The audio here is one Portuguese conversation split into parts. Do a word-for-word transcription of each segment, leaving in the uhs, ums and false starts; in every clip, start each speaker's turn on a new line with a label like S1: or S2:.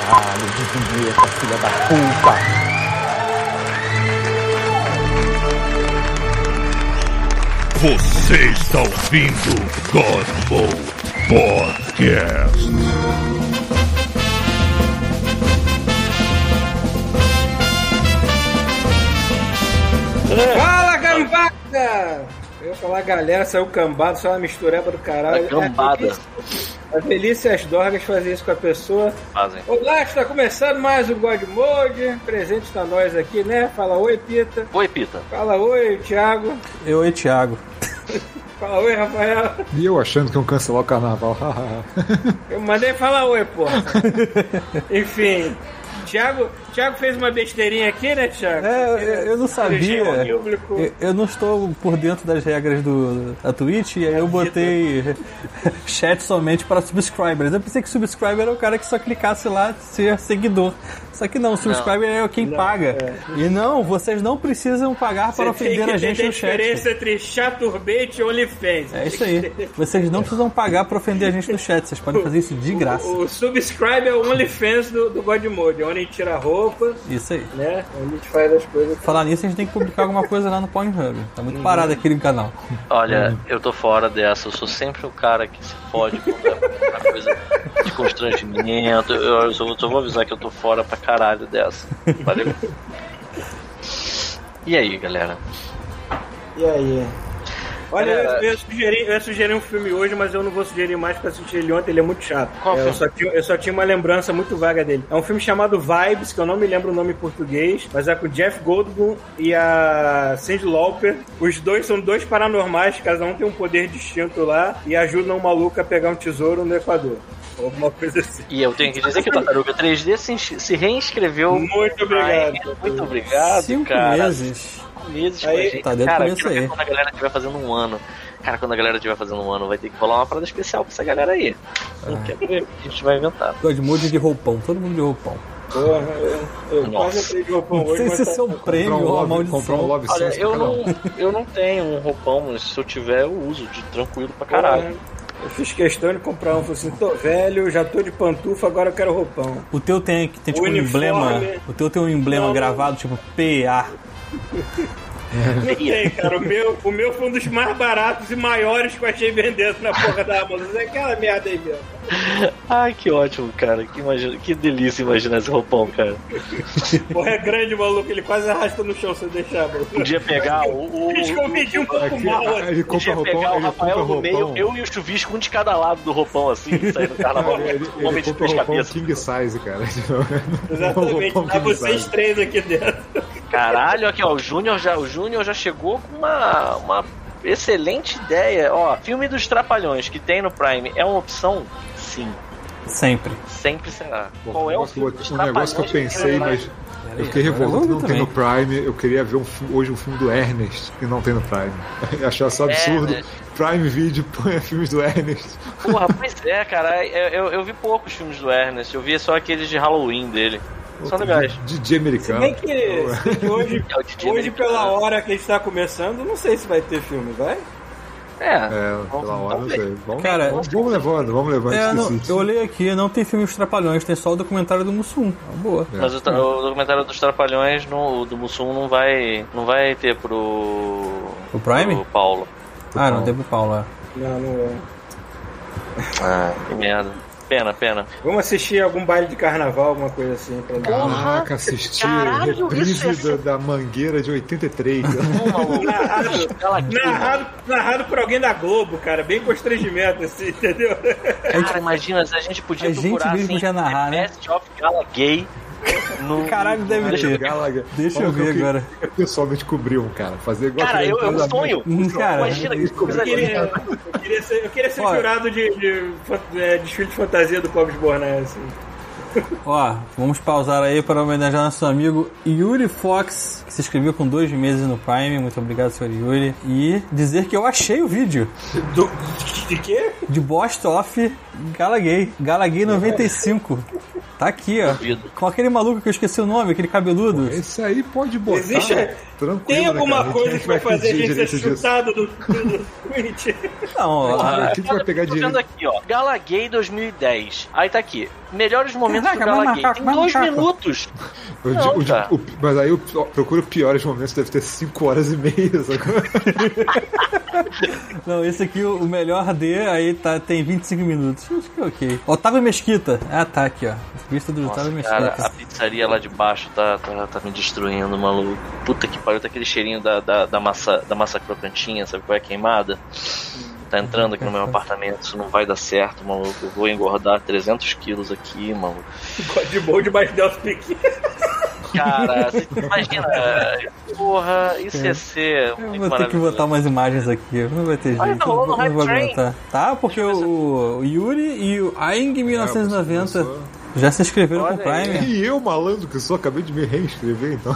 S1: Caralho, desvia essa filha da puta.
S2: Você está ouvindo God Mode Podcast.
S3: Fala, cambada! Eu ia falar galera, saiu cambado, só uma mistureba do caralho.
S4: A cambada.
S3: A velhice e as dorgas fazem isso com a pessoa.
S4: Fazem.
S3: Olá, está começando mais o God Mode. Presente está nós aqui, né? Fala oi, Pita.
S4: Oi, Pita.
S3: Fala oi, Thiago.
S1: Eu e Thiago.
S3: Fala oi, Rafael.
S5: E eu achando que iam cancelar o carnaval.
S3: Eu mandei falar oi, porra. Enfim. Thiago, Thiago fez uma besteirinha aqui, né, Thiago?
S1: É, eu, eu não sabia. Eu, eu não estou por dentro das regras do, da Twitch, e aí eu botei chat somente para subscribers. Eu pensei que subscriber era o cara que só clicasse lá ser seguidor. Só que não, o subscriber não. é quem não, paga. É. E não, vocês não precisam pagar para Você ofender a gente no chat. Tem
S3: diferença entre chaturbate e OnlyFans.
S1: É isso aí. Vocês não precisam pagar para ofender a gente no chat. Vocês podem fazer isso de graça.
S3: O, o subscribe é o OnlyFans do, do God Mode, onde a gente tira a roupa.
S1: Isso aí.
S3: Né? Onde a gente faz as coisas.
S1: Falar nisso, a gente tem que publicar alguma coisa lá no Pornhub. Tá muito uhum. parado aqui no canal.
S4: Olha, uhum. eu tô fora dessa. Eu sou sempre o cara que se fode com a coisa de constrangimento. Eu, eu só, só vou avisar que eu tô fora pra caralho dessa. Valeu? E aí, galera?
S3: E aí? Olha, eu, eu, ia sugerir, eu ia sugerir um filme hoje, mas eu não vou sugerir mais porque eu assisti ele ontem, ele é muito chato.
S4: Qual
S3: é,
S4: filme?
S3: Eu só, tinha, eu só tinha uma lembrança muito vaga dele. É um filme chamado Vibes, que eu não me lembro o nome em português, mas é com o Jeff Goldblum e a Cyndi Lauper. Os dois são dois paranormais, cada um tem um poder distinto lá e ajudam um maluco a pegar um tesouro no Equador. Alguma coisa assim.
S4: E eu tenho que dizer que o Tartaruga três D se, se reinscreveu.
S3: Muito obrigado.
S4: Ai, muito obrigado,
S1: Cinco
S4: cara.
S1: meses.
S4: meses
S1: aí,
S4: com a gente.
S1: Tá dentro
S4: cara,
S1: disso aí.
S4: Quando a galera estiver fazendo um ano. Cara, quando a galera estiver fazendo um ano, vai ter que rolar uma parada especial pra essa galera aí.
S1: Ah.
S4: Não quero ver, a gente vai inventar.
S1: God Mode de roupão, todo mundo de roupão.
S3: Porra, eu, eu quase entrei de roupão hoje.
S1: Não sei se isso é um prêmio ou uma maldição.
S5: Um love
S4: Olha, eu não, eu não tenho um roupão, mas se eu tiver, eu uso de tranquilo pra caralho.
S3: Porra. Eu fiz questão de comprar um, falei assim, tô velho, já tô de pantufa, agora eu quero roupão.
S1: O teu tem, tem tipo um emblema, o teu tem um emblema não, gravado, tipo P A.
S3: Não tem, cara, o meu, o meu foi um dos mais baratos e maiores que eu achei vendendo na porra da Amazon, é aquela merda aí mesmo.
S4: Ai, que ótimo, cara, que, imagina, que delícia imaginar esse roupão, cara.
S3: Porra, é grande, maluco, ele quase arrasta no chão se eu deixar, mano.
S4: Podia pegar o... o
S3: Eles competiam um pouco aqui, mal, assim.
S5: Ele compra
S4: Podia
S5: roupão,
S4: pegar o
S5: ele
S4: Rafael
S5: compra
S4: no meio,
S5: roupão.
S4: eu e o Chuvisco, um de cada lado do roupão, assim, sair no carnaval.
S5: Ele, ele, ele compra roupão king size, cara.
S3: Exatamente, dá vocês size. Três aqui dentro.
S4: Caralho, aqui ó, o Júnior já, o Júnior já chegou com uma, uma excelente ideia. Ó, filme dos Trapalhões que tem no Prime é uma opção? Sim.
S1: Sempre.
S4: Sempre será.
S5: Bom,
S4: Qual
S5: um
S4: é o
S5: negócio,
S4: filme
S5: um negócio que eu pensei, mas eu fiquei revoltado que não tem no Prime. Eu queria ver um, hoje um filme do Ernest e não tem no Prime. Eu achei só absurdo. É, né? Prime Video põe filmes do Ernest.
S4: Porra, pois é, cara. Eu, eu, eu vi poucos filmes do Ernest. Eu vi só aqueles de Halloween dele. São legais.
S5: D J americano.
S3: Se bem que, se bem que hoje, é hoje pela hora que a gente tá começando, não sei se vai ter filme, vai?
S4: É,
S5: é pela hora, não sei. Vamos,
S1: cara,
S5: vamos, vamos levando, vamos levando.
S1: É, não, eu olhei aqui, não tem filme dos Trapalhões, tem só o documentário do Mussum. É boa.
S4: É. Mas o, o documentário dos Trapalhões, no, do Mussum, não vai, não vai ter pro.
S1: O Prime?
S4: Pro Paulo.
S1: Pro ah, Paulo. Não tem pro Paulo, é.
S3: Não, não é.
S4: Ah, que merda. Pena, pena.
S3: Vamos assistir algum baile de carnaval, alguma coisa assim. Pra
S5: Caraca, assistir a reprise é... da, da Mangueira de oitenta e três.
S3: narrado, narrado, narrado por alguém da Globo, cara. Bem constrangimento, assim, entendeu?
S4: Cara, imagina, se a gente podia
S1: a
S4: procurar,
S1: gente mesmo
S4: assim,
S1: já narrar, né?
S4: Best of Gala Gay. No...
S1: Caralho, deve ter.
S5: Galaga.
S1: Deixa eu ver
S5: eu
S1: agora.
S5: Eu pessoalmente cobri um, cara. Fazer igual
S4: cara, eu, eu um sonho.
S1: Cara,
S4: imagina que coisa
S3: eu queria, eu queria ser, eu queria ser jurado de, de, de, de desfile de fantasia do Clóvis Bornai, assim.
S1: Ó, vamos pausar aí para homenagear nosso amigo Yuri Fox, que se inscreveu com dois meses no Prime. Muito obrigado, senhor Yuri. E dizer que eu achei o vídeo.
S3: Do, de quê?
S1: De Best of Gala Gay. Gala Gay noventa e cinco. Tá aqui, ó.
S4: Duvido.
S1: Com aquele maluco que eu esqueci o nome, aquele cabeludo.
S5: Pô, esse aí pode botar.
S3: Existe...
S5: Tranquilo,
S3: tem alguma
S5: né,
S3: coisa que vai fazer a gente ser
S5: disso?
S3: chutado do, do Twitch?
S1: Não,
S5: Ah,
S1: a...
S5: a gente vai pegar
S4: Tô vendo
S5: direito.
S4: aqui, ó. Gala Gay dois mil e dez. Aí tá aqui. Melhores momentos
S1: Caraca,
S4: do Gala
S1: vai
S4: Gay.
S1: marcar,
S4: Tem
S1: vai
S4: dois
S1: marcar.
S4: minutos.
S5: O,
S4: Não,
S5: o,
S4: cara.
S5: o, mas aí eu procuro piores momentos, deve ter cinco horas e meia. Sabe?
S1: Não, esse aqui, o melhor D, aí tá, tem vinte e cinco minutos. Acho que é ok. Otávio Mesquita. Ah, tá aqui, ó. Vista do Otávio
S4: Nossa, cara,
S1: Mesquita.
S4: a pizzaria lá de baixo tá, tá, tá me destruindo, maluco. Puta que pariu, tá aquele cheirinho da, da, da, massa, da massa crocantinha, sabe qual é? Queimada. Tá entrando aqui no meu apartamento, isso não vai dar certo, maluco. Eu vou engordar trezentos quilos aqui, maluco.
S3: De bom demais Deus pique.
S4: Cara, você imagina, porra, isso ia ser
S1: Eu
S4: muito
S1: vou ter que botar umas imagens aqui, não vai ter jeito.
S4: Olha, tá
S1: eu,
S4: rolando
S1: não vou
S4: Hype Train.
S1: aguentar. Tá, porque o, o Yuri e o Aing mil novecentos e noventa já se inscreveram
S4: Olha
S1: com o Prime.
S5: E eu, malandro, que só acabei de me reinscrever, então.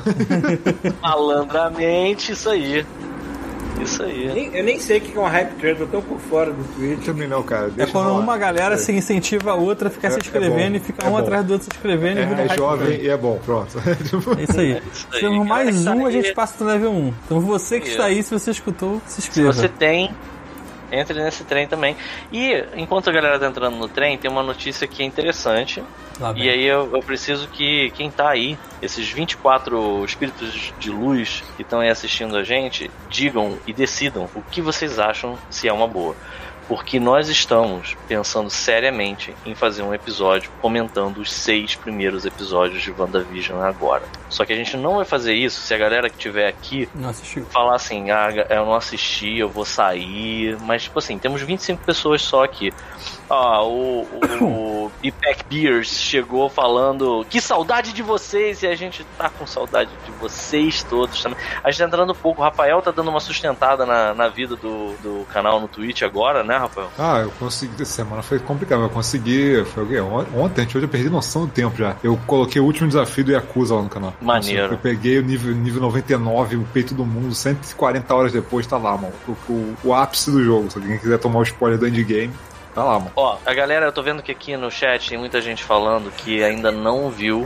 S4: Malandramente, isso aí. Isso aí.
S3: Nem- Eu nem sei o que é um hype train, tô tão por fora do Twitch.
S5: Também não, cara.
S1: É
S5: Deixa
S1: quando
S5: rolar.
S1: uma galera
S5: É.
S1: se incentiva a outra a ficar
S5: É-
S1: se
S5: é
S1: inscrevendo
S5: bom.
S1: e fica
S5: É
S1: um
S5: bom.
S1: atrás do outro se inscrevendo e vira
S5: É,
S1: hype
S5: jovem
S1: train.
S5: e é bom, pronto.
S1: É isso aí.
S4: isso aí.
S1: Se temos mais
S4: Galera que tá
S1: um, a
S4: aí-
S1: gente passa pro level um. Então você que
S4: Isso.
S1: está aí, se você escutou, se
S4: Se
S1: inscreva.
S4: você tem, entre nesse trem também. E enquanto a galera tá entrando no trem, tem uma notícia que é interessante.
S1: Lá vem.
S4: E aí eu, eu preciso que quem tá aí, esses vinte e quatro espíritos de luz que estão aí assistindo a gente, digam e decidam o que vocês acham se é uma boa. Porque nós estamos pensando seriamente em fazer um episódio comentando os seis primeiros episódios de WandaVision agora. Só que a gente não vai fazer isso se a galera que estiver aqui
S1: Não assistiu.
S4: falar assim, ah, eu não assisti, eu vou sair. Mas, tipo assim, temos vinte e cinco pessoas só aqui. Ah, o, o, o Bipec Beers chegou falando que saudade de vocês, e a gente tá com saudade de vocês todos também. A gente tá entrando um pouco, o Rafael tá dando uma sustentada na, na vida do, do canal no Twitch agora, né, Rafael?
S5: Ah, eu consegui. Essa semana foi complicado, mas eu consegui. Foi o quê? On- Ontem, hoje eu perdi noção do tempo já. Eu coloquei o último desafio do Yakuza lá no canal.
S4: Maneiro.
S5: Eu peguei o nível, nível noventa e nove, o peito do mundo, cento e quarenta horas depois, tá lá, mano. O, o, o ápice do jogo. Se alguém quiser tomar o spoiler do endgame, tá lá, mano.
S4: Ó, a galera, eu tô vendo que aqui no chat tem muita gente falando que ainda não viu.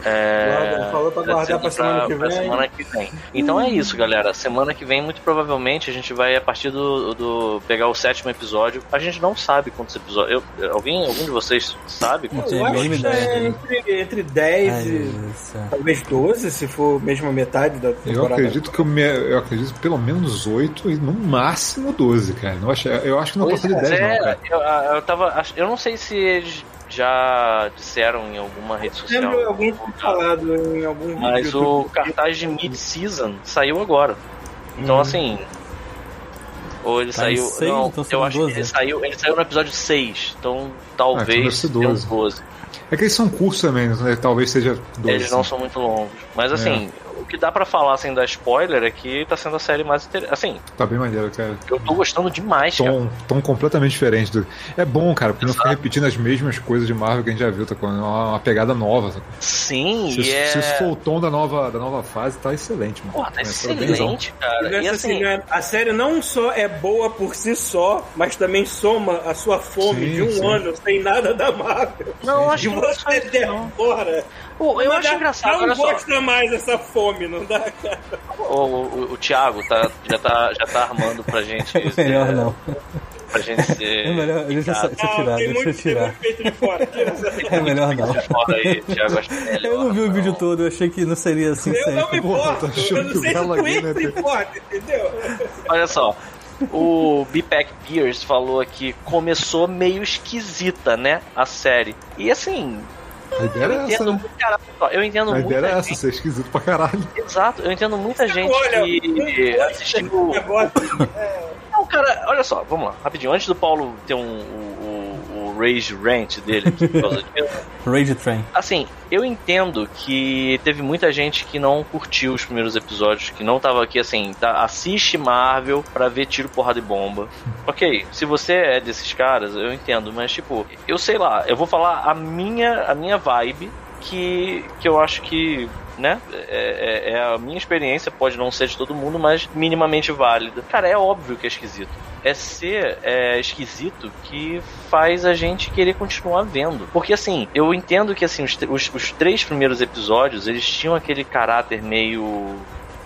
S4: É,
S3: Guarda, falou pra guardar pra semana que
S4: pra
S3: vem.
S4: semana que vem. Então é isso, galera. Semana que vem, muito provavelmente, a gente vai, a partir do, do pegar o sétimo episódio. A gente não sabe quantos episódios. Eu, alguém, algum de vocês sabe quantos
S1: Não
S3: Eu
S1: tenho a
S3: acho
S1: mínima
S3: que é
S1: ideia.
S3: entre, entre dez
S1: Ai,
S3: e
S1: meu Deus do céu.
S3: talvez doze, se for mesmo a metade da
S5: Eu
S3: temporada.
S5: acredito que eu, me, eu acredito pelo menos oito e no máximo doze, cara. Não acho, eu acho que não
S4: Pois
S5: passa de dez,
S4: é,
S5: não, cara.
S4: eu, eu tava. Eu não sei se eles já disseram em alguma rede social.
S3: Lembro alguém ter falado em algum vídeo.
S4: Mas
S3: do
S4: o
S3: YouTube.
S4: cartaz de mid-season saiu agora. Então, assim. Ou ele
S1: Tá em
S4: saiu.
S1: seis,
S4: não,
S1: então são
S4: eu acho
S1: doze.
S4: que ele saiu, ele saiu no episódio seis. Então,
S5: Ah, então
S4: talvez
S5: deve ser
S4: tenha
S5: doze.
S4: uns doze.
S5: É que eles são curtos também, né? Talvez seja doze.
S4: Eles não são muito longos. Mas, assim, o que dá pra falar sem dar spoiler é que tá sendo a série mais interessante. Assim,
S5: Tá bem maneiro, cara.
S4: eu tô gostando demais, cara.
S5: Tom, tom completamente diferente. Do... É bom, cara, porque não fica repetindo as mesmas coisas de Marvel que a gente já viu, tá com uma, uma pegada nova. Tá?
S4: Sim,
S5: Se,
S4: e é.
S5: se isso for o tom da nova, da nova fase, tá excelente, mano.
S4: Porra, tá
S5: Começou benzão.
S4: excelente, cara.
S3: Mas,
S4: E
S3: assim,
S4: assim,
S3: né, a série não só é boa por si só, mas também soma a sua fome
S5: Sim,
S3: de um
S5: sim.
S3: ano sem nada da Marvel.
S4: não, acho
S3: De
S4: que não é só
S3: você
S4: isso,
S3: der
S4: não.
S3: fora.
S4: Pô, eu
S3: Não
S4: acho
S3: dá-
S4: engraçado,
S3: não
S4: olha só.
S3: gosta mais essa fome, não dá, cara?
S4: O, o, o Thiago tá, já, tá, já tá armando pra gente.
S1: Melhor
S4: ser-
S1: não.
S4: Pra gente ser.
S1: É melhor, deixa eu, deixa eu tirar,
S3: tem
S1: deixa eu
S3: muito, tem
S1: tirar.
S3: muito peito de fora. Tira essa-
S1: É melhor não.
S4: Fora aí, Thiago, acho melhor.
S1: Eu não vi o vídeo todo, eu achei que não seria assim
S3: Eu não me
S1: sempre.
S3: importo,
S5: tá achando
S3: eu não
S5: que o
S3: sei se
S5: Gala
S3: o
S5: Gay,
S3: Twitter
S5: né,
S3: se importa, entendeu?
S4: Olha só. O Bipec Beers falou aqui, começou meio esquisita, né? A série. E assim,
S5: A ideia
S4: eu
S5: era essa,
S4: entendo
S5: né?
S4: muito, cara, eu entendo
S5: A
S4: muita
S5: ideia era
S4: gente.
S5: essa, ser esquisito pra caralho.
S4: Exato, eu entendo muita gente
S3: Olha,
S4: que assistiu.
S3: negócio.
S4: Não, cara, olha só, vamos lá, rapidinho. Antes do Paulo ter um, o, o, o Rage Rant dele aqui por causa disso.
S1: Rage Train.
S4: Assim, eu entendo que teve muita gente que não curtiu os primeiros episódios, que não tava aqui assim, tá, assiste Marvel pra ver tiro, porrada e bomba. Ok, se você é desses caras, eu entendo, mas tipo, eu sei lá, eu vou falar a minha, a minha vibe, que, que eu acho que, né, é, é, é a minha experiência, pode não ser de todo mundo, mas minimamente válida. Cara, é óbvio que é esquisito. é ser é, esquisito que faz a gente querer continuar vendo. Porque assim, eu entendo que assim, os, os, os três primeiros episódios, eles tinham aquele caráter meio...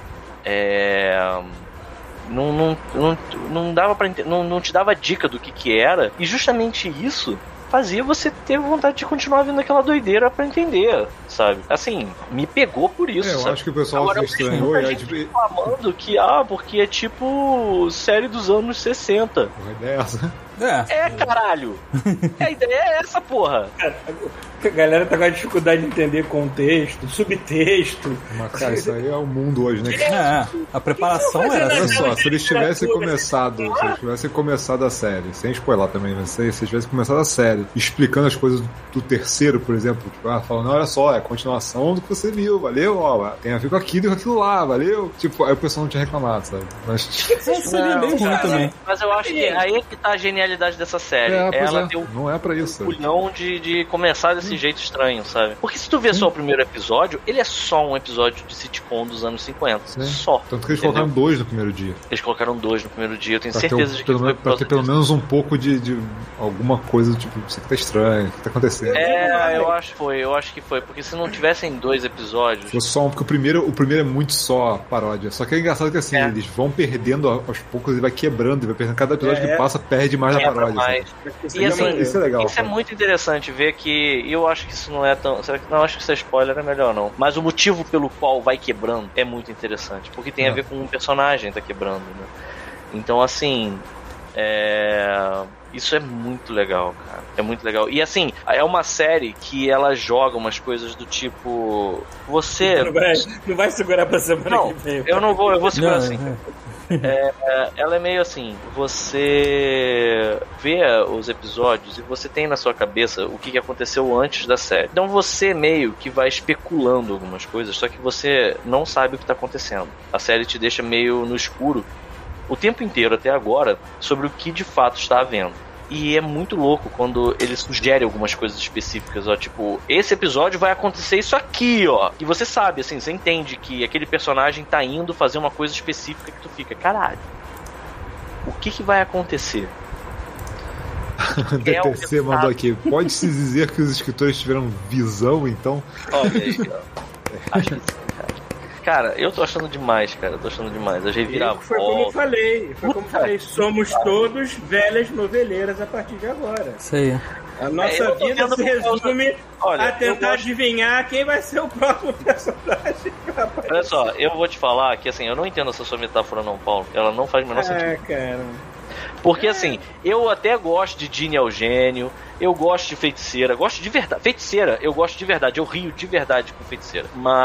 S4: É... Não, não, não, não dava pra ent... não, não te dava dica do que que era. E justamente isso fazia você ter vontade de continuar vendo aquela doideira pra entender, sabe? Assim, me pegou por isso.
S5: É, eu
S4: sabe?
S5: acho que o pessoal
S4: Agora,
S5: se estranhou.
S4: A
S5: é,
S4: gente
S5: tipo...
S4: reclamando que, ah, porque é tipo série dos anos sessenta.
S5: Porra, ideia é essa?
S1: É.
S4: É, caralho. A ideia é essa, porra.
S3: A galera tá com a dificuldade de entender contexto, subtexto.
S5: Mas, cara, isso aí é o mundo hoje, né?
S1: É, a preparação era
S5: Olha
S1: assim.
S5: só, se eles tivessem começado, se eles tivessem começado a série, sem spoiler também, mas se eles tivessem começado a série, explicando as coisas do, do terceiro, por exemplo, tipo, ah, falando, olha só, é a continuação do que você viu, valeu, ó, tem a ver com aquilo e com aquilo lá, valeu. Tipo, aí o pessoal não tinha reclamado, sabe? Mas...
S1: Seria bem ruim também.
S4: Mas eu acho que aí é que tá a genialidade dessa série.
S5: É, pois
S4: Ela
S5: é.
S4: tem um
S5: Não é pra isso.
S4: culhão de, de começar desse jeito estranho, sabe? Porque se tu vê só o primeiro episódio, ele é só um episódio de sitcom dos anos cinquenta.
S5: Sim.
S4: Só.
S5: Tanto que eles
S4: entendeu?
S5: colocaram dois no primeiro dia.
S4: Eles colocaram dois no primeiro dia, eu tenho
S5: Pra
S4: certeza
S5: ter,
S4: de que
S5: pelo,
S4: foi
S5: menos-
S4: por
S5: pra
S4: causa
S5: ter pelo
S4: disso.
S5: menos um pouco de, de alguma coisa, tipo, isso aqui tá estranho, o que tá acontecendo?
S4: É, eu acho que foi, eu acho que foi. Porque se não tivessem dois episódios.
S5: Foi só um, porque o primeiro, o primeiro é muito só paródia. Só que é engraçado que assim,
S4: É.
S5: eles vão perdendo a- aos poucos e vai quebrando, e vai perdendo. Cada episódio
S3: É.
S5: que passa, perde mais na
S4: quebra
S5: paródia.
S4: mais.
S5: sabe?
S4: E assim,
S5: Isso é legal.
S4: Isso é
S5: cara.
S4: muito interessante ver que eu acho que isso não é tão. Será que não acho que isso é spoiler, é melhor não. Mas o motivo pelo qual vai quebrando é muito interessante, porque tem a
S5: É.
S4: ver com um personagem tá quebrando, né? Então assim, é... isso é muito legal, cara. É muito legal. E assim, é uma série que ela joga umas coisas do tipo, você
S3: Não vai, não vai segurar pra semana
S4: não,
S3: que vem.
S4: eu não vou, eu vou segurar
S1: Não,
S4: assim.
S1: é.
S4: É, é, ela é meio assim, você vê os episódios e você tem na sua cabeça o que que aconteceu antes da série. Então você meio que vai especulando algumas coisas, só que você não sabe o que está acontecendo. A série te deixa meio no escuro o tempo inteiro até agora sobre o que de fato está havendo. E é muito louco quando ele sugere algumas coisas específicas, ó, tipo, esse episódio vai acontecer isso aqui, ó. E você sabe, assim, você entende que aquele personagem tá indo fazer uma coisa específica que tu fica, caralho, o que que vai acontecer?
S5: D T C mandou aqui. Pode-se dizer que os escritores tiveram visão, então?
S4: Olha aí, ó. Acho que sim, cara. Cara, eu tô achando demais, cara. Eu tô achando demais. As reviravoltas.
S3: Foi como eu falei, foi como eu
S4: Puta
S3: falei, somos todos velhas noveleiras a partir de agora.
S1: Isso aí.
S3: A nossa
S4: É, eu tô
S3: vida
S4: vendo
S3: se
S4: por causa-
S3: resume
S4: Olha,
S3: a
S4: eu
S3: tentar
S4: gosto-
S3: adivinhar quem vai ser o próximo personagem que vai aparecer.
S4: Olha só, eu vou te falar que assim, eu não entendo essa sua metáfora não, Paulo. Ela não faz o menor sentido.
S3: Ah, cara.
S4: Porque assim, eu até gosto de Dini Eugênio, eu gosto de Feiticeira, gosto de verdade. Feiticeira, eu gosto de verdade, eu rio de verdade com Feiticeira.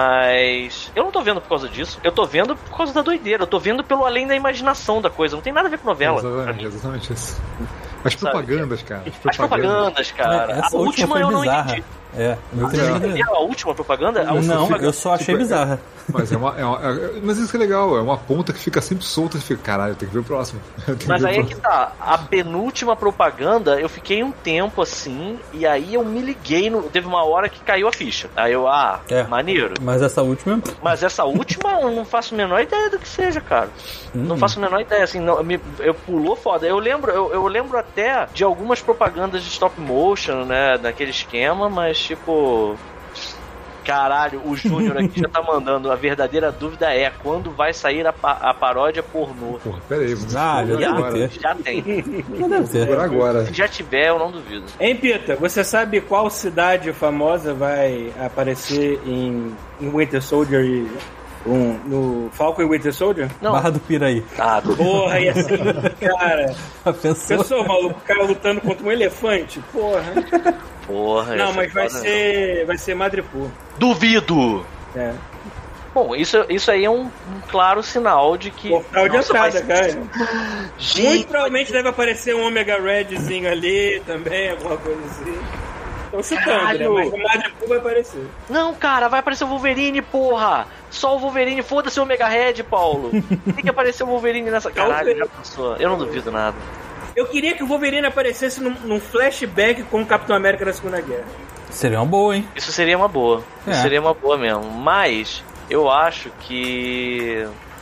S4: Mas eu não tô vendo por causa disso, eu tô vendo por causa da doideira, eu tô vendo pelo além da imaginação da coisa, não tem nada a ver com novela. pra
S5: Exatamente,
S4: mim.
S5: exatamente isso. As
S4: Sabe?
S5: propagandas, cara. As
S4: As propagandas, cara.
S1: Essa
S4: a última
S1: foi
S4: eu não
S1: bizarra.
S4: entendi.
S1: É, eu
S4: Vocês
S1: também
S4: entenderam a última propaganda? A última
S1: Não,
S4: propaganda.
S1: eu só achei
S5: Tipo, é-
S1: bizarra.
S5: Mas é uma, é uma- é- mas isso que é legal, é uma ponta que fica sempre solta e fica, caralho, eu tenho que ver o próximo. Eu tenho que
S4: Mas
S5: ver o
S4: aí é que
S5: próximo.
S4: tá, a penúltima propaganda, eu fiquei um tempo assim, e aí eu me liguei, no, teve uma hora que caiu a ficha. Aí eu, ah,
S1: É.
S4: maneiro.
S1: Mas essa última.
S4: Mas essa última eu não faço a menor ideia do que seja, cara. Não faço a menor ideia, assim, não, me, eu pulou foda. Eu lembro, eu, eu lembro até de algumas propagandas de stop motion, né, naquele esquema, mas tipo... Caralho, o Júnior aqui já tá mandando. A verdadeira dúvida é quando vai sair a, pa- a paródia pornô.
S5: Porra, pera aí, vamos
S1: Ah, já
S5: procurar
S1: deve
S5: agora.
S1: ter.
S4: Já tem.
S1: Não deve ter.
S5: Procurar agora.
S4: Se já tiver, eu não duvido.
S3: Hein, Pita, você sabe qual cidade famosa vai aparecer em, em Winter Soldier e um, no Falcon e Winter Soldier?
S4: Não.
S1: Barra do Piraí.
S4: Ah, do...
S3: Porra, e assim, cara.
S1: Pensou?
S3: Pensou, maluco, o cara lutando contra um elefante? Porra.
S4: Porra.
S3: Não,
S4: essa
S3: mas vai
S4: foda,
S3: ser. Vai ser Madripoor.
S4: Duvido!
S3: É.
S4: Bom, isso, isso aí é um, um claro sinal de que.
S3: Portal de
S4: Nossa,
S3: entrada,
S4: mas-
S3: cara.
S4: Gente,
S3: Muito provavelmente deve aparecer um Omega Redzinho ali também, alguma coisa assim. Tô chutando,
S4: Caralho.
S3: né? Mas o Madripoor vai aparecer.
S4: Não, cara, vai aparecer o Wolverine, porra! Só o Wolverine, foda-se o Omega Red, Paulo. Tem que aparecer o Wolverine nessa. Caralho, já passou. Eu não duvido nada.
S3: Eu queria que o Wolverine aparecesse num, num flashback com o Capitão América da Segunda Guerra.
S1: Seria uma boa, hein?
S4: Isso seria uma boa.
S1: É.
S4: Isso seria uma boa mesmo. Mas eu acho que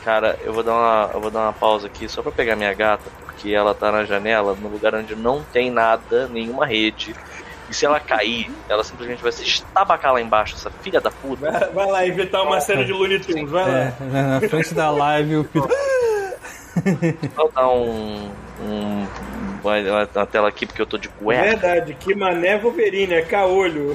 S4: Cara, eu vou dar uma, eu vou dar uma pausa aqui só pra pegar minha gata, porque ela tá na janela, no lugar onde não tem nada, nenhuma rede. E se ela cair, ela simplesmente vai se estabacar lá embaixo, essa filha da puta.
S3: Vai, vai lá evitar uma cena de Looney Tunes, vai lá.
S1: É, na frente da live o Pito...
S4: Vou dar um... um uma tela aqui porque eu tô de cueca.
S3: Verdade, que mané Wolverine, é caolho.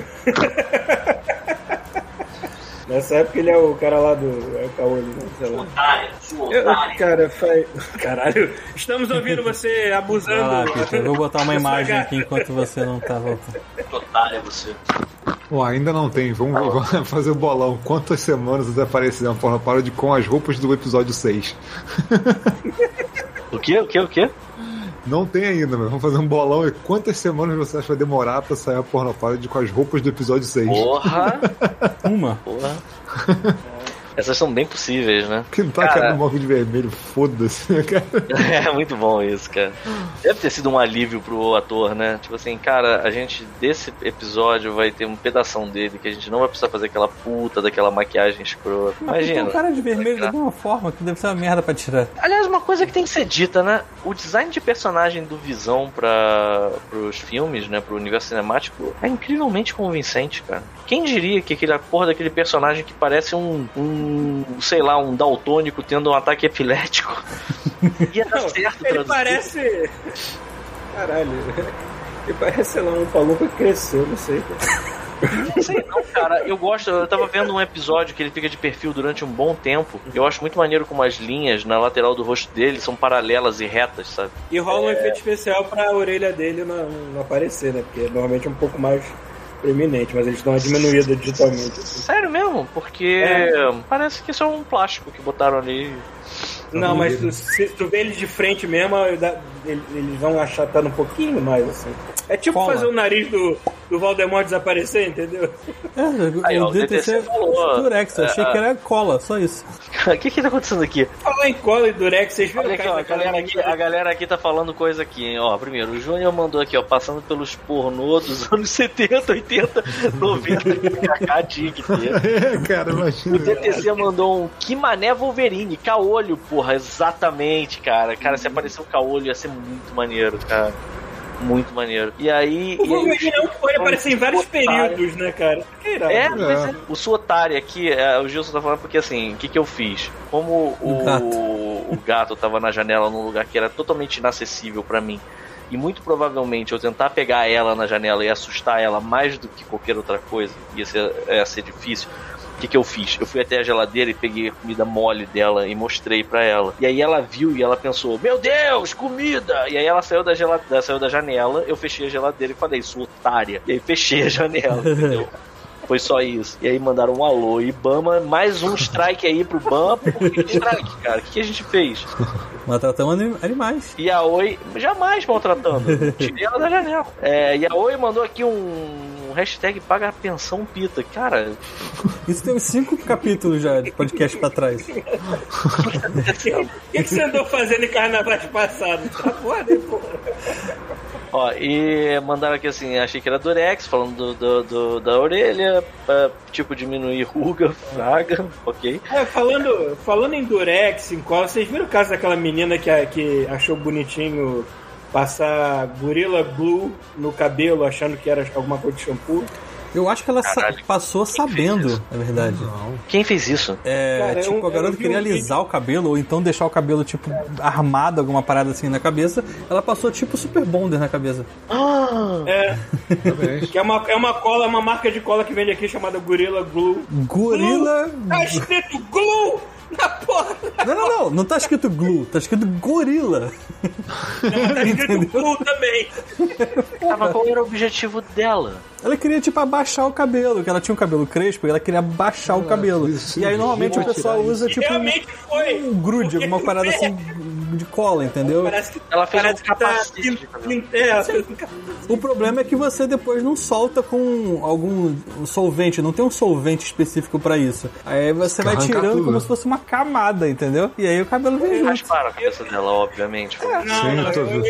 S3: Nessa época ele é o cara lá do... é o caolho, né? Sei lá.
S4: Otário,
S3: Eu, cara, faz... Caralho, estamos ouvindo você abusando.
S1: Vai lá, Peter, eu vou botar uma imagem aqui enquanto você não tá voltando.
S4: Otário você.
S5: Pô, ainda não tem. Vamos, vamos fazer o bolão. Quantas semanas vai aparecer na Porra Parody com as roupas do episódio seis?
S4: O quê? O quê? O quê?
S5: Não tem ainda, mas vamos fazer um bolão. E quantas semanas você acha que vai demorar pra sair a Porra Parody com as roupas do episódio seis?
S4: Porra!
S1: Uma?
S4: Porra! Essas são bem possível, né?
S5: Pintar cara... a cara no móvel de vermelho, foda-se, né, cara?
S4: É muito bom isso, cara. Deve ter sido um alívio pro ator, né? Tipo assim, cara, a gente, desse episódio, vai ter um pedação dele que a gente não vai precisar fazer aquela puta daquela maquiagem escrota. Imagina.
S1: Tem um cara de vermelho de alguma forma que deve ser uma merda pra tirar.
S4: Aliás, uma coisa que tem que ser dita, né? O design de personagem do Visão pra, pros filmes, né? Pro universo cinemático é incrivelmente convincente, cara. Quem diria que aquele porra daquele personagem que parece um, um sei lá, um daltônico tendo um ataque epilético ia dar
S3: não,
S4: certo.
S3: Ele traduzir. Parece... Caralho. Ele parece, sei lá, um paluca que cresceu, não sei.
S4: Não sei não, cara. Eu gosto, eu tava vendo um episódio que ele fica de perfil durante um bom tempo. Eu acho muito maneiro como as linhas na lateral do rosto dele são paralelas e retas, sabe?
S3: E rola um é... efeito especial pra orelha dele não, não aparecer, né? Porque normalmente é um pouco mais preeminente, mas eles dão uma diminuída digitalmente. Assim.
S4: Sério mesmo? Porque é. Parece que isso é um plástico que botaram ali.
S3: Não, mas tu, se tu vê eles de frente mesmo, eles vão achatando um pouquinho mais, assim. É tipo Cola. Fazer o nariz do, do Voldemort desaparecer, entendeu?
S1: É, Aí, o D T C falou Durex, eu achei é, que era cola, só isso.
S4: O que que tá acontecendo aqui?
S3: Falar em cola e Durex, vocês viram?
S4: Olha aqui, ó, a, galera aqui, a galera aqui tá falando coisa aqui, hein? Ó, primeiro, o Júnior mandou aqui, ó, passando pelos pornô dos anos setenta, oitenta, noventa, tinha que ter.
S5: É, cara, imagina.
S4: O D T C mandou um que mané Wolverine, caolho, porra, exatamente, cara. Cara, se aparecer um caolho ia ser muito maneiro, cara. Muito maneiro. E aí...
S3: O Wolverine não pode aparecer em vários períodos, né, cara? Que irado.
S4: É, mas é. O Suotário aqui, é, o Gilson tá falando porque assim, o que que eu fiz? Como o, o, gato. o gato tava na janela num lugar que era totalmente inacessível pra mim, e muito provavelmente eu tentar pegar ela na janela e assustar ela mais do que qualquer outra coisa, ia ser, ia ser difícil. O que que eu fiz? Eu fui até a geladeira e peguei a comida mole dela e mostrei pra ela. E aí ela viu e ela pensou, meu Deus, comida! E aí ela saiu da, geladeira, saiu da janela, eu fechei a geladeira e falei, sua otária. E aí fechei a janela, entendeu? Foi só isso. E aí mandaram um alô. E Bama, mais um strike aí pro Bama. Por que strike, cara? O que, que a gente fez?
S1: Maltratando animais.
S4: E a Oi, jamais maltratando. Tirei ela da janela. É, e a Oi mandou aqui um hashtag paga pensão pita. Cara...
S1: Isso tem uns cinco capítulos já de podcast pra trás. O
S3: que, que você andou fazendo em carnavais passados? Tá foda, porra.
S4: Ó, e mandaram aqui assim, achei que era Durex, falando do, do, do da orelha, pra, tipo, diminuir ruga, fraga, ok.
S3: É, falando, falando em Durex, em cola, vocês viram o caso daquela menina que, que achou bonitinho passar Gorilla Glue no cabelo, achando que era alguma coisa de shampoo?
S1: Eu acho que ela Caralho, passou sabendo, na verdade.
S4: Não. Quem fez isso?
S1: É, Cara, tipo, eu, a garota queria alisar o cabelo, ou então deixar o cabelo, tipo, armado, alguma parada assim na cabeça. Ela passou, tipo, Super Bonder na cabeça.
S3: Ah! É. que é uma, é uma cola, uma marca de cola que vende aqui chamada Gorilla Glue.
S1: Gorilla...
S3: Glue. Tá escrito Glue! Na porra!
S1: Não, não, não, não tá escrito Glue, tá escrito Gorila.
S3: Não, tá escrito Glue também.
S4: Mas qual era o objetivo dela?
S1: Ela queria, tipo, abaixar o cabelo, que ela tinha um cabelo crespo e ela queria abaixar ah, o cabelo. Isso, e aí, normalmente, o pessoal usa, tipo, um, um grude, alguma parada assim de cola, entendeu?
S3: Parece que
S4: ela fez
S3: parece
S4: um capacete.
S3: Tá...
S1: O problema é que você depois não solta com algum solvente, não tem um solvente específico pra isso. Aí você vai tirando tudo, como né? se fosse uma camada, entendeu? E aí o cabelo vem junto.
S4: Rasparam a cabeça dela, obviamente.
S3: É, não, Sim, não, eu, eu,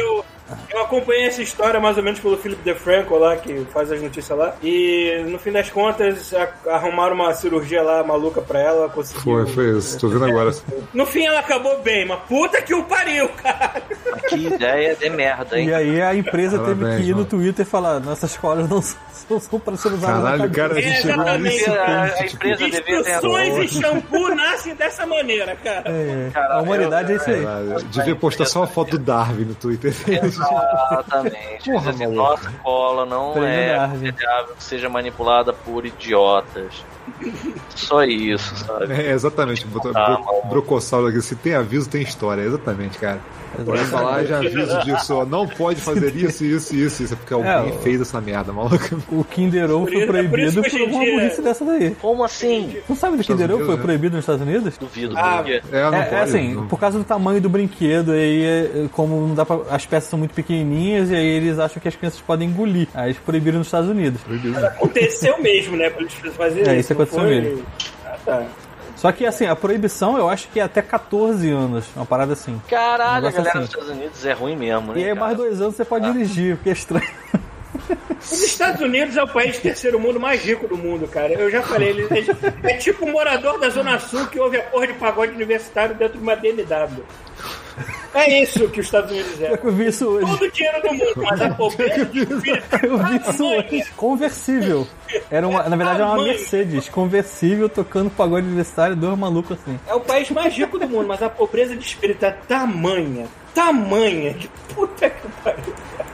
S3: Eu acompanhei essa história mais ou menos pelo Philip DeFranco lá, que faz as notícias lá. E no fim das contas, arrumaram uma cirurgia lá maluca pra ela. Conseguiu...
S5: Foi, foi isso. Tô vendo agora.
S3: No fim ela acabou bem, mas puta que o pariu, cara.
S4: Que ideia de merda, hein?
S1: E aí a empresa
S5: Parabéns,
S1: teve que ir
S5: mano.
S1: no Twitter e falar: nossas colas não são, são para ser usadas.
S5: Caralho, cara, a
S3: É,
S5: gente chegou
S3: exatamente.
S5: nesse
S4: A, a
S5: ponto. Tipo,
S4: empresa devia ter...
S3: Instruções e shampoo nascem dessa maneira, cara.
S1: É,
S4: Cara,
S1: a humanidade
S4: eu-
S1: é isso aí.
S5: caralho, devia postar só uma foto do Darwin no Twitter.
S4: Exatamente.
S5: Porra,
S4: Assim,
S5: maluco.
S4: nossa cola não
S1: Prêmio
S4: é
S1: Darwin.
S4: aconselhável que seja manipulada por idiotas. Só isso, sabe?
S5: É, exatamente. Botou
S4: Ah,
S5: bro, brocossauro aqui. Se tem aviso, tem história. Exatamente, cara. Pode
S1: Exatamente.
S5: falar, já aviso disso, ó. Não pode fazer isso, isso, isso, isso. É porque alguém
S1: É,
S5: fez essa merda, maluco.
S1: O Kinder Ovo
S3: Por
S1: foi
S3: isso- é por isso
S1: proibido
S3: que
S1: por
S3: hoje em
S1: uma
S3: dia-
S1: burrice dessa daí.
S4: Como assim?
S1: Não sabe do
S5: Estados
S1: Kinder Ovo
S5: Unidos,
S1: foi
S5: né?
S1: proibido nos Estados Unidos?
S4: Duvido.
S3: Ah,
S4: porque...
S5: É, não
S1: É,
S5: pode.
S1: é assim,
S5: não.
S1: por causa do tamanho do brinquedo, aí é, como não dá pra, as peças são muito pequenininhas e aí eles acham que as crianças podem engolir. Aí eles proibiram nos Estados Unidos.
S5: Proibido.
S3: Aconteceu mesmo, né? Pra eles fazerem
S1: É,
S3: isso.
S1: isso aconteceu
S3: não foi-
S1: mesmo.
S3: Ah, tá.
S1: Só que assim, a proibição eu acho que é até catorze anos, uma parada assim.
S4: Caralho, a
S1: negócio
S4: galera
S1: assim.
S4: dos Estados Unidos é ruim mesmo, né?
S1: E aí
S4: cara?
S1: mais dois anos você pode dirigir, porque é estranho.
S3: Os Estados Unidos é o país terceiro mundo mais rico do mundo, cara. Eu já falei, ele é, é tipo um morador da Zona Sul que ouve a porra de pagode universitário dentro de uma B M W. É isso que os Estados Unidos é.
S1: Eu vi isso hoje.
S3: Todo o dinheiro do mundo, mas a pobreza
S1: Eu vi isso hoje. Conversível. Era uma, na verdade era uma
S3: Tamanho.
S1: Mercedes conversível tocando pagode universitário, dois malucos assim.
S3: É o país mais rico do mundo, mas a pobreza de espírito é tamanha, tamanha, que puta que pariu.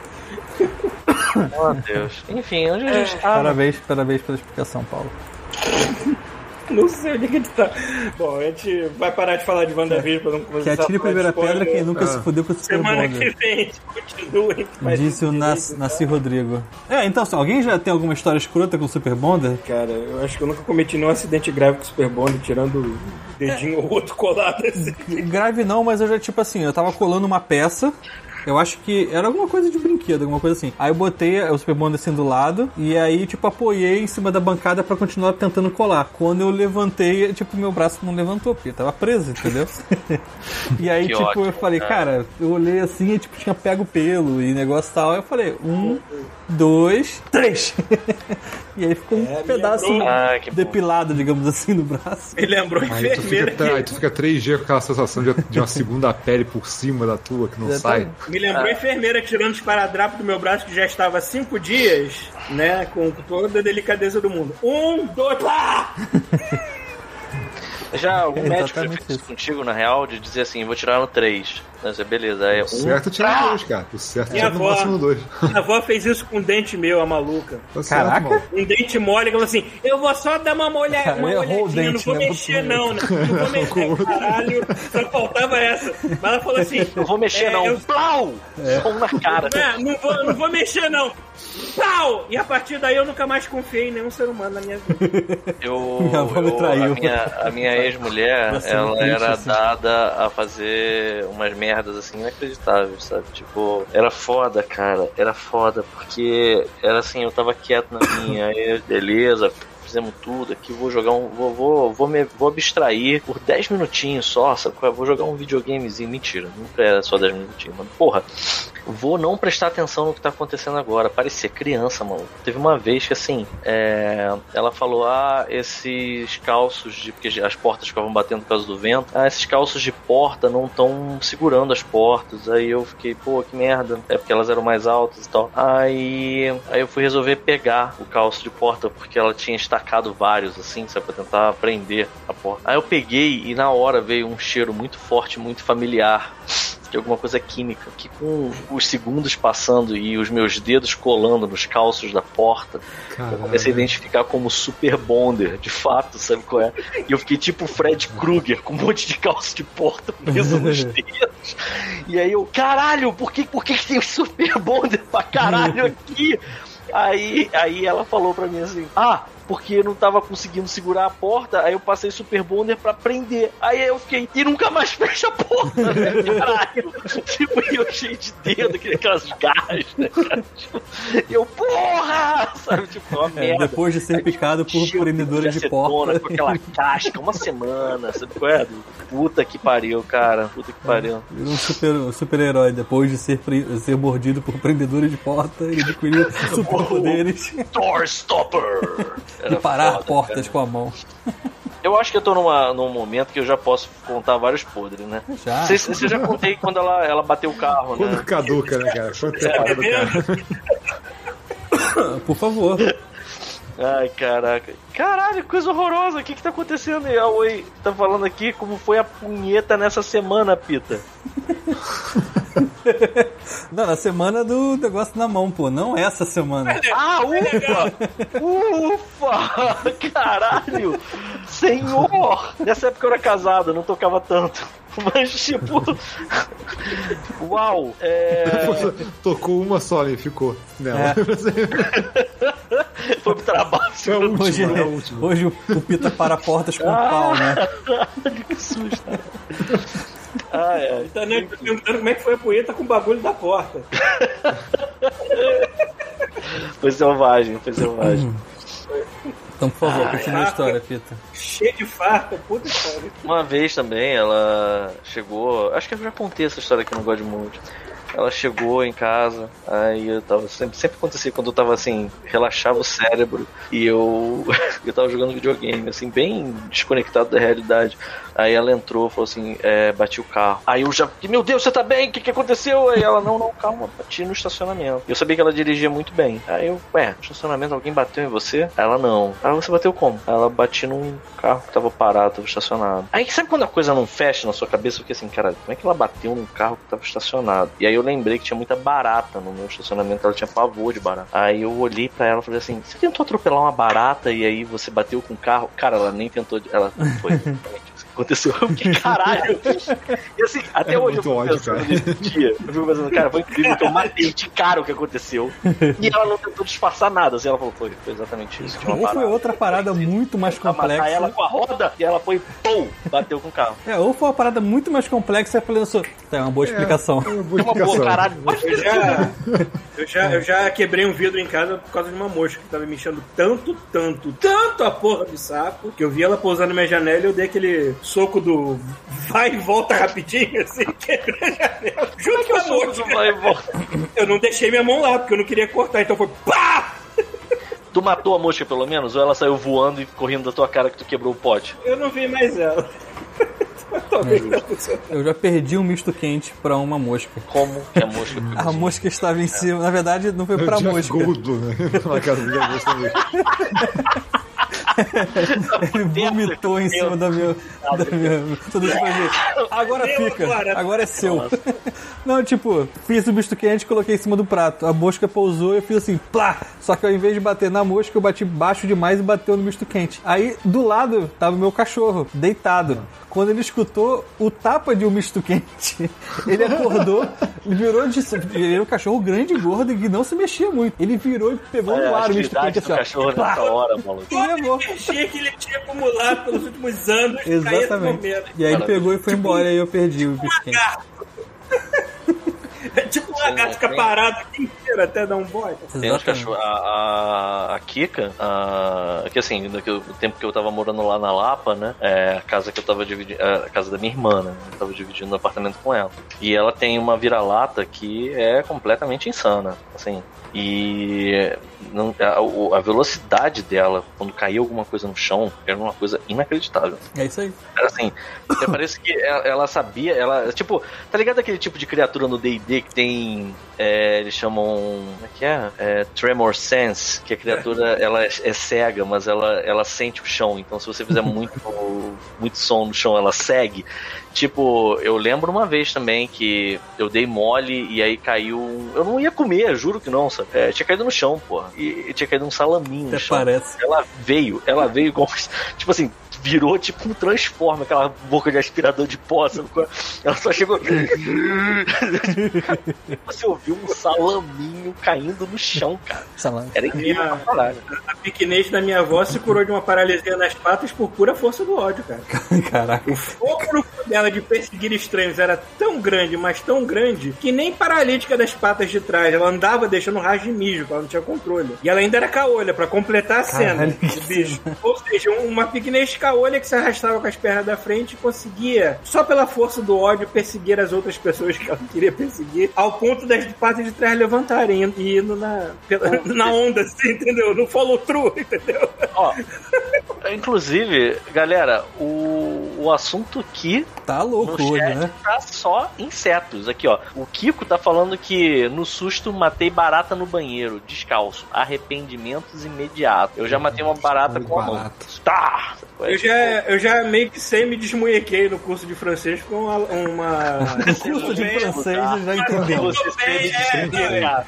S4: Meu Deus. Enfim, onde a gente tá?
S1: Parabéns, parabéns pela explicação, Paulo.
S3: Não sei onde é que ele tá. Bom, a gente vai parar de falar de WandaVision pra não começar
S1: Que atire a
S3: falar de
S1: primeira
S3: spoiler.
S1: pedra quem nunca
S5: Ah.
S1: se fudeu com o Super
S3: Semana que
S1: Bonder.
S3: vem a gente continua. a gente vai
S1: Disse o
S3: decidir
S1: Nas,
S3: isso, tá?
S1: Nasci Rodrigo. É, então, assim, alguém já tem alguma história escrota com o Super Bonder?
S3: Cara, eu acho que eu nunca cometi nenhum acidente grave com o Super Bond, tirando o dedinho ou outro colado assim.
S1: Grave não, mas eu já, tipo assim, eu tava colando uma peça. Eu acho que era alguma coisa de brinquedo, alguma coisa assim. Aí eu botei o Super Bonder assim do lado e aí, tipo, apoiei em cima da bancada pra continuar tentando colar. Quando eu levantei, tipo, meu braço não levantou, porque tava preso, entendeu? E aí,
S4: Que
S1: tipo,
S4: ótimo,
S1: eu falei,
S4: cara.
S1: cara, eu olhei assim e, tipo, tinha pego pelo e negócio e tal. Aí eu falei, um, dois, três. E aí ficou um
S3: É, me
S1: pedaço
S3: lembrou.
S4: Ah, que bom.
S1: depilado, digamos assim, no braço.
S3: Me lembrou a
S5: Aí tu,
S3: enfermeira.
S5: fica, tra- aí tu fica três dias com aquela sensação de, de uma segunda pele por cima da tua que não sai.
S3: Me lembrou a enfermeira tirando os esparadrapos do meu braço, que já estava há cinco dias, né? Com toda a delicadeza do mundo. Um, dois, pá!
S4: Já algum
S1: É
S4: médico já
S1: exatamente
S4: fez isso
S1: isso.
S4: contigo, na real, de dizer assim, vou tirar no três. Você, beleza, aí é
S5: O
S4: um...
S5: certo é tirar dois, cara. O certo é
S3: Minha
S5: tirar no
S3: avó,
S5: máximo dois.
S3: minha avó fez isso com um dente meu, a maluca.
S5: Tá certo,
S1: Caraca.
S5: mano.
S3: Um dente mole, que falou assim, eu vou só dar uma, molha,
S1: Cara,
S3: uma
S1: errou o
S3: olhadinha, não
S1: dente,
S3: vou
S1: né?
S3: mexer não, né? Não vou mexer, caralho, só faltava essa. Mas ela falou assim...
S4: Não vou mexer
S3: é,
S4: não.
S3: eu-
S4: Plau! Som na cara.
S3: Não, não vou, não vou mexer não. Pau! E a partir daí eu nunca mais confiei em nenhum ser humano na minha vida.
S4: Eu,
S1: Minha avó me
S4: eu-
S1: traiu.
S4: A minha, a minha ex-mulher,
S1: Nossa,
S4: ela
S1: muito triste,
S4: era
S1: assim.
S4: dada a fazer umas merdas assim inacreditáveis, sabe? Tipo, era foda, cara. Era foda, porque era assim, eu tava quieto na minha, aí, beleza. Fizemos tudo aqui, vou jogar um. Vou, vou, vou, me, vou abstrair por dez minutinhos só, sabe? Vou jogar um videogamezinho. Mentira, não era só dez minutinhos, mano. Porra, vou não prestar atenção no que tá acontecendo agora. Parecia criança, mano. Teve uma vez que assim, é, ela falou: ah, esses calços de. Porque as portas ficavam batendo por causa do vento. Ah, esses calços de porta não estão segurando as portas. Aí eu fiquei, pô, que merda. É porque elas eram mais altas e tal. Aí, aí eu fui resolver pegar o calço de porta, porque ela tinha estacado vários, assim, sabe, pra tentar prender a porta. Aí eu peguei e na hora veio um cheiro muito forte, muito familiar, de alguma coisa química, que com os segundos passando e os meus dedos colando nos calços da porta,
S5: Caralho.
S4: eu comecei a identificar como Super Bonder, de fato, sabe qual é? E eu fiquei tipo Fred Krueger, com um monte de calço de porta preso nos dedos. E aí eu, caralho, por que, por que que tem o Super Bonder pra caralho aqui? Aí, aí ela falou pra mim assim, ah, porque eu não tava conseguindo segurar a porta, aí eu passei Super Bonder pra prender. Aí eu fiquei, e nunca mais fecha a porta, né, caralho? Tipo, eu cheio de dedo, aquelas garras, né, cara? Tipo, eu, porra! Sabe, tipo, uma
S1: É,
S4: merda.
S1: depois de ser
S4: Aí,
S1: picado por
S4: tipo,
S1: prendedores de porta.
S4: Com aquela casca, uma semana, sabe qual é? Puta que pariu, cara. Puta que pariu.
S1: Virou um super, super-herói. Depois de ser, pre- ser mordido por prendedores de porta, ele adquiriu superpoderes
S4: Door Stopper!
S1: de parar
S4: foda,
S1: portas
S4: cara.
S1: com a mão.
S4: Eu acho que eu tô numa, num momento que eu já posso contar vários podres, né?
S1: Já.
S4: Você você já contei quando ela, ela bateu o carro,
S5: Quando
S4: né?
S5: caduca, né, cara? Quanto tempo caduca?
S1: Por favor.
S4: Ai, caraca. Caralho, coisa horrorosa. O que que tá acontecendo aí? A Oi tá falando aqui como foi a punheta nessa semana, Pita.
S1: Não, na semana do negócio na mão, pô. Não essa semana.
S4: Ah, ufa! Ufa! Caralho! Senhor! Nessa época eu era casado, não tocava tanto. Mas, tipo... Uau! É...
S5: Tocou uma só ali, ficou nela.
S4: Foi pro trabalho.
S5: É o último,
S1: Hoje,
S5: é o último.
S1: hoje o, o Pita para portas com pau, né?
S4: Caralho, que susto! Ah, é.
S3: Tá, né, perguntando como é que foi a punheta com o bagulho da porta.
S4: Foi selvagem, foi selvagem.
S1: Então, por favor, continue a história, Pita.
S3: Cheio de farta, puta que pariu.
S4: Uma vez também ela chegou. Acho que eu já contei essa história aqui no God Mode. Ela chegou em casa, aí eu tava. Sempre, sempre acontecia quando eu tava assim, relaxava o cérebro e eu. Eu tava jogando videogame, assim, bem desconectado da realidade. Aí ela entrou, falou assim, é, bati o carro. Aí eu já, meu Deus, você tá bem? O que que aconteceu? Aí ela, não, não, calma, bati no estacionamento. Eu sabia que ela dirigia muito bem. Aí eu, ué, no estacionamento alguém bateu em você? Ela, não. Aí você bateu como? Aí ela, bati num carro que tava parado, tava estacionado. Aí sabe quando a coisa não fecha na sua cabeça? Eu fiquei assim, cara, como é que ela bateu num carro que tava estacionado? E aí eu lembrei que tinha muita barata no meu estacionamento, ela tinha pavor de barata. Aí eu olhei pra ela e falei assim, você tentou atropelar uma barata e aí você bateu com o carro? Cara, ela nem tentou, ela foi, aconteceu. Que caralho! E assim, até
S5: É
S4: hoje eu
S5: muito
S4: fico
S5: ódio,
S4: pensando
S5: cara.
S4: nesse dia. Eu fico pensando, cara, foi incrível que eu matei de cara o que aconteceu. E ela não tentou disfarçar nada. Assim, ela falou, foi, foi exatamente isso. Tinha uma
S1: Ou foi
S4: parada.
S1: outra parada muito mais
S4: Pra matar
S1: complexa.
S4: ela com a roda e ela foi, pum, bateu com o carro.
S1: É, ou foi uma parada muito mais complexa e eu falei, isso é uma boa explicação.
S5: É uma boa
S4: É uma boa,
S5: explicação.
S4: caralho.
S3: Eu já, eu, já, eu já quebrei um vidro em casa por causa de uma mosca que tava me enchendo tanto, tanto, tanto a porra do saco que eu vi ela pousando na minha janela e eu dei aquele soco do vai e volta rapidinho, assim, quebrei a janela. Junto com a mosca.
S4: Vai e volta.
S3: Eu não deixei minha mão lá porque eu não queria cortar, então foi pá!
S4: Tu matou a mosca pelo menos? Ou ela saiu voando e correndo da tua cara que tu quebrou o pote?
S3: Eu não vi mais ela. Talvez não funcione.
S1: Eu já perdi um misto quente pra uma mosca.
S4: Como que a mosca pegou?
S1: A mosca estava em cima. Na verdade, não foi pra
S5: Jeff
S1: mosca.
S5: Goldblum, né? Na casa do Jeff também.
S1: Ele vomitou em cima da minha. Da minha tudo isso pra mim. Agora fica, agora é seu. Não, tipo, fiz o misto quente e coloquei em cima do prato. A mosca pousou e eu fiz assim, plá! Só que ao invés de bater na mosca, eu bati baixo demais e bateu no misto quente. Aí, do lado, tava o meu cachorro, deitado. Quando ele escutou o tapa de um misto quente, ele acordou, virou de. Ele era um cachorro grande e gordo e não se mexia muito. Ele virou e pegou no ar o misto quente assim, ó.
S4: Cachorro
S1: Plá!
S4: nessa hora, maluco.
S1: E levou.
S3: Achei que ele tinha acumulado pelos últimos anos. pra esse
S1: Exatamente.
S3: momento.
S1: E aí ele pegou e foi embora e aí eu perdi o misto quente.
S3: É tipo um lagarto fica parado o dia inteiro até dar um boy.
S4: Tem uns cachorros. A, a, a Kika, a, que assim, no, que eu- no tempo que eu tava morando lá na Lapa, né? É a casa que eu tava dividindo. A casa da minha irmã, né? Eu tava dividindo o apartamento com ela. E ela tem uma vira-lata que é completamente insana. Assim. E não, a, a velocidade dela, quando caía alguma coisa no chão, era uma coisa inacreditável.
S1: É isso aí.
S4: Era assim, é, parece que ela, ela sabia, ela, tipo, tá ligado aquele tipo de criatura no D e D que tem, é, eles chamam, como é que é? é? Tremor Sense, que a criatura, ela é, é cega, mas ela, ela sente o chão, então se você fizer muito, muito som no chão, ela segue. Tipo, eu lembro uma vez também que eu dei mole e aí caiu um... Eu não ia comer, juro que não, sabe? É, tinha caído no chão, porra. E, e tinha caído um salaminho no
S1: Até
S4: chão.
S1: parece.
S4: Ela veio, ela veio como... Tipo assim, virou tipo um transforma, aquela boca de aspirador de pó, sabe? Ela só chegou... Você ouviu um salaminho caindo no chão, cara.
S1: Salame.
S4: Era incrível pra caralho.
S3: A pequenez da minha avó se curou de uma paralisia nas patas por pura força do ódio, cara.
S1: Caraca.
S3: O fogo grupo dela de perseguir estranhos era tão grande, mas tão grande, que nem paralítica das patas de trás. Ela andava deixando rastro de mijo, ela não tinha controle. E ela ainda era caolha, pra completar a cena.
S1: Caralho,
S3: Do bicho. Ou seja, uma pequenez caolha que se arrastava com as pernas da frente e conseguia, só pela força do ódio, perseguir as outras pessoas que ela queria perseguir, ao ponto das patas de trás levantarem e indo na, pela, na onda, assim, entendeu? No follow through, entendeu?
S4: Ó, inclusive, galera, o, o assunto aqui
S1: tá louco
S4: no
S1: hoje,
S4: chat
S1: né?
S4: tá só insetos. Aqui, ó. O Kiko tá falando que no susto matei barata no banheiro, descalço. Arrependimentos imediatos. Eu já matei uma barata com a mão. Tá!
S3: Eu já, eu já meio que sei me desmunhequei no curso de francês com uma... uma...
S1: No curso de francês eu já entendi.
S4: Você sei me desmunhecar.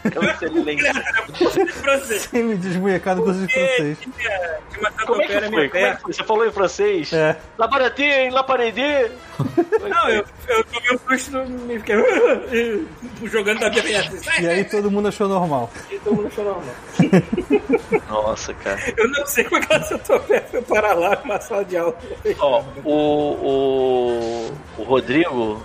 S1: Sem me desmunhecar no curso de francês.
S4: Como é que foi? Como é que foi? Você falou em francês?
S1: É.
S4: La baratinha, la parede.
S3: Não, eu, eu tomei um susto e fiquei jogando da minha perna.
S1: E aí todo mundo achou normal.
S3: E todo mundo achou normal.
S4: Nossa, cara.
S3: Eu não sei como é que ela acertou a perna foi parar lá numa sala de aula.
S4: Ó, o, o, o Rodrigo,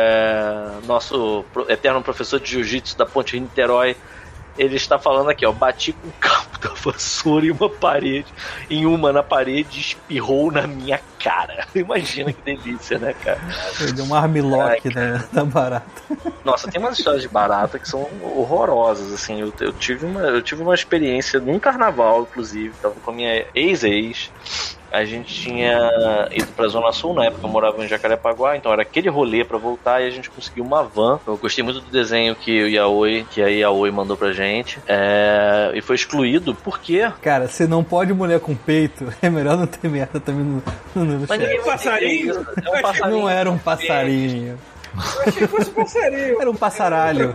S4: é, nosso eterno professor de jiu-jitsu da Ponte Rio Niterói, ele está falando aqui, ó, bati com o cabo da vassoura em uma parede, em uma na parede, espirrou na minha cara. Imagina que delícia, né, cara?
S1: Ele deu um armlock da, da barata.
S4: Nossa, tem umas histórias de barata que são horrorosas, assim. Eu, eu, tive, uma, eu tive uma experiência num carnaval, inclusive, tava com a minha ex-ex. A gente tinha ido pra Zona Sul, na época eu morava em Jacarepaguá, então era aquele rolê pra voltar e a gente conseguiu uma van. Eu gostei muito do desenho que o Yaoi, que a Yaoi mandou pra gente, é, e foi excluído porque...
S1: Cara, se não pode mulher com peito, é melhor não ter merda também no, no, no
S4: Mas
S1: chat.
S3: É um passarinho?
S4: É um passarinho.
S1: Não era um passarinho.
S3: Eu achei que fosse um passarinho.
S1: Era um passaralho.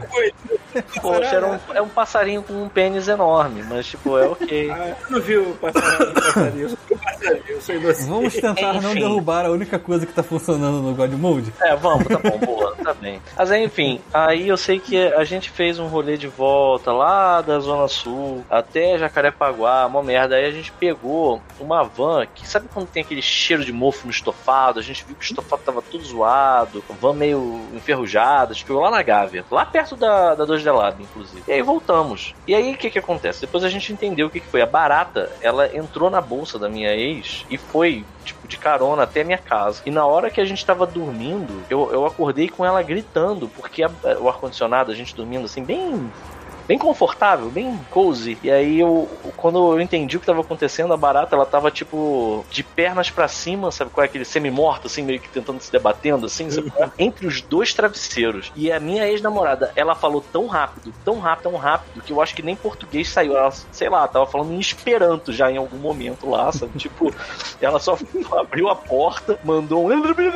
S4: Poxa, era um, é um passarinho com um pênis enorme, mas tipo, é ok.
S3: Ah, eu não vi o passarinho, passarinho. Eu sou um passarinho, eu sou inocente.
S1: Vamos tentar não
S4: Enfim.
S1: derrubar a única coisa que tá funcionando no God Mode.
S4: É, vamos, tá bom, boa, tá bem. Mas enfim, aí eu sei que a gente fez um rolê de volta lá da Zona Sul até Jacarepaguá, uma merda. Aí a gente pegou uma van que, sabe quando tem aquele cheiro de mofo no estofado? A gente viu que o estofado tava todo zoado, a van meio enferrujada, a gente pegou lá na Gávea, lá perto da, da dois D Lab, inclusive. E aí voltamos. E aí o que que acontece? Depois a gente entendeu o que que foi. A barata, ela entrou na bolsa da minha ex e foi, tipo, de carona até a minha casa. E na hora que a gente tava dormindo, eu, eu acordei com ela gritando, porque a, o ar-condicionado, a gente dormindo assim, bem... bem confortável, bem cozy. E aí eu, quando eu entendi o que estava acontecendo, a barata, ela tava tipo de pernas pra cima, sabe qual é aquele semi-morto, assim, meio que tentando se debatendo, assim, sabe qual é? Entre os dois travesseiros. E a minha ex-namorada, ela falou tão rápido, tão rápido, tão rápido, que eu acho que nem português saiu. Ela, sei lá, tava falando em esperanto já em algum momento lá, sabe? Tipo, ela só abriu a porta, mandou um...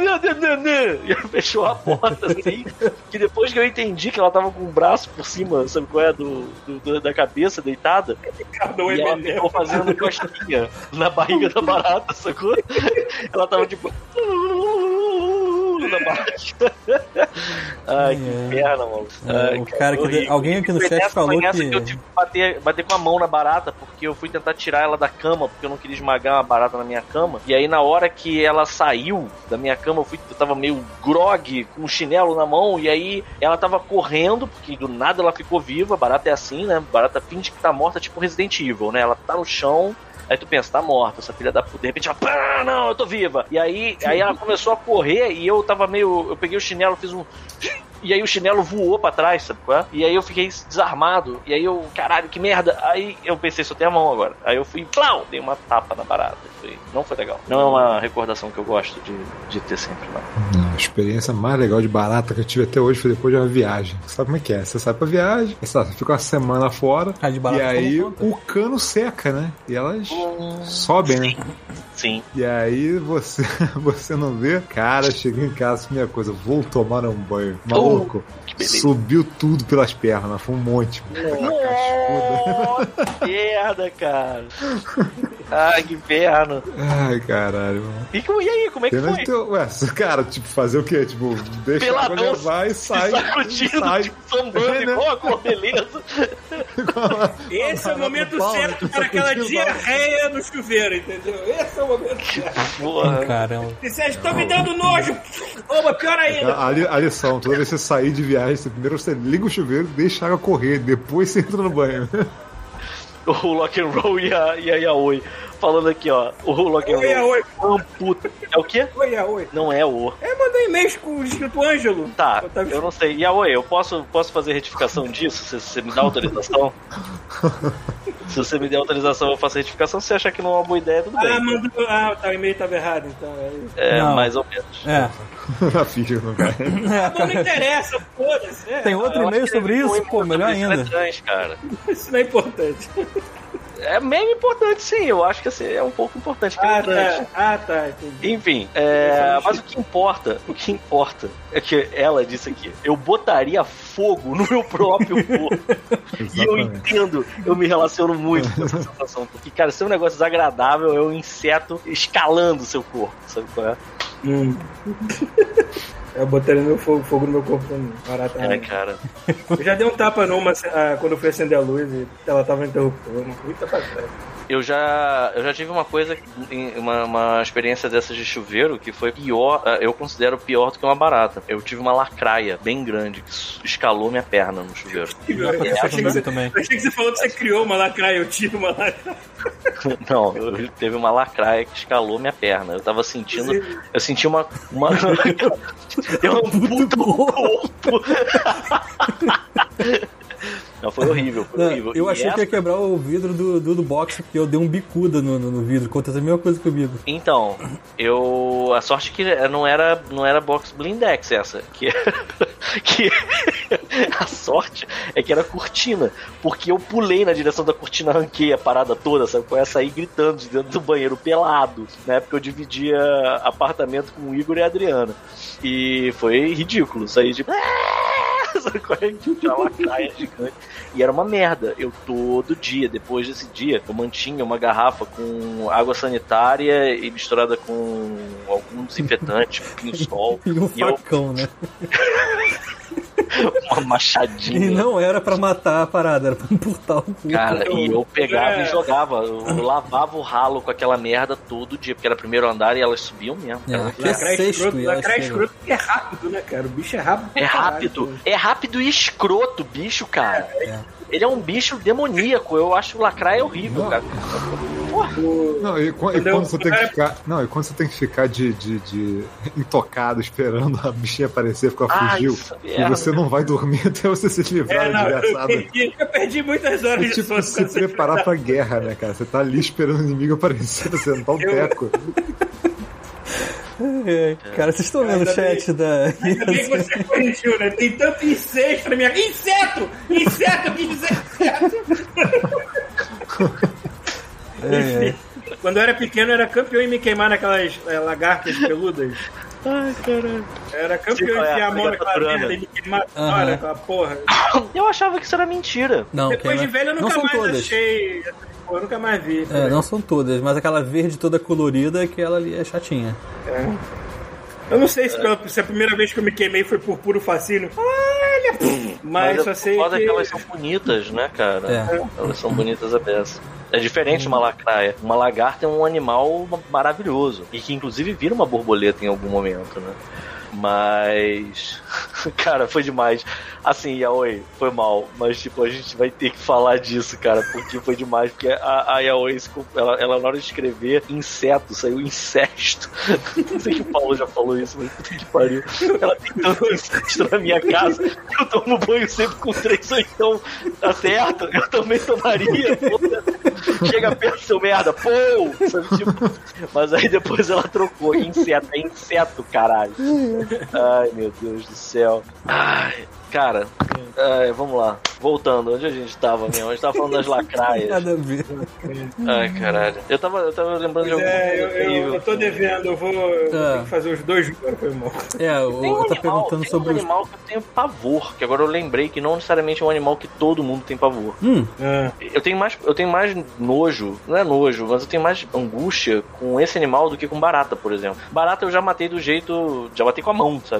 S4: e fechou a porta, assim, que depois que eu entendi que ela tava com o braço por cima, sabe qual é? Do, do, da cabeça deitada, e ela ficou fazendo costinha na barriga da barata, sacou? Ela tava tipo na barriga. Ai, que
S1: É.
S4: perna, mano. Ai,
S1: O cara que de- alguém aqui no
S4: Foi
S1: chat
S4: nessa-
S1: falou
S4: foi nessa
S1: que-
S4: que eu tive que bater, bater com a mão na barata, porque eu fui tentar tirar ela da cama, porque eu não queria esmagar uma barata na minha cama. E aí, na hora que ela saiu da minha cama, eu, fui, eu tava meio grog, com um chinelo na mão, e aí ela tava correndo, porque do nada ela ficou viva. A barata é assim, né? A barata finge que tá morta, tipo Resident Evil, né? Ela tá no chão. Aí tu pensa, tá morta, essa filha da puta. De repente ela, pá, não, eu tô viva. E aí, aí ela começou a correr e eu tava meio. Eu peguei o chinelo, fiz um. E aí o chinelo voou pra trás, sabe qual é? E aí eu fiquei desarmado. E aí eu, caralho, que merda. Aí eu pensei, só tem a mão agora. Aí eu fui, plau, dei uma tapa na barata. Foi, não foi legal. Não é uma recordação que eu gosto de, de ter sempre, não.
S5: Não, a experiência mais legal de barata que eu tive até hoje foi depois de uma viagem. Sabe como é que é? Você sai pra viagem, você fica uma semana fora,
S1: Ah, de barata
S5: e aí
S1: como conta?
S5: o cano seca, né? E elas sobem, né?
S4: Sim.
S5: E aí você, você não vê? Cara, cheguei em casa, primeira coisa, vou tomar um banho. Maluco,
S4: que beleza.
S5: subiu tudo pelas pernas, foi um monte. Foi uma cascuda.
S4: Nossa, merda, cara. Ai, que inferno.
S5: Ai, caralho, mano.
S4: E, e aí, como é que foi?
S5: Teu, ué, cara, tipo, fazer o quê? Tipo, deixa
S4: Peladão,
S5: a água levar e sai.
S4: Sacudindo,
S5: sai.
S4: tipo, sambando,
S5: É, né?
S4: igual a beleza.
S3: Esse é o momento certo para aquela diarreia no chuveiro, entendeu? Esse é o momento certo.
S4: Porra.
S1: Caramba.
S3: Se vocês estão me dando nojo, oba, pior ainda.
S5: A, a, a lição, toda vez que você sair de viagem, você, primeiro você liga o chuveiro, deixa a água correr, depois você entra no banho.
S4: O Rock and Roll e a, e a Yaoi falando aqui, ó. O Rock and
S3: Oi,
S4: Roll.
S3: oi.
S4: É um puta. É o quê?
S3: Oi, oi.
S4: Não é o.
S3: É, mandei e-mails com o escrito Ângelo.
S4: Tá,
S3: Otávio.
S4: eu não sei. Yaoi, eu posso, posso fazer retificação disso? Se você me dá autorização? Se você me der autorização, eu faço a retificação. Se você achar que não é uma boa ideia, tudo bem.
S3: Ah, mandou. Ah, tá, o e-mail tava errado, então. É isso.
S4: É,
S1: Não.
S4: mais ou menos.
S1: É.
S5: Na ficha, não vai.
S3: Não, não interessa, foda-se. É.
S1: Tem outro
S4: Eu
S1: e-mail
S4: acho que
S1: sobre
S4: ele
S1: isso?
S4: foi
S1: Pô, melhor
S4: sobre isso
S1: ainda.
S4: é trans, cara.
S3: Isso não é importante.
S4: É meio importante, sim. Eu acho que assim, é um pouco importante. Que
S3: Ah,
S4: ele é trans.
S3: tá. Ah, tá. Entendi.
S4: Enfim, é, mas o que importa, o que importa é que ela disse aqui, eu botaria fogo no meu próprio corpo. E eu entendo, eu me relaciono muito com essa sensação. Porque, cara, se é um negócio desagradável, é um inseto escalando o seu corpo, sabe qual é?
S3: Hum. Eu botaria meu fogo, fogo no meu corpo também. Barata.
S4: É, cara.
S3: Eu já dei um tapa numa ah, quando eu fui acender a luz e ela tava no interruptor. Não fui pra trás.
S4: Eu já, eu já tive uma coisa, uma, uma experiência dessas de chuveiro que foi pior, eu considero pior do que uma barata. Eu tive uma lacraia bem grande que escalou minha perna no chuveiro.
S3: Eu achei, que você,
S1: também.
S3: eu achei que você falou que você criou uma lacraia, eu tive uma lacraia.
S4: Não, eu teve uma lacraia que escalou minha perna. Eu tava sentindo, eu senti uma, uma deu um puto corpo. Não, foi horrível, foi
S1: Não,
S4: horrível.
S1: eu
S4: E
S1: achei
S4: essa...
S1: que ia quebrar o vidro do, do, do box, porque eu dei um bicuda no, no, no vidro. Aconteceu a mesma coisa comigo.
S4: Então, eu... A sorte que não era, não era box blindex essa. Que, que a sorte é que era cortina. Porque eu pulei na direção da cortina, arranquei a parada toda, sabe? Eu ia sair gritando de dentro do banheiro, pelado. Na época eu dividia apartamento com o Igor e a Adriana. E foi ridículo. Saí de... Tinha uma lacraia gigante. E era uma merda. Eu todo dia, depois desse dia, eu mantinha uma garrafa com água sanitária e misturada com algum desinfetante, um pinho-sol.
S1: E um
S4: e eu...
S1: facão, né?
S4: uma machadinha.
S1: E não era pra matar a parada, era pra encurtar o cu.
S4: Cara, e eu pegava
S3: É.
S4: e jogava. Eu lavava o ralo com aquela merda todo dia, porque era primeiro andar e elas subiam mesmo.
S1: É,
S4: Cara.
S1: aqui é
S3: Lacraia
S1: sexto
S3: escroto,
S1: e elas
S3: lacraia
S1: chegam.
S3: escroto porque é rápido, né, cara? O bicho é rápido. pra
S4: É
S3: caralho.
S4: rápido, é rápido e escroto, bicho, cara.
S1: É.
S4: Ele é um bicho demoníaco. Eu acho o lacraia horrível,
S5: Não.
S4: cara.
S3: O-
S5: Não, e, quan- e
S3: Quando eu-
S5: quando você tem que
S3: cara-
S5: ficar. Não, e quando você tem que ficar de, de, de intocado esperando a bichinha aparecer porque ela
S4: Ah,
S5: fugiu.
S4: isso é
S5: E
S4: merda.
S5: você não vai dormir até você se livrar
S3: É,
S5: da
S3: não, eu
S5: desgraçada.
S3: perdi, eu perdi muitas horas
S5: É
S3: de
S5: tipo
S3: sono
S5: se
S3: quando você
S5: preparar pra guerra, né, cara? Você tá ali esperando o inimigo aparecer, você não tá um
S3: Eu-
S5: teco.
S1: É, cara, vocês estão vendo o
S3: Ainda
S1: chat da.
S3: Ainda bem que você corrigiu, né? Tem tanto incesto na minha... Inseto! Inseto! Eu quis dizer inseto!
S1: É, é.
S3: Quando eu era pequeno, eu era campeão em me queimar naquelas eh, lagartas peludas.
S4: Ai, caralho.
S3: Eu era
S4: Sim,
S3: campeão em
S4: qual é?
S3: enfiar a mão
S4: Briga
S3: naquela
S4: Taturana.
S3: merda e me queimar
S1: Aham.
S3: fora, aquela porra.
S4: Eu achava que isso era mentira.
S1: Não,
S3: Depois
S1: queima-
S3: de velho, eu
S1: não
S3: nunca
S1: são
S3: mais
S1: todas.
S3: achei... Porra, eu nunca mais vi.
S1: É, não são todas, mas aquela verde toda colorida, aquela ali é chatinha.
S3: Eu não sei se, pela, se a primeira vez que eu me queimei foi por puro fascínio. Olha! pff, Mas, só
S4: o
S3: sei
S4: foda é
S3: que...
S4: que elas são bonitas, né, cara?
S1: É.
S4: Elas são bonitas a beça. É diferente de uma lacraia. Uma lagarta é um animal maravilhoso. E que inclusive vira uma borboleta em algum momento, né? Mas... Cara, foi demais. Assim, Yaoi, foi mal. Mas, tipo, a gente vai ter que falar disso, cara. Porque foi demais. Porque a, a Yaoi, ela, ela na hora de escrever inseto, saiu incesto. Não sei que o Paulo já falou isso, mas puta que pariu. Ela tem tanto incesto na minha casa que eu tomo banho sempre com três ou então. Tá certo? Eu também tomaria. Porra. Chega perto, seu merda. Pô! Sabe, tipo... Mas aí depois ela trocou. Inseto, é inseto, caralho. Ai, meu Deus do céu. Ai, cara, ai, vamos lá. voltando, onde a gente tava mesmo? A gente tava falando das lacraias.
S1: Nada a ver.
S4: Ai, caralho. Eu tava, eu tava lembrando de alguma
S3: É,
S4: coisa
S3: eu, eu,
S4: incrível.
S3: eu tô devendo, eu vou, eu
S1: Ah.
S3: tenho que fazer os dois números, foi mal.
S1: É, o,
S4: Tem um
S1: eu tô
S4: animal,
S1: perguntando
S4: tem
S1: sobre
S4: um
S1: os...
S4: animal que eu tenho pavor, que agora eu lembrei que não necessariamente é um animal que todo mundo tem pavor.
S1: Hum,
S3: Ah.
S4: Eu tenho mais, eu tenho mais nojo, não é nojo, mas eu tenho mais angústia com esse animal do que com barata, por exemplo. Barata eu já matei do jeito, já matei com a mão, sabe?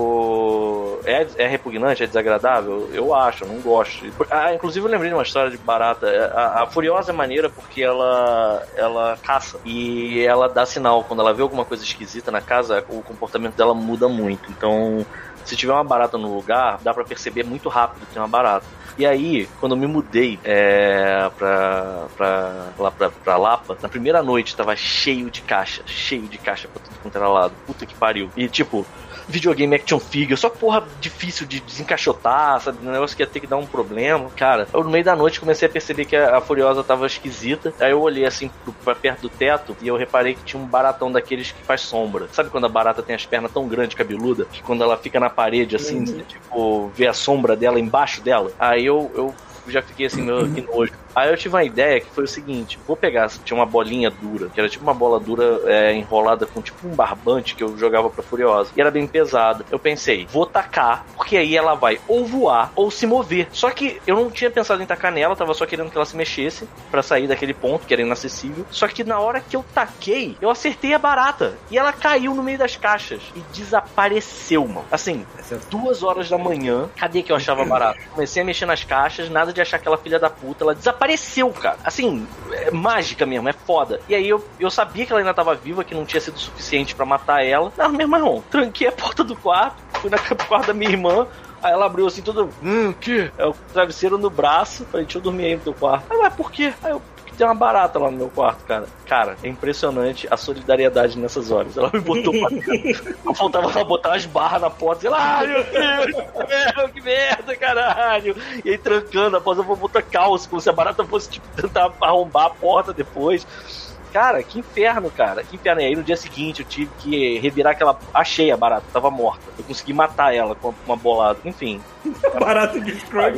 S4: Tipo, é, é repugnante, é desagradável? Eu acho, eu não gosto. Ah, inclusive eu lembrei de uma história de barata. A, a Furiosa é maneira porque ela, ela caça e ela dá sinal. Quando ela vê alguma coisa esquisita na casa, o comportamento dela muda muito. Então, se tiver uma barata no lugar, dá pra perceber muito rápido que tem uma barata. E aí, quando eu me mudei é, pra, pra, lá pra, pra Lapa, na primeira noite tava cheio de caixa, cheio de caixa pra tudo quanto era lado. Puta que pariu. E tipo, videogame action figure, só porra difícil de desencaixotar, sabe? Um negócio que ia ter que dar um problema. Cara, eu no meio da noite comecei a perceber que a, a Furiosa tava esquisita. Aí eu olhei assim pro, pra perto do teto e eu reparei que tinha um baratão daqueles que faz sombra. Sabe quando a barata tem as pernas tão grandes, cabeluda, que quando ela fica na parede assim,
S3: Uhum.
S4: você, tipo, vê a sombra dela embaixo dela? Aí eu, eu já fiquei assim, meu, que nojo. Aí eu tive uma ideia que foi o seguinte: vou pegar, tinha uma bolinha dura, que era tipo uma bola dura é, enrolada com tipo um barbante que eu jogava pra Furiosa, e era bem pesada. Eu pensei, vou tacar, porque aí ela vai ou voar ou se mover. Só que eu não tinha pensado em tacar nela, tava só querendo que ela se mexesse pra sair daquele ponto que era inacessível. Só que na hora que eu taquei, eu acertei a barata e ela caiu no meio das caixas e desapareceu, mano. Assim, duas horas da manhã, cadê que eu achava barata? Comecei a mexer nas caixas, nada de achar aquela filha da puta, ela desapareceu. Apareceu, cara. Assim, é mágica mesmo, é foda. E aí eu, eu sabia que ela ainda tava viva, que não tinha sido suficiente pra matar ela. Não, meu irmão, tranquei a porta do quarto, fui na quarto da minha irmã. Aí ela abriu assim, tudo, hum, o quê? É o travesseiro no braço. Falei, deixa eu dormir aí no teu quarto. Aí, mas por quê? Aí eu, porque tem uma barata lá no meu quarto, cara. Cara, é impressionante a solidariedade nessas horas. Ela me botou pra dentro. Não faltava ela botar as barras na porta. Ela, ai meu Deus, que merda, que merda, caralho. E aí trancando, após eu vou botar calça, como se a barata fosse tipo, tentar arrombar a porta depois. Cara, que inferno, cara, que inferno. E aí no dia seguinte eu tive que revirar aquela... Achei a barata, tava morta. Eu consegui matar ela com uma bolada. Enfim.
S3: Barata destrói.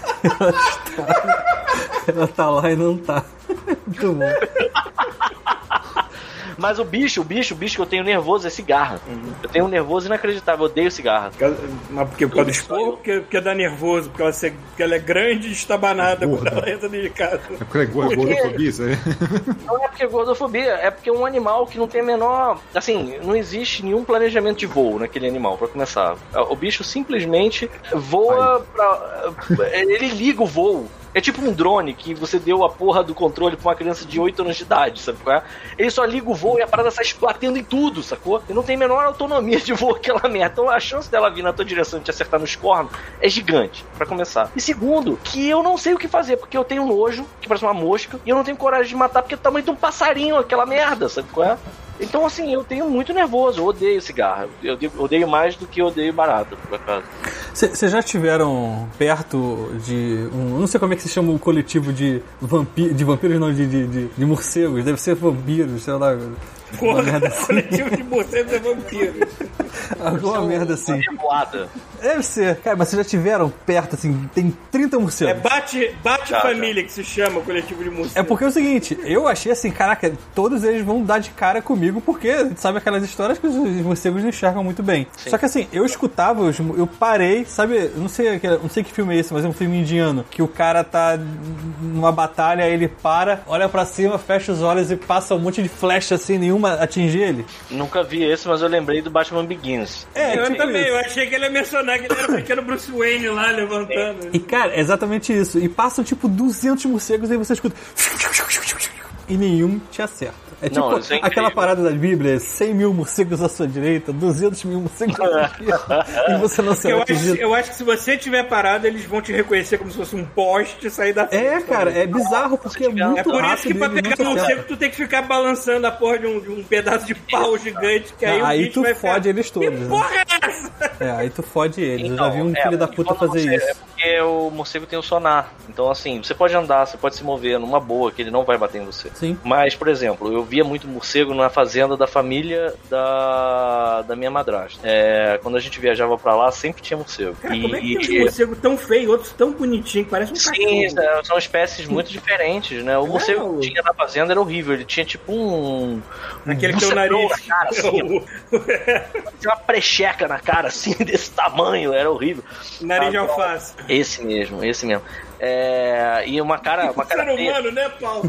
S1: ela tá lá e não tá. Muito bom.
S4: Mas o bicho, o bicho, o bicho que eu tenho nervoso é cigarra. Uhum. Eu tenho um nervoso inacreditável, eu odeio cigarra.
S3: Mas porque por causa do esporro, porque, porque dá nervoso, porque ela, porque ela é grande e estabanada quando ela entra dentro de casa.
S5: É porque é gordofobia, isso aí?
S4: Não é porque é gordofobia, é porque é um animal que não tem a menor... Assim, não existe nenhum planejamento de voo naquele animal, pra começar. O bicho simplesmente voa pra... Ele liga o voo. É tipo um drone que você deu a porra do controle pra uma criança de oito anos de idade, sabe qual é? Ele só liga o voo e a parada sai batendo em tudo, sacou? Ele não tem a menor autonomia de voo aquela merda. Então a chance dela vir na tua direção e te acertar nos cornos é gigante, pra começar. E segundo, que eu não sei o que fazer, porque eu tenho nojo, que parece uma mosca, e eu não tenho coragem de matar porque é o tamanho de um passarinho, aquela merda, sabe qual é? Então, assim, eu tenho muito nervoso, eu odeio cigarro. Eu odeio mais do que eu odeio barata, por acaso.
S1: Vocês já estiveram perto de um... Não sei como é que se chama o coletivo de, vampi, de vampiros, não, de, de, de, de morcegos. Deve ser vampiros, sei lá.
S3: Porra, assim. Coletivo de morcegos é vampiro.
S1: Alguma
S4: Isso
S1: merda
S4: é
S1: assim.
S4: Revoada.
S1: Deve ser. Cara, mas vocês já estiveram perto, assim, tem trinta morcegos.
S3: É Bate, bate
S4: Já,
S3: Família
S4: já.
S3: que se chama o coletivo de morcegos.
S1: É porque é o seguinte, eu achei assim, caraca, todos eles vão dar de cara comigo, porque sabe aquelas histórias que os morcegos não enxergam muito bem.
S4: Sim.
S1: Só que assim, eu escutava, eu parei, sabe, eu não sei, eu não sei que filme é esse, mas é um filme indiano, que o cara tá numa batalha, aí ele para, olha pra cima, fecha os olhos e passa um monte de flecha assim, nenhuma atingir ele.
S4: Nunca vi esse, mas eu lembrei do Batman Begins.
S1: É,
S3: Eu
S1: tipo
S3: também,
S1: isso.
S3: eu achei que ele ia mencionar que ele era o pequeno Bruce Wayne lá levantando.
S1: E cara, é exatamente isso. E passam tipo duzentos morcegos e aí você escuta e nenhum te acerta. É tipo
S4: Não, isso é
S1: aquela
S4: incrível.
S1: parada da Bíblia, cem mil morcegos à sua direita, duzentos mil morcegos à sua esquerda, e você não será
S3: Eu acho,
S1: atingido.
S3: eu acho que se você tiver parado, eles vão te reconhecer como se fosse um poste e sair da frente.
S1: É, cara, é bizarro, porque é muito
S3: É por
S1: rápido
S3: isso que pra
S1: e ele não
S3: pegar
S1: te
S3: um morcego
S1: acerta.
S3: tu tem que ficar balançando a porra de um, de um pedaço de pau gigante, que aí,
S1: Não,
S3: o
S1: aí
S3: bicho
S1: tu
S3: vai
S1: fode
S3: ficar,
S1: eles todos,
S3: Que
S1: né?
S3: porra é essa?
S1: É, aí tu fode eles.
S4: Então,
S1: eu já vi um
S4: é,
S1: filho da
S4: porque
S1: puta
S4: quando
S1: fazer
S4: você-
S1: isso.
S4: É porque porque o morcego tem o sonar. Então, assim, você pode andar, você pode se mover numa boa, que ele não vai bater em você.
S1: Sim.
S4: Mas, por exemplo, eu via muito morcego na fazenda da família da, da minha madrasta. É, quando a gente viajava pra lá, sempre tinha morcego.
S3: Cara,
S4: e,
S3: como é que tem um morcego tão feio, outros tão bonitinho, parece um cachorro?
S4: Sim, são espécies muito diferentes, né? O morcego
S3: É,
S4: que tinha na fazenda era horrível. Ele tinha tipo um...
S3: Aquele
S4: um
S3: teu nariz.
S4: na cara, assim, tinha uma precheca na cara, assim, desse tamanho. Era horrível.
S3: Nariz de
S4: Ah,
S3: alface.
S4: Esse mesmo, esse mesmo. É... E uma cara... Uma cara
S3: Ser
S4: feia.
S3: humano, né, Paulo?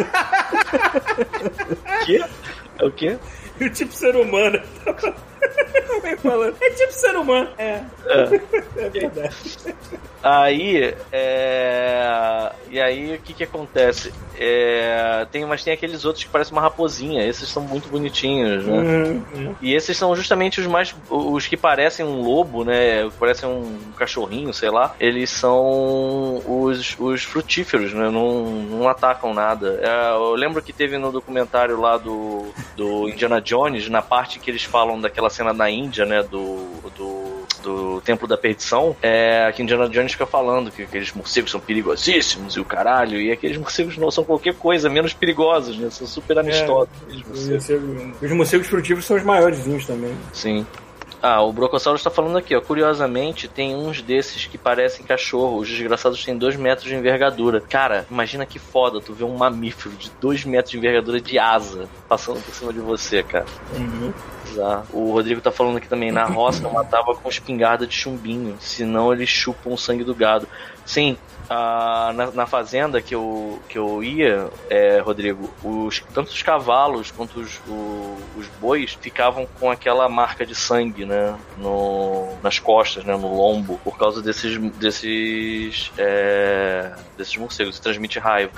S4: O quê? É o quê?
S3: O tipo ser humano. Falando. É tipo ser humano. É.
S4: É,
S3: é verdade.
S4: Aí, é... e aí o que que acontece? É... Tem, mas tem aqueles outros que parecem uma raposinha. Esses são muito bonitinhos, né?
S3: Uhum, uhum.
S4: E esses são justamente os mais, os que parecem um lobo, né? Parecem um cachorrinho, sei lá. Eles são os, os frutíferos, né? Não, não atacam nada. É, eu lembro que teve no documentário lá do, do Indiana Jones, na parte que eles falam daquela cena na Índia, né? Do... do do Templo da Perdição, é, que Indiana Jones fica falando que aqueles morcegos são perigosíssimos e o caralho, e aqueles morcegos não são qualquer coisa menos perigosos, né? São super amistosos.
S3: É, os, os morcegos frutíferos são os maiorzinhos também.
S4: Sim. Ah, o Brachiosaurus está falando aqui, ó. Curiosamente, tem uns desses que parecem cachorro. Os desgraçados têm dois metros de envergadura. Cara, imagina que foda tu ver um mamífero de dois metros de envergadura de asa passando por cima de você, cara.
S3: Uhum.
S4: O Rodrigo tá falando aqui também, na roça eu matava com espingarda de chumbinho, senão eles chupam o sangue do gado. Sim, ah, na, na fazenda que eu, que eu ia, é, Rodrigo, os, tanto os cavalos quanto os, o, os bois ficavam com aquela marca de sangue, né, no, nas costas, né, no lombo, por causa desses, desses, é, desses morcegos, isso transmite raiva.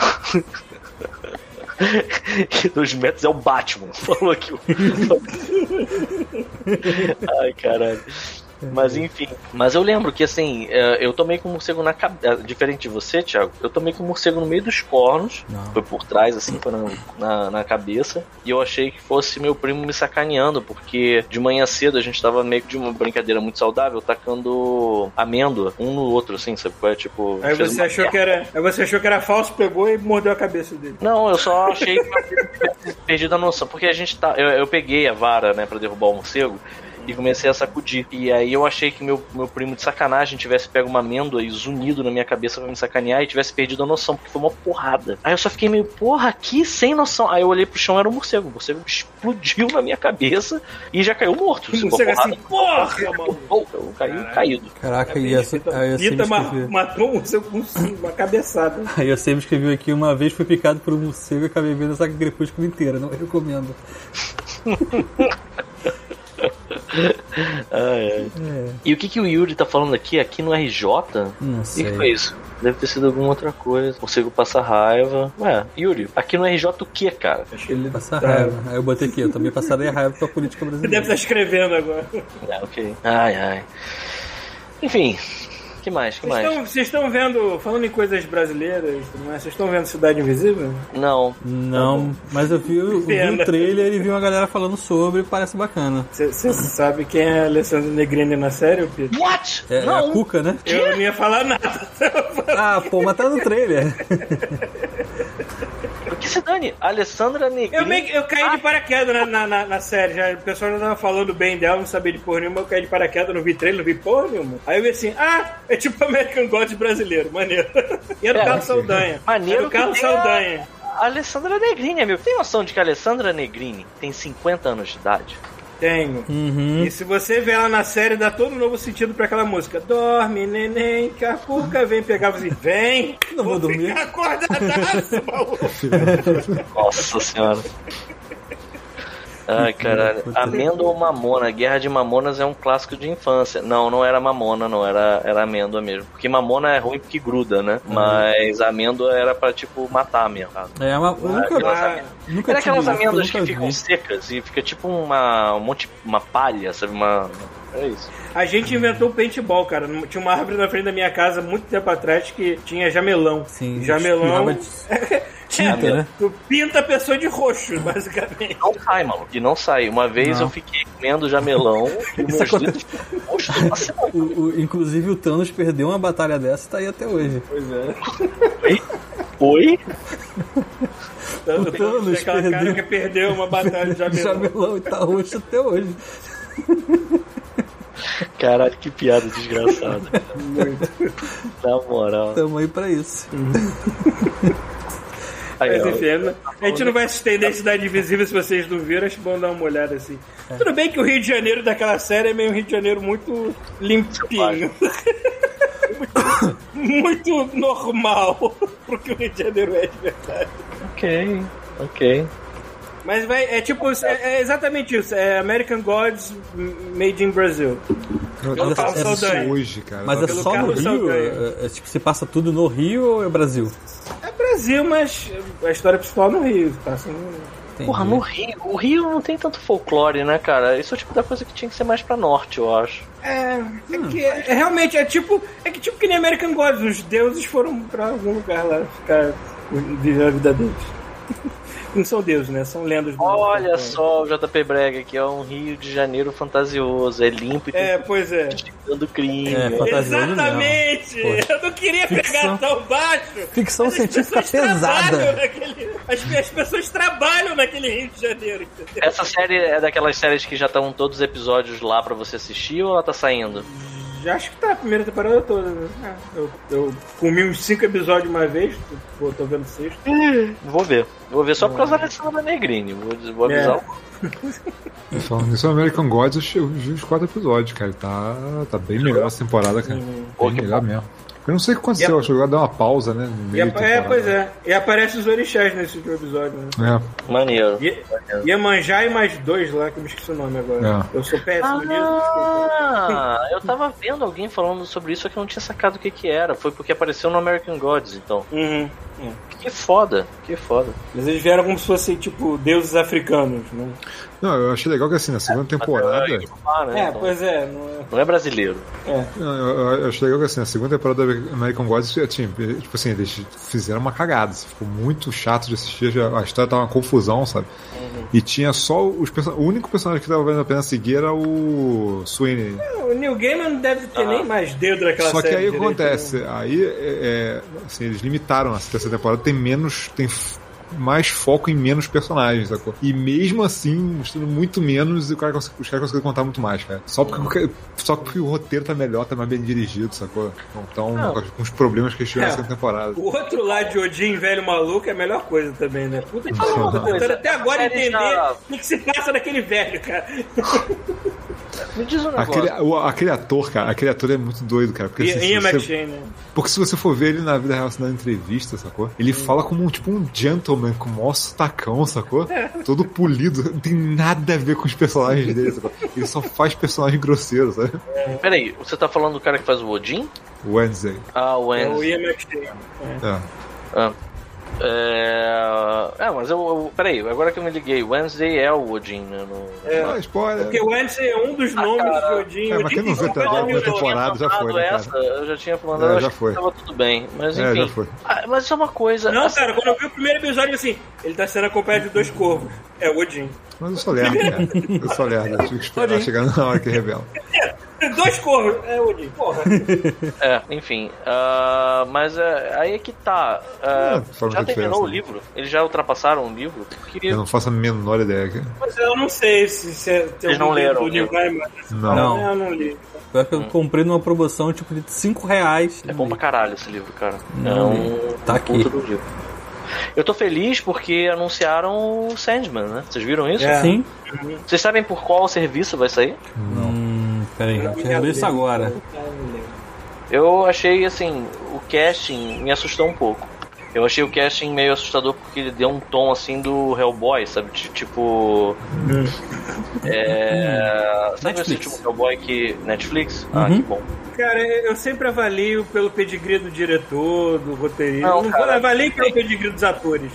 S4: Que dois metros é o Batman. Falou aqui. Ai, caralho. Mas enfim. Mas eu lembro que assim, eu tomei com o morcego na cabeça. Diferente de você, Thiago, eu tomei com o morcego no meio dos cornos. Não. Foi por trás, assim, foi na, na, na cabeça. E eu achei que fosse meu primo me sacaneando, porque de manhã cedo a gente tava meio que de uma brincadeira muito saudável, tacando amêndoa um no outro, assim, sabe? Foi, tipo,
S3: aí você achou merda. que era. Aí você achou que era falso, pegou e mordeu a cabeça dele.
S4: Não, eu só achei que meu primo tivesse perdido a noção. Porque a gente tá. Eu, eu peguei a vara, né, pra derrubar o morcego. E comecei a sacudir. E aí eu achei que meu, meu primo de sacanagem tivesse pego uma amêndoa e zunido na minha cabeça pra me sacanear e tivesse perdido a noção, porque foi uma porrada. Aí eu só fiquei meio, porra, aqui sem noção. Aí eu olhei pro chão, era um morcego. O morcego explodiu na minha cabeça e já caiu morto.
S3: O morcego assim, porra, mano.
S4: Eu caí caído.
S1: Caraca, e essa... Aí eu
S3: Pita matou um morcego com uma cabeçada.
S1: Aí eu sempre escrevi aqui, uma vez fui picado por um morcego e acabei vendo essa crepúsculo inteira. Não recomendo.
S4: Ah, é. É. E o que, que o Yuri tá falando aqui? Aqui no R J?
S1: Não sei.
S4: O que, que foi isso? Deve ter sido alguma outra coisa. Consigo passar raiva. Ué, Yuri, aqui no R J o que, cara?
S1: Acho que ele passa raiva. Aí eu botei aqui, eu também passaria raiva com a política brasileira.
S3: Deve estar escrevendo agora.
S4: Ah, ok. Ai, ai. Enfim. Que mais? Que
S3: vocês
S4: mais?
S3: Estão, vocês estão vendo, falando em coisas brasileiras, vocês estão vendo Cidade Invisível?
S4: Não.
S1: Não, mas eu vi, eu vi o trailer e vi uma galera falando sobre, parece bacana.
S3: Você sabe quem é a Alessandra Negrini na série, Pedro?
S4: What?
S1: É, é a Cuca, né?
S3: Eu não ia falar nada.
S1: Ah, pô, mas tá no trailer.
S4: O que se dane? Alessandra Negrini.
S3: Eu, meio, eu caí de paraquedas na, na, na, na série. Já, o pessoal já tava falando bem dela, não sabia de porra nenhuma. Eu caí de paraquedas, não vi trailer, não vi porra nenhuma. Aí eu vi assim, ah, é tipo American Gods brasileiro, maneiro. E é do é, Carlos Saldanha.
S4: Maneiro.
S3: É do Carlos Saldanha.
S4: A Alessandra Negrini, amigo. Tem noção de que a Alessandra Negrini tem cinquenta anos de idade?
S3: Tenho.
S1: Uhum.
S3: E se você vê ela na série, dá todo um novo sentido pra aquela música. Dorme, neném, que a Cuca vem pegar você. Vem!
S1: Não vou, vou dormir.
S3: Ficar acordadaço, maluco.
S4: Nossa senhora. Ai, caralho. Amêndoa ou mamona? Guerra de Mamonas é um clássico de infância. Não, não era mamona, não. Era, era amêndoa mesmo. Porque mamona é ruim porque gruda, né? Uhum. Mas a amêndoa era pra, tipo, matar mesmo.
S1: É, uma, nunca,
S4: aquelas,
S1: nunca
S4: era aquelas
S1: tive,
S4: amêndoas que
S1: vi.
S4: ficam secas e fica tipo uma, um monte, uma palha, sabe? Uma... É isso.
S3: A gente inventou o paintball, cara. Tinha uma árvore na frente da minha casa muito tempo atrás que tinha jamelão.
S1: Sim,
S3: jamelão.
S1: Tinta, é, né?
S3: Tu pinta a pessoa de roxo, basicamente.
S4: Não sai, mano. E não sai. Uma vez não. eu fiquei comendo jamelão e meus dedos roxos.
S1: o, o, Inclusive o Thanos perdeu uma batalha dessa e tá aí até hoje.
S3: Pois é.
S4: Oi? Oi?
S3: O Thanos aquela perdeu... cara que perdeu uma batalha de jamelão.
S1: jamelão e tá roxo até hoje.
S4: Caralho, que piada desgraçada.
S3: Muito.
S4: Na moral.
S1: Tamo aí pra isso.
S3: Aí, mas, enfim, ó, a gente não vai se estender em Cidade Invisível, se vocês não viram, acho bom dar uma olhada assim. É. Tudo bem que o Rio de Janeiro daquela série é meio um Rio de Janeiro muito limpinho. muito, muito normal pro que o Rio de Janeiro é de verdade.
S4: Ok, ok.
S3: Mas vai, é tipo, é, é exatamente isso, é American Gods made in Brazil.
S5: Mas é só hoje, cara.
S1: Mas é só no Rio? É, é, tipo, você passa tudo no Rio ou é Brasil?
S3: É Brasil, mas a história principal é no Rio. Passa no...
S4: Porra, no Rio. O Rio não tem tanto folclore, né, cara? Isso é o tipo da coisa que tinha que ser mais pra norte, eu acho.
S3: É, é hum. que é, realmente é tipo. É que tipo que nem American Gods, os deuses foram pra algum lugar lá ficar viver a vida deles. Não são deuses, né? São lendas do
S4: Olha mundo. Só o J P Brega, que é um Rio de Janeiro fantasioso, é limpo e
S3: é, pois é.
S4: Dando crime.
S3: É, exatamente! Eu não queria ficção, pegar tão baixo.
S1: Ficção científica pesada.
S3: Naquele, as, as pessoas trabalham naquele Rio de Janeiro, entendeu?
S4: Essa série é daquelas séries que já estão todos os episódios lá pra você assistir ou ela tá saindo?
S3: Já acho que tá a primeira temporada toda, né? Eu, eu comi uns cinco episódios uma vez, tô, tô vendo o sexto.
S4: Vou ver. Vou ver só por causa da Alessandra Negrini. Vou, vou avisar
S3: é.
S4: o.
S5: Falando nisso, American Gods, eu vi os quatro episódios, cara. Tá, tá bem melhor essa temporada, cara. Uhum. Bem okay. melhor mesmo. Eu não sei o que aconteceu, a... acho que agora deu uma pausa, né? No meio
S3: e a... É, pois é. E aparece os orixás nesse último episódio, né?
S5: É.
S4: Maneiro.
S3: Ia, Iemanjá e mais dois lá, que eu me esqueci o nome agora. É. Eu sou péssimo
S4: ah, nisso. Ah, eu tava vendo alguém falando sobre isso, só que eu não tinha sacado o que que era. Foi porque apareceu no American Gods, então.
S3: Uhum. É.
S4: Que foda, que foda.
S3: Mas eles vieram como se fossem, tipo, deuses africanos, né?
S5: Não, eu achei legal que assim, na segunda é, temporada.
S3: É, né? é, pois é. Não é,
S4: não é brasileiro.
S3: É.
S5: Não, eu, eu achei legal que assim, na segunda temporada do American Gods, tipo assim, eles fizeram uma cagada. Assim, ficou muito chato de assistir, já, a história tava uma confusão, sabe? Uhum. E tinha só os personagens. O único personagem que tava valendo a pena seguir era o Sweeney.
S3: O Neil Gaiman não deve ter ah. nem mais dedo naquela
S5: série. Só que aí
S3: o que
S5: acontece, né? Aí é, é, assim, eles limitaram essa terceira temporada, tem menos. Tem mais foco em menos personagens, sacou? E mesmo assim, mostrando muito menos, e o cara, os caras conseguiram contar muito mais, cara. Só porque, só porque o roteiro tá melhor, tá mais bem dirigido, sacou? Então, com os problemas que eles tiveram é, nessa temporada.
S3: O outro lado de Odin, velho maluco, é a melhor coisa também, né? Puta que pariu. Tô tentando até agora entender já... o que se passa naquele velho, cara.
S4: Me diz um negócio.
S5: Aquele, o, aquele ator, cara, aquele ator é muito doido, cara. Porque, assim,
S3: Ian
S5: você,
S3: McShane, né?
S5: Porque se você for ver ele na vida real, na entrevista, sacou? Ele hum. fala como um, tipo um gentleman, com o maior sotacão, sacou? É. Todo polido. Não tem nada a ver com os personagens dele, sacou? Ele só faz personagem grosseiro, sabe?
S4: É. Peraí, você tá falando do cara que faz o Odin?
S5: Wednesday.
S4: Ah, o Wednesday.
S3: É o Ian McShane.
S5: É. é.
S4: Ah. É... é, mas eu, eu. Peraí, agora que eu me liguei, Wednesday é o Odin, né? No...
S3: É, ah, spoiler. Porque o Wednesday é um dos ah, nomes cara, de Odin.
S5: É, mas quem não viu até agora na temporada já foi, né,
S4: essa, eu já tinha mandado,
S5: é, já foi.
S4: Tava tudo bem, mas
S5: é,
S4: enfim.
S5: Já foi.
S4: Ah, mas isso é uma coisa.
S3: Não,
S4: assim,
S3: cara, quando eu vi o primeiro episódio, assim, ele tá sendo acompanhado de dois corvos. É o Odin.
S5: Mas eu sou lerdo, cara. Eu sou lerdo, eu tive que esperar chegar na hora que revela.
S3: Dois corvos, é o Odin, porra.
S4: É, enfim. Uh, mas uh, aí é que tá. Uh, é, já terminou o livro? Eles já ultrapassaram o livro? Eu, queria...
S5: eu não faço a menor ideia. Cara.
S3: Mas eu não sei se, se é.
S4: Eles não leram.
S3: O livro,
S5: não.
S1: não.
S3: Eu não li.
S1: Eu hum. comprei numa promoção tipo de cinco reais.
S4: É bom pra caralho esse livro, cara.
S1: Não,
S4: é um
S1: tá aqui.
S4: Do livro. Eu tô feliz porque anunciaram o Sandman, né? Vocês viram isso?
S1: É. Sim.
S4: Vocês sabem por qual serviço vai sair?
S1: Não. Hum, peraí, eu quero ver isso agora.
S4: Eu achei, assim, o casting me assustou um pouco. Eu achei o casting meio assustador porque ele deu um tom, assim, do Hellboy, sabe? Tipo... Hum. É... Sabe esse último Hellboy que... Netflix? Ah, uhum. Que bom.
S3: Cara, eu sempre avalio pelo pedigree do diretor, do roteirista. Não, não vou avaliar pelo pedigree dos atores.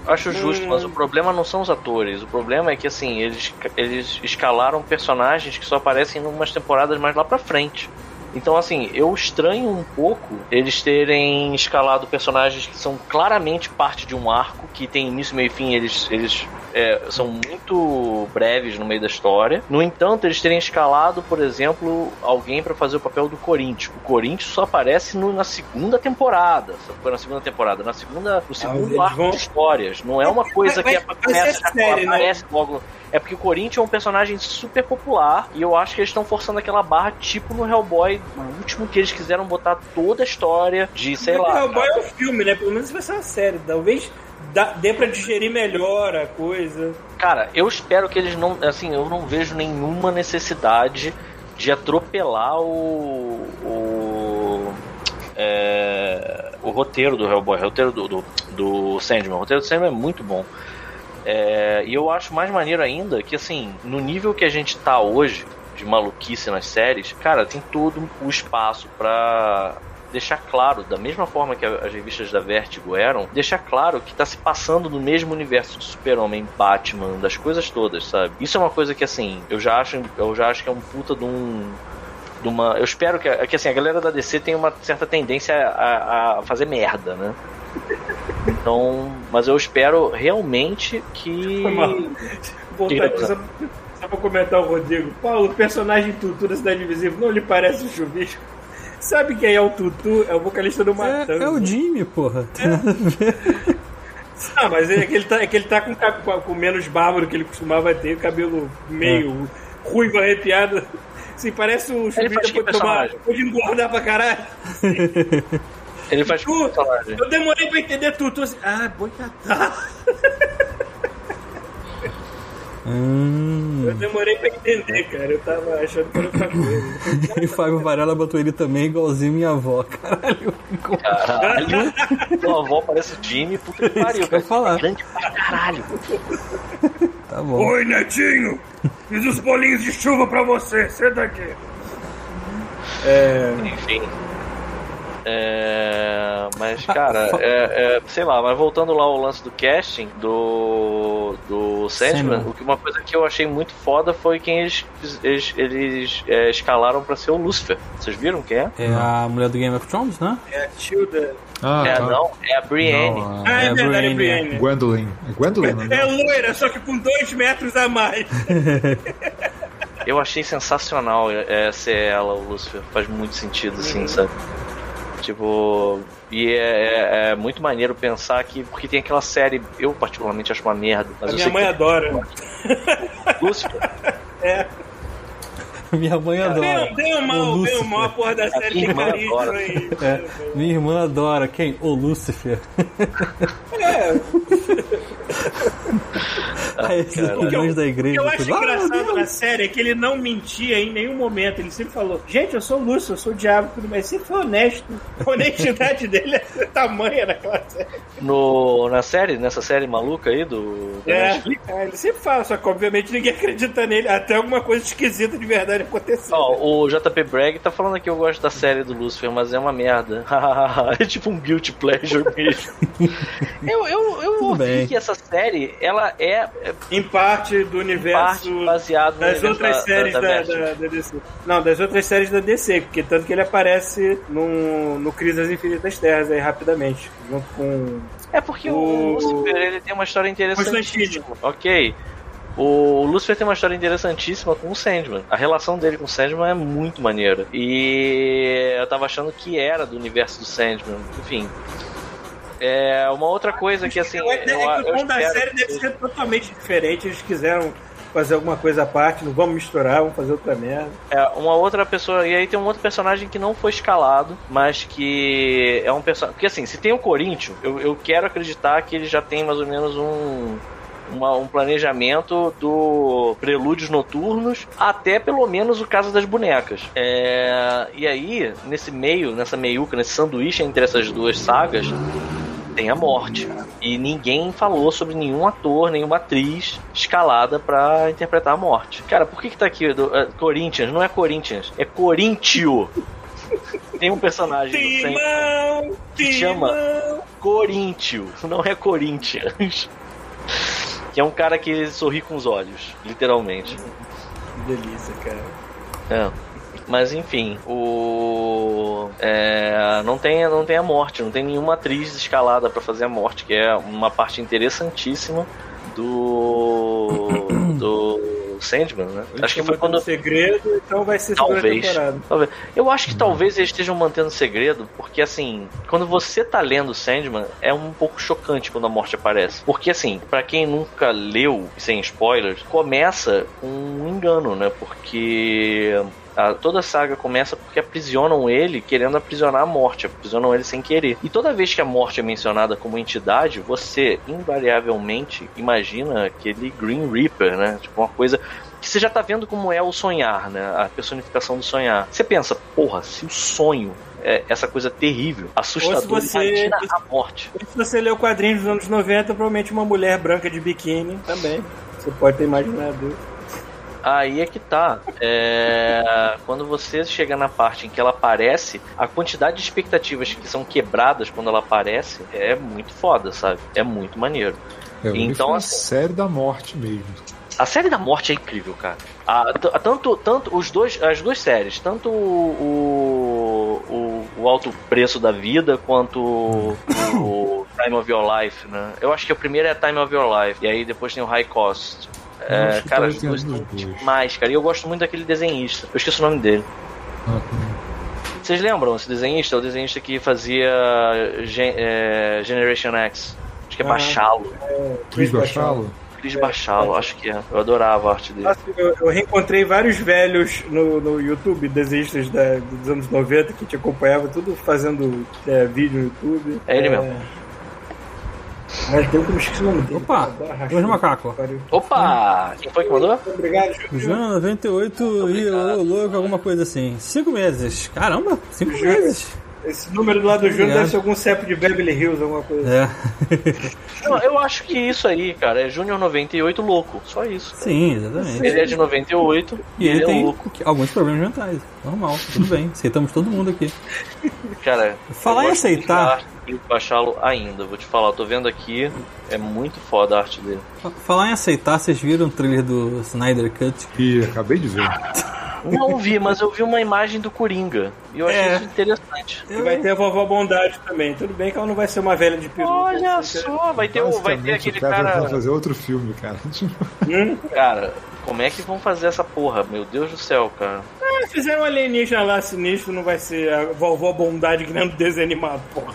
S4: Acho justo, hum. mas o problema não são os atores. O problema é que, assim, eles, eles escalaram personagens que só aparecem em umas temporadas mais lá pra frente. Então, assim, eu estranho um pouco eles terem escalado personagens que são claramente parte de um arco, que tem início, meio e fim, eles, eles é, são muito breves no meio da história. No entanto, eles terem escalado, por exemplo, alguém pra fazer o papel do Corinthians. O Corinthians só aparece no, na segunda temporada. Só foi na segunda temporada. Na segunda, no segundo ah, arco vão... de histórias. Não é uma coisa que é pra começar, série, aparece né? logo... É porque o Corinthians é um personagem super popular e eu acho que eles estão forçando aquela barra tipo no Hellboy, o último que eles quiseram botar toda a história de, sei lá...
S3: O Hellboy cara. é um filme, né? Pelo menos vai ser uma série. Talvez dê pra digerir melhor a coisa.
S4: Cara, eu espero que eles não... Assim, eu não vejo nenhuma necessidade de atropelar o... o é, o roteiro do Hellboy, o roteiro do, do, do Sandman. O roteiro do Sandman é muito bom. É, e eu acho mais maneiro ainda que, assim, no nível que a gente tá hoje de maluquice nas séries, cara, tem todo o espaço pra deixar claro, da mesma forma que as revistas da Vertigo eram, deixar claro que tá se passando no mesmo universo de Super-Homem, Batman, das coisas todas, sabe? Isso é uma coisa que, assim, eu já acho, eu já acho que é um puta de um... De uma, eu espero que, que assim, a galera da D C tem uma certa tendência a, a fazer merda, né? Então, mas eu espero realmente que...
S3: Voltar aqui só, só pra comentar o Rodrigo. Paulo, o personagem Tutu da Cidade Invisível não lhe parece um chuvisco? Sabe quem é o Tutu? É o vocalista do Matanza.
S1: É, é o Jimmy, porra.
S3: É. Ah, mas é que ele tá, é que ele tá com, com, com menos barba do que ele costumava ter, cabelo meio é. ruivo, arrepiado. Assim, parece o chuvisco depois de tomar, depois de engordar pra caralho.
S4: Ele faz
S3: tu, personagem. Eu demorei pra entender tudo. Tu assim, ah, Boitatá.
S1: Hum.
S3: Eu demorei pra entender, cara. Eu tava achando que era outra coisa.
S1: E o Fábio Varela botou ele também igualzinho minha avó. Caralho.
S4: Caralho. Tua avó parece o Jimmy. Puta que pariu.
S1: Quer falar.
S4: Grande pra caralho.
S1: Tá bom.
S3: Oi, netinho. Fiz os bolinhos de chuva pra você. Senta aqui.
S4: É... Enfim. É, mas cara, é, é, sei lá, mas voltando lá ao lance do casting do, do Sandman, o que, uma coisa que eu achei muito foda foi quem eles, eles, eles é, escalaram pra ser o Lucifer. Vocês viram quem é?
S1: É a mulher do Game of Thrones, né?
S3: É a Tilda.
S4: Ah, é, tá. Não, é a Brienne.
S3: Não, ah, é, é verdade, é Brienne.
S5: Gwendolyn. É Gwendolyn,
S3: né? É loira, só que com dois metros a mais.
S4: Eu achei sensacional é, ser ela, o Lucifer. Faz muito sentido, assim, uhum. sabe? Tipo, e é, é, é muito maneiro pensar que, porque tem aquela série, eu particularmente acho uma merda. Mas
S3: a
S4: eu
S3: minha
S4: sei
S3: mãe
S4: que...
S3: adora.
S4: Lucifer?
S3: É.
S1: Minha mãe adora.
S3: Deu mal, deu mal a porra da série de carisma aí.
S1: É. Minha irmã adora. Quem? O Lucifer.
S3: É.
S1: Ah, esses opiniões da igreja.
S3: O que eu acho
S1: tudo.
S3: engraçado
S1: ah,
S3: na série é que ele não mentia em nenhum momento. Ele sempre falou, gente, eu sou o Lúcio, eu sou o diabo, tudo mais. Ele sempre foi honesto. A honestidade dele é tamanha naquela série.
S4: No, na série, nessa série maluca aí do...
S3: É, é, ele sempre fala, só que obviamente ninguém acredita nele. Até alguma coisa esquisita de verdade acontecer.
S4: Ó, o J P Bragg tá falando aqui que eu gosto da série do Lucifer, mas é uma merda. É tipo um guilty pleasure mesmo. eu eu, eu ouvi bem. que essa série, ela é...
S3: Em parte do universo...
S4: Parte baseado
S3: das
S4: no
S3: outras
S4: da,
S3: séries
S4: da, da,
S3: da, da, da D C. Não, das outras séries da D C, porque tanto que ele aparece no, no Crise das Infinitas Terras aí rapidamente, junto com...
S4: É porque o, o Lucifer, ele tem uma história interessantíssima. Ok. O Lucifer tem uma história interessantíssima com o Sandman. A relação dele com o Sandman é muito maneira. E eu tava achando que era do universo do Sandman. Enfim. É uma outra coisa que assim.
S3: É, eu, é que o tom da série deve ser totalmente diferente. Eles quiseram fazer alguma coisa à parte, não vamos misturar, vamos fazer outra merda.
S4: É, uma outra pessoa. E aí tem um outro personagem que não foi escalado, mas que é um personagem. Porque assim, se tem o Corinthians, eu, eu quero acreditar que ele já tem mais ou menos um. Uma, um planejamento do Prelúdios Noturnos até pelo menos o Casa das Bonecas. É, e aí, nesse meio, nessa meiuca, nesse sanduíche entre essas duas sagas, tem a morte. E ninguém falou sobre nenhum ator, nenhuma atriz escalada pra interpretar a morte. Cara, por que que tá aqui do, uh, Corinthians? Não é Corinthians, é Coríntio. Tem um personagem
S3: Timão,
S4: que chama Coríntio, não é Corinthians. Que é um cara que sorri com os olhos, literalmente.
S3: Que delícia, cara.
S4: É. Mas enfim, o é, não tem não tem a morte, não tem nenhuma atriz escalada pra fazer a morte, que é uma parte interessantíssima do do Sandman, né?
S3: Eles
S4: acho que foi quando
S3: segredo, então vai ser segunda temporada.
S4: Talvez. Eu acho que talvez eles estejam mantendo segredo, porque assim, quando você tá lendo Sandman, é um pouco chocante quando a morte aparece. Porque assim, pra quem nunca leu, sem spoilers, começa com um engano, né? Porque A, toda a saga começa porque aprisionam ele querendo aprisionar a morte, aprisionam ele sem querer. E toda vez que a morte é mencionada como entidade, você invariavelmente imagina aquele Green Reaper, né? Tipo uma coisa que você já tá vendo como é o sonhar, né? A personificação do sonhar. Você pensa, porra, se o sonho é essa coisa terrível, assustadora,
S3: você,
S4: imagina a morte.
S3: Se você lê o quadrinho dos anos noventa, provavelmente uma mulher branca de biquíni também. Você pode ter imaginado.
S4: Aí é que tá. É... Quando você chega na parte em que ela aparece, a quantidade de expectativas que são quebradas quando ela aparece é muito foda, sabe? É muito maneiro.
S5: É,
S4: então,
S5: a
S4: assim,
S5: série da morte mesmo.
S4: A série da morte é incrível, cara. A, t- tanto, tanto os dois, as duas séries, tanto o, o, o Alto Preço da Vida quanto o, o Time of Your Life, né? Eu acho que o primeiro é Time of Your Life, e aí depois tem o High Cost. É, cara, as duas são demais, cara. E eu gosto muito daquele desenhista. Eu esqueci o nome dele.
S5: Ah,
S4: Vocês lembram esse desenhista? O desenhista que fazia Gen- é, Generation X. Acho que é
S3: Ah,
S4: Bachalo.
S3: É,
S5: Chris Bachalo?
S4: Chris Bachalo, acho que é. Eu adorava a arte dele.
S3: Nossa, eu, eu reencontrei vários velhos no, no YouTube, desenhistas da, dos anos noventa, que te acompanhavam, tudo fazendo é, vídeo no YouTube.
S4: É ele
S3: é...
S4: mesmo.
S3: Mas tem que eu me esqueci o nome dele.
S1: Opa, dois macacos.
S4: Opa! Quem foi que mandou?
S3: Obrigado, Júnior.
S1: Júnior noventa e oito e ô louco, alguma coisa assim. Cinco meses. Caramba, cinco
S3: Júnior.
S1: meses.
S3: Esse número do lado do Júnior
S1: Obrigado.
S3: deve ser algum C E P de Beverly Hills, alguma coisa.
S1: É.
S4: Não, eu acho que isso aí, cara, é Júnior noventa e oito louco. Só isso.
S1: Sim, exatamente.
S4: Ele é de noventa e oito
S1: E ele
S4: ele é
S1: tem
S4: louco.
S1: alguns problemas mentais. Normal, tudo bem. Aceitamos todo mundo aqui.
S4: Cara,
S1: Falar
S4: eu
S1: em
S4: gosto muito
S1: aceitar.
S4: da arte do Bachalo ainda, vou te falar, eu tô vendo aqui, é muito foda a arte dele.
S1: Falar em aceitar, vocês viram o trailer do Snyder Cut?
S5: E acabei de ver.
S4: Não vi, mas eu vi uma imagem do Coringa. E eu achei
S1: É.
S4: isso interessante.
S3: E vai ter a vovó Bondade também. Tudo bem que ela não vai ser uma velha de peruca.
S4: Olha
S3: assim,
S4: só, vai ter, o, vai ter
S5: Basicamente,
S4: aquele
S5: o cara vai
S4: cara.
S5: fazer outro filme, cara.
S4: Cara, como é que vão fazer essa porra? Meu Deus do céu, cara.
S3: Ah, fizeram um alienígena lá sinistro, não vai ser a vovó Bondade que nem no desenho animado, porra.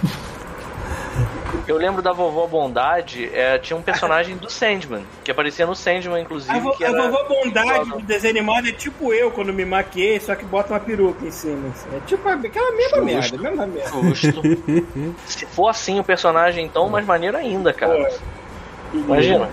S4: Eu lembro da vovó Bondade, é, tinha um personagem do Sandman, que aparecia no Sandman, inclusive.
S3: A, vo
S4: que
S3: a
S4: era...
S3: vovó Bondade do desenho animado é tipo eu quando me maquiei, só que bota uma peruca em cima. Assim. É tipo aquela mesma merda, mesma merda.
S4: Justo. Se for assim o personagem, então, mais maneiro ainda, cara.
S3: Pô.
S4: Imagina.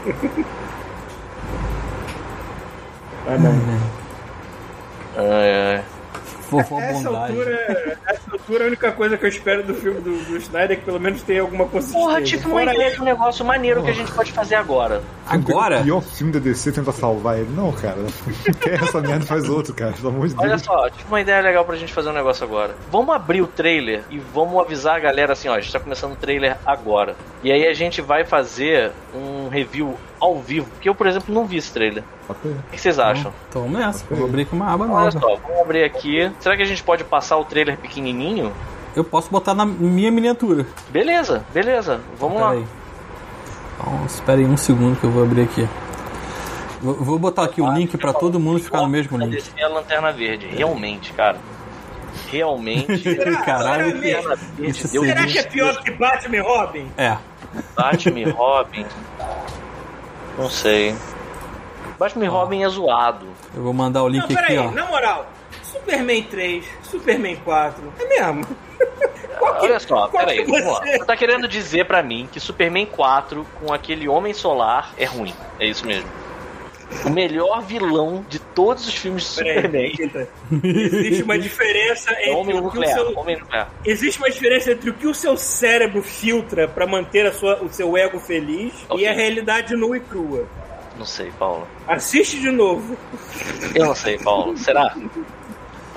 S3: Ah, não.
S4: É, é.
S1: Vovó
S3: Essa
S1: Bondade.
S3: altura, essa altura, a única coisa que eu espero do filme do, do Snyder é que pelo menos tenha alguma consistência.
S4: Porra, tipo uma
S3: Fora
S4: ideia
S3: isso,
S4: de um negócio maneiro que a gente pode fazer agora.
S1: Agora?
S5: O pior filme da D C tenta salvar ele. Não, cara. Quer essa merda faz outro, cara. Pelo amor de
S4: Olha
S5: Deus.
S4: só, tive uma ideia legal pra gente fazer um negócio agora. Vamos abrir o trailer e vamos avisar a galera assim, ó, a gente tá começando o trailer agora. E aí a gente vai fazer um review ao vivo, porque eu, por exemplo, não vi esse trailer. O que vocês acham?
S1: Então vamos nessa. Vou abrir com uma aba
S4: Olha
S1: nova.
S4: só, vamos abrir aqui. Será que a gente pode passar o trailer pequenininho?
S1: Eu posso botar na minha miniatura.
S4: Beleza, beleza. Vamos lá.
S1: Pera aí. Então, espera aí um segundo que eu vou abrir aqui. Vou, vou botar aqui o link pra todo mundo ficar no mesmo link.
S4: Descer a Lanterna Verde. Realmente, cara. Realmente.
S1: Caralho,
S4: Lanterna Verde
S1: isso
S4: deu
S3: será
S1: seria-
S3: que é pior que Batman e Robin?
S1: É.
S4: Batman e Robin. Não sei. Batman e Robin é zoado.
S1: Eu vou mandar o link
S3: Não,
S1: aqui,
S3: peraí,
S1: ó.
S3: na moral, Superman três, Superman quatro, é mesmo? Qual que-
S4: Olha só,
S3: qual
S4: peraí,
S3: que
S4: vamos lá.
S3: você-
S4: Você tá querendo dizer pra mim que Superman quatro com aquele Homem Solar é ruim. É isso mesmo. O melhor vilão de todos os filmes de
S3: Peraí,
S4: Superman
S3: Rita, existe uma diferença
S4: é
S3: entre
S4: Homem
S3: o que o
S4: Nuclear.
S3: seu...
S4: Homem Nuclear.
S3: Existe uma diferença entre o que o seu cérebro filtra pra manter a sua, o seu ego feliz
S4: Ok.
S3: e a realidade nua e crua.
S4: Não sei, Paulo.
S3: Assiste de novo.
S4: Eu não sei, Paulo. Será?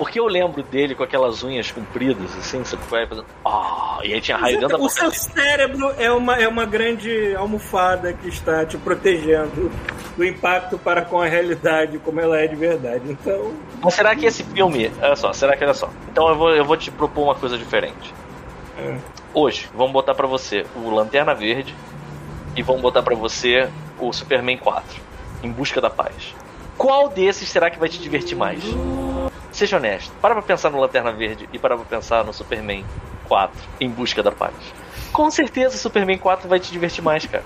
S4: Porque eu lembro dele com aquelas unhas compridas, assim, sabe? Fazendo, oh, e aí tinha raio dentro da boca.
S3: O seu cérebro é uma, é uma grande almofada que está te protegendo do impacto para com a realidade, como ela é de verdade. Então.
S4: Mas será que esse filme. Olha só, será que olha só. Então eu vou, eu vou te propor uma coisa diferente. É. Hoje, vamos botar pra você o Lanterna Verde e vamos botar pra você o Superman quatro, Em Busca da Paz. Qual desses será que vai te divertir mais? Seja honesto. Para pra pensar no Lanterna Verde e para pra pensar no Superman quatro, Em Busca da Paz. Com certeza o Superman quatro vai te divertir mais, cara.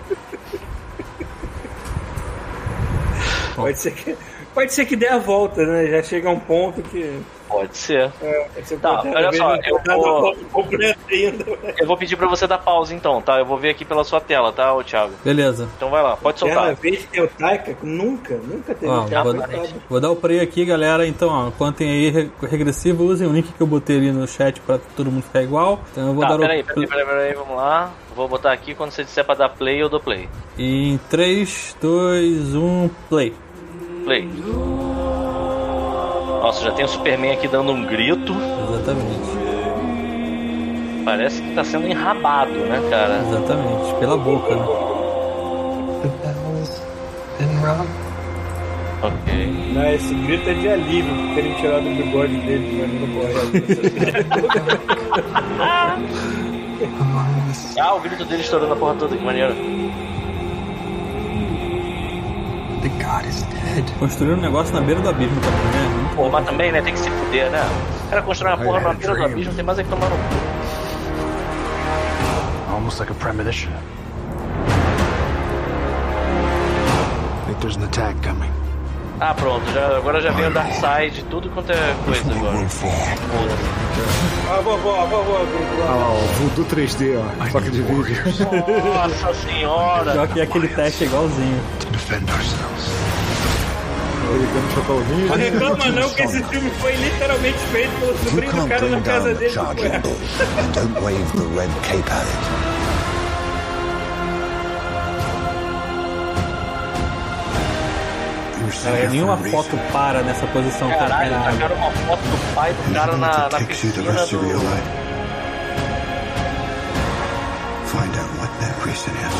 S3: Pode ser que, pode ser que dê a volta, né? Já chega a um ponto que...
S4: Pode ser.
S3: É,
S4: tá, olha só, eu vou... eu vou pedir pra você dar pausa então, tá? Eu vou ver aqui pela sua tela, tá, ô Thiago?
S1: Beleza.
S4: Então vai lá, pode soltar.
S3: Uma vez que tem o Taika, nunca, nunca teve
S1: ó,
S3: Taika.
S1: Vou, vou dar o play aqui, galera. Então, ó, contem aí regressivo, usem o link que eu botei ali no chat pra todo mundo ficar igual. Então eu vou
S4: tá,
S1: dar
S4: peraí,
S1: o...
S4: peraí, peraí, peraí, vamos lá. Vou botar aqui, quando você disser pra dar play, eu dou play.
S1: E em três, dois, um, play.
S4: Play. Nossa, já tem o Superman aqui dando um grito.
S1: Exatamente.
S4: Parece que tá sendo enrabado, né, cara?
S1: Exatamente, pela boca, né?
S4: Ok.
S3: Não, esse grito é de alívio por terem tirado o bigode dele de maneira correta.
S4: Ah, o grito dele estourando a porra toda, que maneiro.
S6: The God is dead.
S1: Construir um negócio na beira do abismo também, né?
S4: Pô, mas também, né? Tem que se fuder, né? O cara construir uma porra na beira do abismo, tem mais é que tomar no cu.
S6: Almost like a premonition. I think there's an attack coming.
S4: Ah, pronto, já, agora já veio o Darkseid, tudo quanto é coisa agora.
S3: Ah, vovó, a vovó.
S5: Ah, lá, o Voodoo três D, ó. Toque de vídeo.
S4: Nossa senhora!
S1: Pior que aquele teste é igualzinho.
S6: To defend ourselves.
S3: Não reclama não que esse filme foi literalmente feito pelo sobrinho do cara na casa dele.
S7: Don't wave the red cape at it.
S1: É, nenhuma foto para nessa posição.
S4: Caralho, tacaram uma foto do pai do cara na, na piscina do...
S7: Find out what that reason is.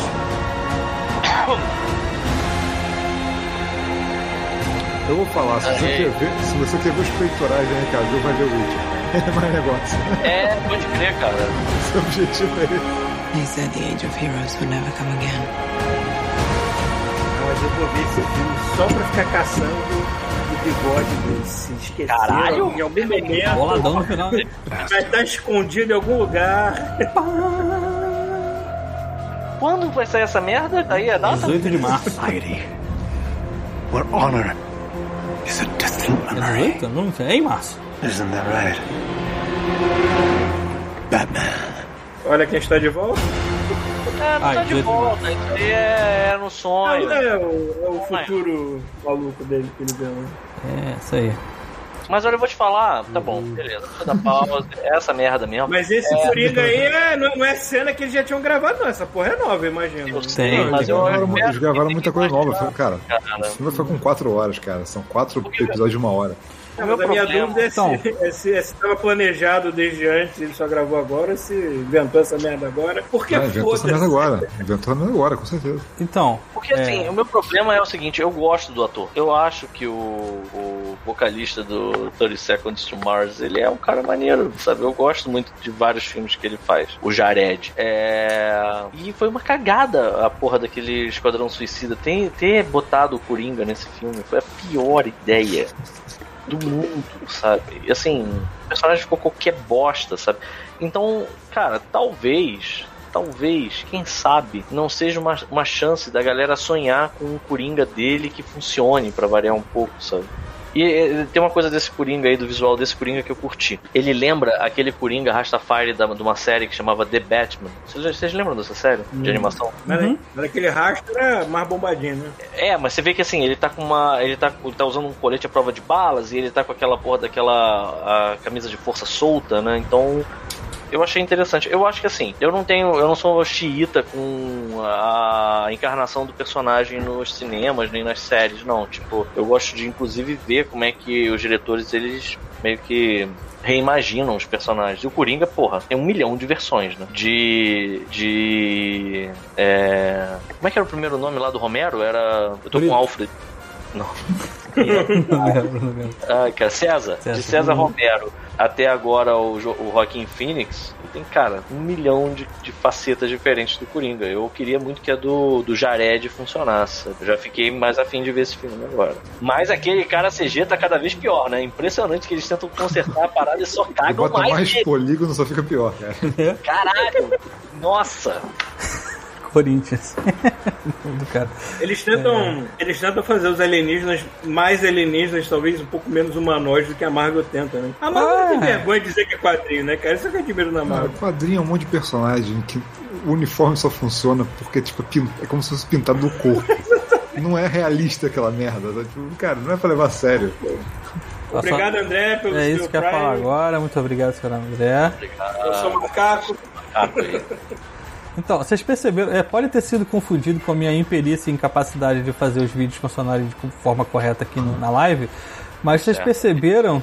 S5: Eu vou falar, se você, quer ver, se você quer ver os peitorais de Henry Cavill, vai ver o Witcher. É mais negócio.
S4: É, pode crer, cara.
S5: Seu objetivo é esse.
S8: They said the age of heroes would never come again.
S3: Mas eu vou ver esse filme só pra ficar caçando o bigode dele. Se esquecer
S4: Caralho,
S3: em algum momento.
S1: Boladão no final.
S3: Vai estar escondido em algum lugar.
S4: Quando vai sair essa merda? Aí é data?
S1: dezoito de março.
S6: Society, where honor is a distant
S1: É
S6: memory.
S1: dezoito? Não sei. É em março.
S6: Isn't that right? Batman.
S3: Olha quem está de volta.
S4: É, não
S1: Ai,
S4: tá de volta. Isso aí é, é no sonho.
S3: Não, é o, é o futuro maluco dele que ele deu. Né?
S1: É, isso aí.
S4: Mas olha, eu vou te falar, tá bom, beleza, deixa eu dar pausa, é essa merda mesmo.
S3: Mas esse
S4: é,
S3: Coringa aí é, não, não é cena que eles já tinham gravado, não. Essa porra é nova, eu imagino.
S4: Eu sei,
S1: Tem,
S4: mas
S5: Eles
S4: eu
S5: gravaram, eles gravaram muita coisa nova,
S4: cara.
S5: cara. O filme foi com quatro horas, cara. São quatro episódios de uma hora.
S3: Não,
S4: meu
S3: mas a minha
S4: problema-
S3: dúvida é se,
S1: Então.
S3: é se é se estava planejado desde antes, ele só gravou agora, se inventou essa merda agora. Porque
S5: Ah, inventou essa merda
S3: foda-se.
S5: agora. Inventou essa merda agora, com certeza.
S1: Então.
S4: Porque assim,
S1: é,
S4: o meu problema é o seguinte, eu gosto do ator. Eu acho que o, o vocalista do thirty Seconds to Mars, ele é um cara maneiro, sabe? Eu gosto muito de vários filmes que ele faz. O Jared. É... E foi uma cagada a porra daquele Esquadrão Suicida. Ter, ter botado o Coringa nesse filme foi a pior ideia do mundo, sabe? E assim, o personagem ficou qualquer bosta, sabe? Então, cara, talvez... Talvez, quem sabe, não seja uma, uma chance da galera sonhar com um Coringa dele que funcione, pra variar um pouco, sabe? E, e tem uma coisa desse Coringa aí, do visual desse Coringa que eu curti. Ele lembra aquele Coringa Rastafari da, de uma série que chamava The Batman. Vocês, vocês lembram dessa série de animação?
S3: Mas,
S1: Uhum.
S3: mas aquele rastro era mais bombadinho, né?
S4: É, mas você vê que assim, ele tá com uma. Ele tá, ele tá usando um colete à prova de balas e ele tá com aquela porra daquela a camisa de força solta, né? Então. Eu achei interessante. Eu acho que assim, eu não tenho. Eu não sou xiita com a encarnação do personagem nos cinemas, nem nas séries, não. Tipo, eu gosto de inclusive ver como é que os diretores eles meio que reimaginam os personagens. E o Coringa, porra, tem um milhão de versões, né? De... de... É... Como é que era o primeiro nome lá do Romero? Era... Eu tô com o Alfred. Não. Ah, cara, César. César. De César Romero até agora o, jo- o Joaquin Phoenix, tem, cara, um milhão de, de facetas diferentes do Coringa. Eu queria muito que a do, do Jared funcionasse. Eu já fiquei mais afim de ver esse filme agora. Mas aquele cara C G tá cada vez pior, né? Impressionante que eles tentam consertar a parada e só cagam
S5: bota
S4: mais.
S5: mais
S4: dele.
S5: polígono, só fica pior, cara.
S4: Caralho! Nossa!
S1: Corinthians. Cara.
S3: Eles tentam, é. eles tentam fazer os alienígenas mais alienígenas, talvez um pouco menos humanoides do que a Marvel tenta, né? A Marvel ah. não tem vergonha de dizer que é quadrinho, né, cara? Isso é que eu admiro na Marvel.
S5: Ah, quadrinho é um monte de personagem que o uniforme só funciona porque tipo, é como se fosse pintado no corpo. Não é realista aquela merda. Tipo, cara, não é pra levar a sério.
S3: Obrigado, André, pelo
S1: É
S3: seu
S1: isso que eu ia falar agora. Muito obrigado, senhor André.
S4: Obrigado.
S3: Eu sou macaco.
S4: Macaco aí.
S1: Então, vocês perceberam, é, pode ter sido confundido com a minha imperícia e incapacidade de fazer os vídeos funcionarem de forma correta aqui no, na live, mas vocês é. perceberam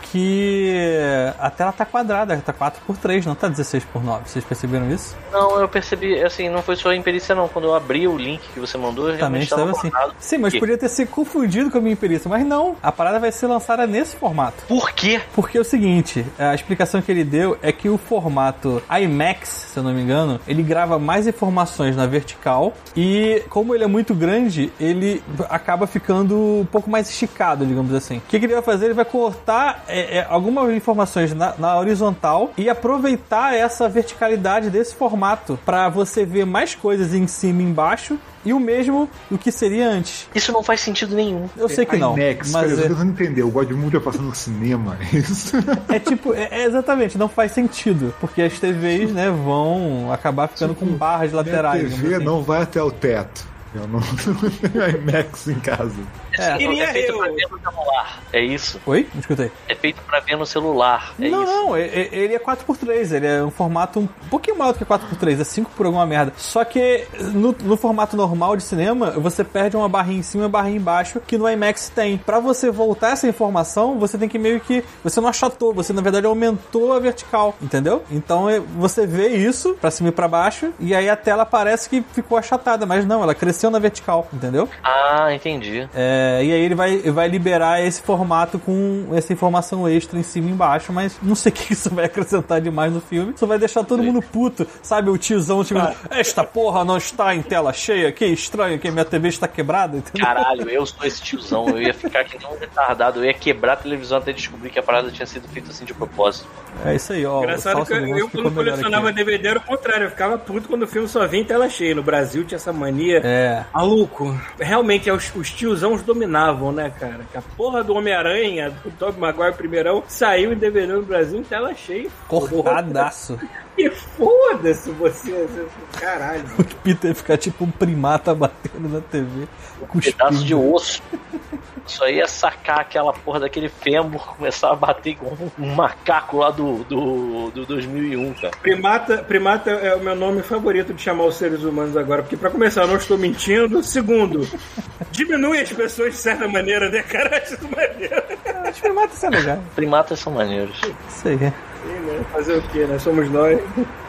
S1: que a tela tá quadrada, tá quatro por três, não tá dezesseis por nove. Vocês perceberam isso?
S4: Não, eu percebi, assim, não foi só a imperícia não. Quando eu abri o link que você mandou, eu
S1: também estava assim. Sim, mas podia ter se confundido com a minha imperícia, mas não. A parada vai ser lançada nesse formato.
S4: Por quê?
S1: Porque é o seguinte, a explicação que ele deu é que o formato IMAX, se eu não me engano, ele grava mais informações na vertical e, como ele é muito grande, ele acaba ficando um pouco mais esticado, digamos assim. O que, que ele vai fazer? Ele vai cortar É, é, algumas informações na, na horizontal e aproveitar essa verticalidade desse formato para você ver mais coisas em cima e embaixo e o mesmo do que seria antes.
S4: Isso não faz sentido nenhum.
S1: Eu sei que
S5: é,
S1: não.
S5: IMAX,
S1: mas
S5: cara,
S1: é...
S5: eu tô tentando entender. O God Mode é passando no cinema. É isso.
S1: É tipo, é, é exatamente, não faz sentido. Porque as T Vs, né, vão acabar ficando tipo, com barras laterais.
S5: A T V assim. Não vai até o teto. Eu não tenho IMAX em casa.
S4: É, é feito eu. pra ver no celular. É isso?
S1: Oi? Não escutei.
S4: É feito pra ver no celular. É
S1: não,
S4: isso.
S1: não. Ele é quatro por três. Ele é um formato um pouquinho maior do que quatro por três. É cinco por alguma merda. Só que no, no formato normal de cinema, você perde uma barrinha em cima e uma barrinha embaixo, que no IMAX tem. Pra você voltar essa informação, você tem que meio que... Você não achatou. Você, na verdade, aumentou a vertical. Entendeu? Então, você vê isso pra cima e pra baixo, e aí a tela parece que ficou achatada. Mas não, ela cresceu na vertical. Entendeu?
S4: Ah, entendi.
S1: É, e aí ele vai, vai liberar esse formato com essa informação extra em cima e embaixo, mas não sei o que isso vai acrescentar demais no filme. Só vai deixar todo mundo puto, sabe? O tiozão, tipo, ah. esta porra não está em tela cheia, que estranho, que minha T V está quebrada, entendeu?
S4: Caralho, eu sou esse tiozão, eu ia ficar que nem um retardado, eu ia quebrar a televisão até descobrir que a parada tinha sido feita assim de propósito.
S1: É isso aí, ó.
S3: Engraçado que eu, eu quando colecionava D V D era o contrário, eu ficava puto quando o filme só vinha em tela cheia. No Brasil tinha essa mania.
S1: É.
S3: Maluco. Realmente, os, os tiozãos dominavam, né, cara? Que a porra do Homem-Aranha, do Tobey Maguire primeirão, saiu em D V D no Brasil em tela cheia.
S1: Cortadaço.
S3: E foda-se você, caralho.
S1: O Peter ficar tipo um primata batendo na T V.
S4: Um pedaço de osso. Isso aí é sacar aquela porra daquele fêmur, começar a bater igual um macaco lá do, do, do dois mil e um, cara.
S3: Primata, primata é o meu nome favorito de chamar os seres humanos agora, porque pra começar eu não estou mentindo. Segundo, diminui as pessoas de certa maneira, né, cara? Acho isso maneiro.
S1: Os primatas são legais.
S4: Primatas são maneiros.
S1: Isso aí.
S3: Sim, né? Fazer o quê, né? Somos nós.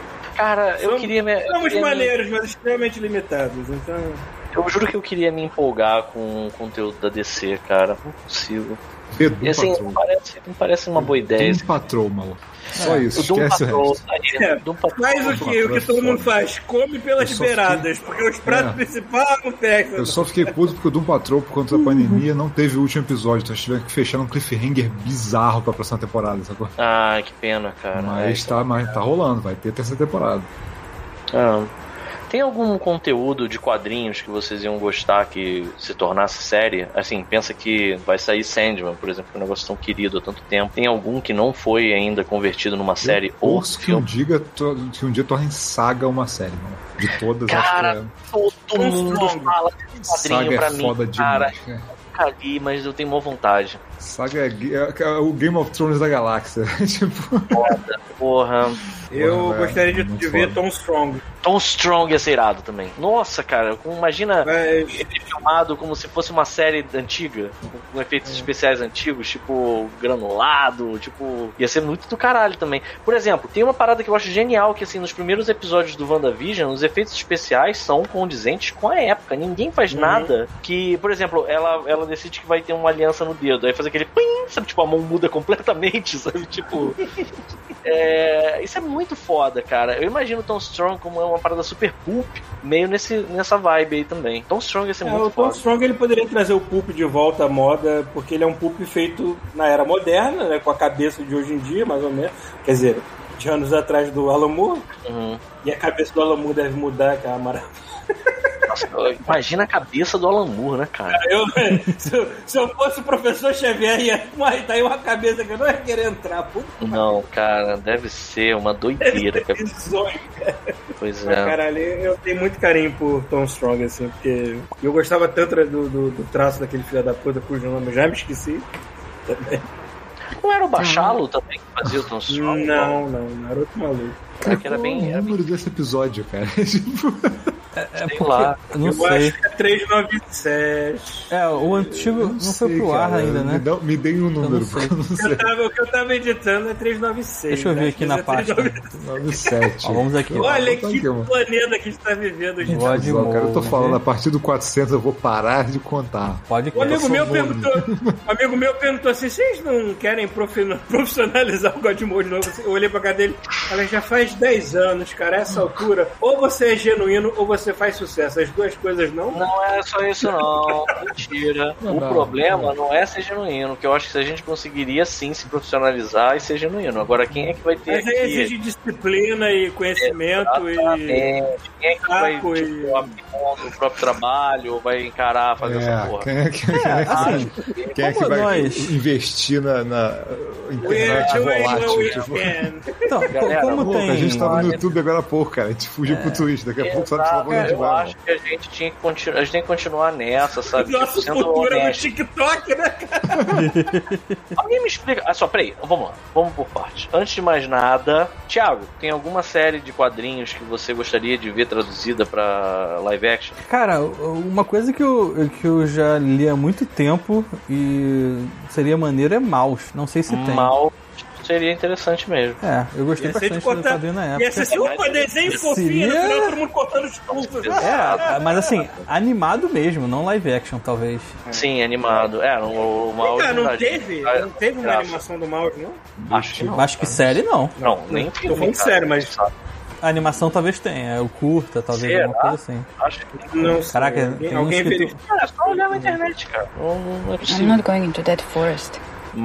S4: Cara, eu
S3: somos,
S4: queria... Me, eu
S3: somos
S4: queria
S3: maneiros,
S4: me...
S3: mas extremamente limitados, então...
S4: Eu juro que eu queria me empolgar com o conteúdo da D C, cara. Não consigo.
S5: E
S4: assim, não parece, não parece uma boa ideia.
S5: Doom Patrol, maluco. Só
S3: é,
S5: isso, esquece o resto.
S3: É, mas o que, o que todo mundo faz? Come pelas beiradas, fiquei... porque os pratos é. principais não pegam.
S5: Eu só fiquei puto porque o Doom Patrol, por conta da pandemia, não teve o último episódio. Então eles tiveram que fechar um cliffhanger bizarro pra próxima temporada, sacou?
S4: Ah, que pena, cara.
S5: Mas, é, tá, mas tá rolando, vai ter terceira temporada.
S4: Ah... Tem algum conteúdo de quadrinhos que vocês iam gostar que se tornasse série? Assim, pensa que vai sair Sandman, por exemplo, que é um negócio tão querido há tanto tempo. Tem algum que não foi ainda convertido numa série?
S5: Eu
S4: ou
S5: que um, dia, que um dia tornem Saga uma série, mano. De todas,
S4: cara,
S5: acho que
S4: é... todo mundo fala de quadrinho
S5: Saga
S4: pra
S5: é
S4: mim,
S5: foda
S4: cara.
S5: Demais, né?
S4: Nunca li, mas eu tenho uma vontade.
S5: Saga é, é, é o Game of Thrones da galáxia. Tipo...
S4: Foda, porra.
S3: Eu
S5: porra,
S3: gostaria de,
S5: é,
S3: de ver Tom Strong.
S4: Tom Strong ia ser irado também. Nossa, cara, imagina
S3: é...
S4: ele filmado como se fosse uma série antiga, com efeitos é. especiais antigos, tipo granulado, tipo... Ia ser muito do caralho também. Por exemplo, tem uma parada que eu acho genial, que assim, nos primeiros episódios do WandaVision, os efeitos especiais são condizentes com a época. Ninguém faz uhum. nada que, por exemplo, ela, ela decide que vai ter uma aliança no dedo, aí faz aquele pim, sabe, tipo, a mão muda completamente, sabe, tipo... é... Isso é muito foda, cara. Eu imagino o Tom Strong como uma parada super pulp, meio nesse, nessa vibe aí também. Tom Strong ia ser é, muito
S3: o
S4: foda.
S3: Tom Strong ele poderia trazer o pulp de volta à moda, porque ele é um pulp feito na era moderna, né, com a cabeça de hoje em dia, mais ou menos. Quer dizer, de anos atrás do Alan Moore. Uhum. E a cabeça do Alan Moore deve mudar, que é uma maravilha.
S4: Nossa, imagina a cabeça do Alan Moore, né, cara?
S3: Eu, se, eu, se eu fosse o professor Xavier, ia tá aí uma cabeça que eu não ia querer entrar. Puta
S4: não, cara, deve ser uma doideira.
S3: Deve ser sonho, cara.
S4: Pois
S3: Mas,
S4: é.
S3: caralho, eu tenho muito carinho por Tom Strong, assim, porque eu gostava tanto do, do, do traço daquele filho da puta, cujo nome eu já me esqueci. Também.
S4: Não era o Bachalo hum. também que fazia o Tom Strong?
S3: Não, não, não era outro maluco.
S5: Cara, que era bem, o número bem... desse episódio, cara.
S1: É, é porque, lá. Não
S3: eu
S1: sei.
S3: acho que é trezentos e noventa e sete.
S1: É, o antigo não, não sei, foi pro ar cara, ainda, né?
S5: Me, dá, me dê um número,
S1: eu não sei.
S3: Eu tava, o que eu tava editando é trezentos e noventa e seis.
S1: Deixa eu ver aqui na página.
S5: trezentos e noventa e sete.
S1: Ó, vamos aqui.
S3: Olha
S1: ó,
S3: que
S5: aqui,
S3: planeta que a gente tá vivendo, gente.
S5: Pode, Só, cara, eu tô falando, a partir do quatrocentos eu vou parar de contar.
S1: Pode que
S3: um amigo meu perguntou, um amigo meu perguntou assim: vocês não querem profissionalizar o Godmode de novo? Eu olhei pra cá dele, ela já faz dez anos, cara, a essa altura, ou você é genuíno ou você faz sucesso. As duas coisas não.
S4: Não é só isso, não. Mentira. Não, o não, problema não. não é ser genuíno, que eu acho que a gente conseguiria sim se profissionalizar e ser genuíno. Agora, quem é que vai ter.
S3: Mas aí
S4: aqui?
S3: exige disciplina e conhecimento.
S4: Exatamente.
S3: E.
S4: Quem é que vai tipo, e... abrir mão do próprio trabalho ou vai encarar fazer
S5: é,
S4: essa porra?
S5: Quem é que, quem é que, assim, quem é que vai nós... investir na, na internet volátil? Tipo...
S1: Então, Galera, como
S5: pô,
S1: tem...
S5: A gente tava no YouTube agora há pouco, cara. A gente fugiu é. pro Twitch. Daqui a Exato, pouco sabe onde a gente
S4: eu
S5: vai.
S4: Eu acho que a gente tinha que continuar, a gente tem que continuar nessa, sabe?
S3: Nosso
S4: tipo,
S3: futuro é no
S4: honesto.
S3: TikTok, né, cara?
S4: Alguém me explica. Ah, só, peraí, vamos lá, vamos por parte. Antes de mais nada, Thiago, tem alguma série de quadrinhos que você gostaria de ver traduzida pra live action?
S1: Cara, uma coisa que eu, que eu já li há muito tempo e seria maneiro é Maus. Não sei se tem.
S4: Maus seria interessante mesmo.
S1: É, eu gostei bastante do quadrinho na época.
S3: Ia ser super desenho fofinho, no final todo mundo cortando os pulsos.
S1: É, mas assim, animado mesmo, não live action, talvez.
S4: Sim, animado. É, o, o Maus...
S3: Cara, não teve? Não teve uma animação do Maus, não?
S4: Acho que não.
S1: Acho que série, não.
S4: Não, nem
S3: filme. Tô falando sério, mas...
S1: A animação talvez tenha, o curta, talvez,
S4: Será?
S1: alguma coisa assim.
S4: Acho que
S3: não.
S1: Caraca,
S3: alguém, alguém verifica.
S4: Ah, é só olhar na internet, cara. Não, não é possível.
S8: I'm not going into that forest.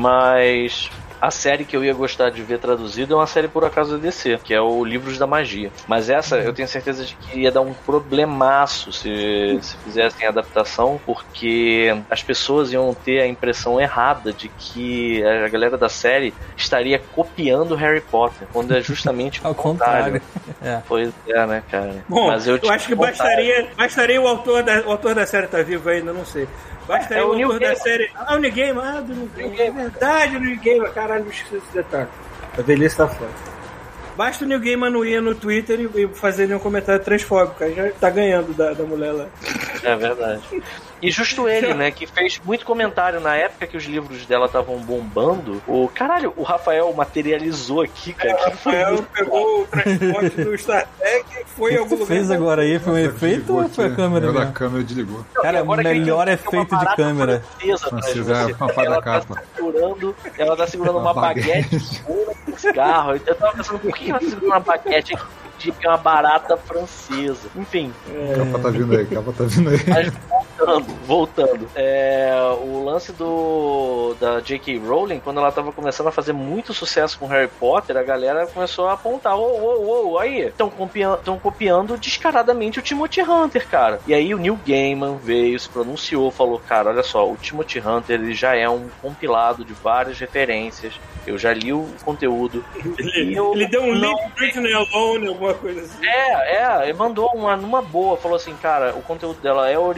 S4: Mas a série que eu ia gostar de ver traduzida é uma série por acaso da D C, que é o Livros da Magia. Mas essa eu tenho certeza de que ia dar um problemaço se, se fizessem a adaptação, porque as pessoas iam ter a impressão errada de que a galera da série estaria copiando Harry Potter, quando é justamente o
S1: Ao
S4: contrário.
S1: contrário. É.
S4: Pois é, né, cara?
S3: Bom,
S4: Mas eu,
S3: eu acho que bastaria, bastaria o autor da, o autor da série tá vivo ainda, não sei. Basta é, o, o autor da série. Ah, o New Game, ah, do New Game. É verdade, o New Game. Caralho, não esqueci desse detalhe. A velhice tá foda. Basta o New Game não ir no Twitter e fazer um comentário transfóbico. Aí já tá ganhando da, da mulher lá.
S4: É verdade. E justo ele, né, que fez muito comentário na época que os livros dela estavam bombando. O caralho, o Rafael materializou aqui, cara.
S3: É, o Rafael pegou o transporte do Star Trek e foi em algum lugar.
S1: Fez agora aí? Foi um efeito ou foi a câmera?
S5: Não, da câmera desligou.
S1: Cara, o melhor efeito de câmera.
S5: Francesa, é uma fada
S4: ela,
S5: capa.
S4: Tá segurando, ela tá segurando uma, uma baguete com cigarro. Eu tava pensando, por que ela tá segurando uma baguete aqui? Que é uma barata francesa. Enfim.
S5: É... Capa tá vindo aí, capa tá vindo aí.
S4: Mas voltando, voltando. É, o lance do da J K. Rowling, quando ela tava começando a fazer muito sucesso com Harry Potter, a galera começou a apontar, ô, ô, ô, aí, estão copiando, copiando descaradamente o Timothy Hunter, cara. E aí o Neil Gaiman veio, se pronunciou, falou, cara, olha só, o Timothy Hunter, ele já é um compilado de várias referências. Eu já li o conteúdo.
S3: Ele, eu, ele deu um não... link Britney Alone, alguma coisa assim.
S4: É, é, ele mandou uma numa boa, falou assim, cara, o conteúdo dela é original,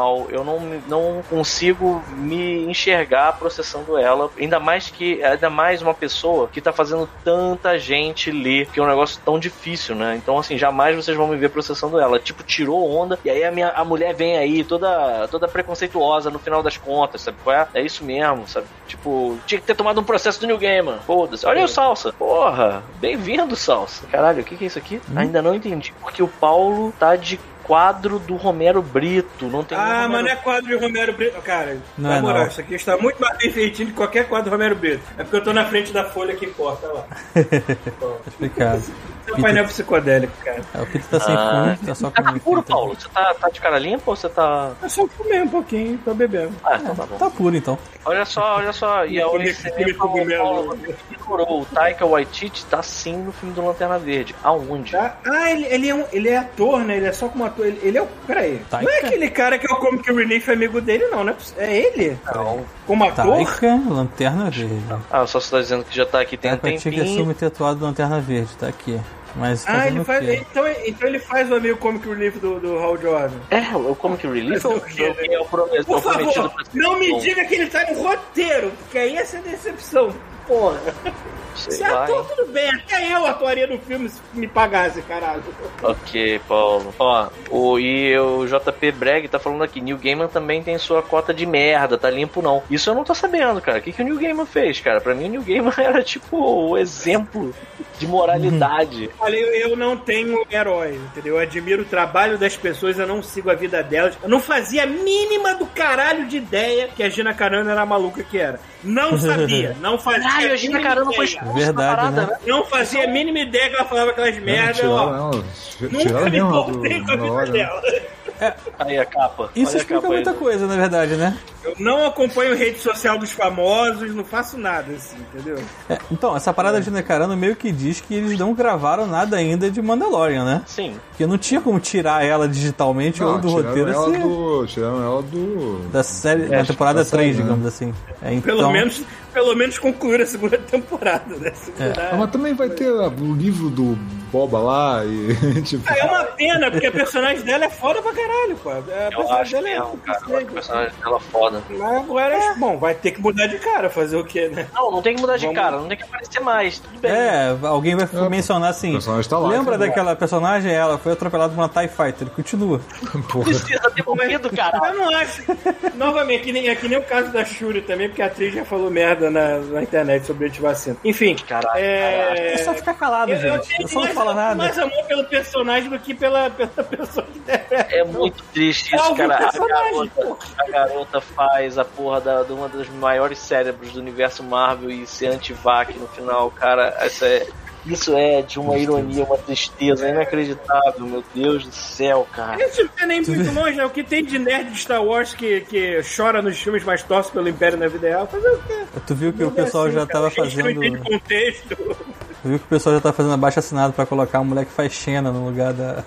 S4: mal. Eu não, não consigo me enxergar processando ela. Ainda mais que ainda mais uma pessoa que tá fazendo tanta gente ler, que é um negócio tão difícil, né? Então, assim, jamais vocês vão me ver processando ela. Tipo, tirou onda, e aí a, minha, a mulher vem aí toda, toda preconceituosa no final das contas, sabe? É, é isso mesmo, sabe? Tipo, tinha que ter tomado um processo do New Gaiman. Foda-se. Olha aí o Salsa. Porra, bem-vindo, Salsa. Caralho, o que que é isso aqui? Hum? Ainda não entendi, porque o Paulo tá de quadro do Romero Brito. Não tem
S3: Ah,
S4: Romero...
S3: mas não é quadro de Romero Brito. Cara,
S1: não,
S3: na moral,
S1: não.
S3: Isso aqui está muito mais bem feitinho que qualquer quadro do Romero Brito. É porque eu tô na frente da folha que importa, olha lá.
S1: Explicado.
S3: É um painel psicodélico, cara.
S1: É, o Peter tá sem
S4: Ah,
S1: fundo, tá só
S4: tá
S1: com
S4: puro, Paulo? Você tá, tá de cara limpa ou você tá...
S3: Eu só fumei um pouquinho, tô bebendo.
S4: Ah, então tá bom.
S1: Tá puro, então.
S4: Olha só, olha só. E a O I C M falou, o Taika Waititi tá sim no filme do Lanterna Verde. Aonde?
S3: Tá? Ah, ele, ele, é um, ele é ator, né? Ele é só como ator. Ele, ele é o... Peraí.
S1: Taika?
S3: Não é aquele cara que é o Comic Relief amigo dele, não, né? É ele?
S4: Não.
S3: Como ator?
S1: Taika, Lanterna Verde.
S4: Ah, só você tá dizendo que já tá aqui tem um
S1: Taika
S4: tempinho.
S1: Waititi tatuado Lanterna Verde, tá aqui. Mas
S3: Ah, ele
S1: fazendo
S3: faz,
S1: o quê?
S3: então, então ele faz o amigo Comic Relief do, do Hal Jordan.
S4: É, o Comic Relief
S3: Mas o
S4: ou
S3: quê?
S4: é o prometido?
S3: Por favor,
S4: pra ser
S3: não me
S4: bom?
S3: diga que ele tá no roteiro, porque aí ia ser decepção. Porra.
S4: Sei
S3: Se
S4: lá,
S3: ator,
S4: hein?
S3: tudo bem. Até eu atuaria no filme se me pagasse, caralho.
S4: Ok, Paulo. Ó, o, e o J P Breg tá falando aqui, Neil Gaiman também tem sua cota de merda, tá limpo não. Isso eu não tô sabendo, cara. O que, que o Neil Gaiman fez, cara? Pra mim o Neil Gaiman era tipo o exemplo de moralidade.
S3: Olha, eu, eu não tenho herói, entendeu? Eu admiro o trabalho das pessoas, eu não sigo a vida delas. Eu não fazia a mínima do caralho de ideia que a Gina Carano era a maluca que era. Não sabia, não fazia.
S4: Caralho, a Gina
S3: mínima
S4: Carano foi
S3: ideia.
S4: expulsa
S1: Verdade,
S4: da parada,
S1: né?
S4: né?
S3: Não fazia a mínima ideia que ela falava aquelas merdas, ó.
S5: Tiraram ela,
S3: Nunca
S5: tiraram
S3: me
S5: mesmo
S3: importei com a
S5: do, na
S3: vida
S5: hora.
S3: dela.
S4: Aí a capa.
S1: Isso
S4: Olha a
S1: explica
S4: capa aí,
S1: muita
S4: né?
S1: coisa, na verdade, né?
S3: Eu não acompanho rede social dos famosos, não faço nada assim, entendeu?
S1: É, então, essa parada de Gina Carano meio que diz que eles não gravaram nada ainda de Mandalorian, né?
S4: Sim.
S1: Porque não tinha como tirar ela digitalmente ou
S5: Não,
S1: do
S5: tiraram
S1: roteiro
S5: ela
S1: assim,
S5: do, tiraram ela do...
S1: da série,
S4: É,
S1: na temporada
S5: da série,
S1: três,
S5: né?
S1: digamos assim. É, então,
S3: Pelo menos, pelo menos concluir a segunda temporada, né? Segunda...
S5: Ah, mas também vai ter ah, o livro do Boba lá e tipo...
S3: Ah, é uma pena, porque a personagem dela é foda pra caralho, pô. A
S4: Eu
S3: personagem
S4: acho
S3: dela
S4: que
S3: é.
S4: é um cara, eu acho que o personagem dela é foda.
S3: Mas agora, bom, vai ter que mudar de cara, fazer o quê, né?
S4: Não, não tem que mudar de
S3: Vamos-
S4: cara, não tem que aparecer mais. Tudo bem.
S1: É, alguém vai
S5: É,
S1: mencionar
S5: o
S1: assim.
S5: personagem tá lá,
S1: Lembra
S5: acabou.
S1: daquela personagem? Ela foi atropelada por uma TIE Fighter. Continua.
S5: Porra.
S4: Precisa ter morrido, cara.
S3: Eu não acho. Novamente, que nem, é que nem o caso da Shuri também, porque a atriz já falou merda na, na internet sobre antivacina. Enfim,
S4: Caralho,
S3: é.
S1: É só ficar calado,
S3: Eu, eu
S1: gente.
S3: tenho
S1: Eu só não
S3: mais,
S1: falo nada.
S3: mais amor pelo personagem do que pela, pela pessoa que interpreta.
S4: É muito triste isso,
S3: Salve o
S4: cara. A
S3: personagem,
S4: garota, a garota faz a porra da, de uma dos maiores cérebros do universo Marvel e ser anti-vac no final, cara. Essa é, isso é de uma ironia, uma tristeza inacreditável, meu Deus do céu, cara.
S3: Isso não é nem muito longe, né? O que tem de nerd de Star Wars que, que chora nos filmes, mas torce pelo Império na vida real, fazer o quê?
S1: Tu viu que o
S3: Não é
S1: pessoal
S3: assim,
S1: já
S3: cara.
S1: tava
S3: A gente não
S1: fazendo.
S3: entende contexto.
S1: Tu viu que o pessoal já tá fazendo abaixo assinado pra colocar um moleque faz Xena no lugar da.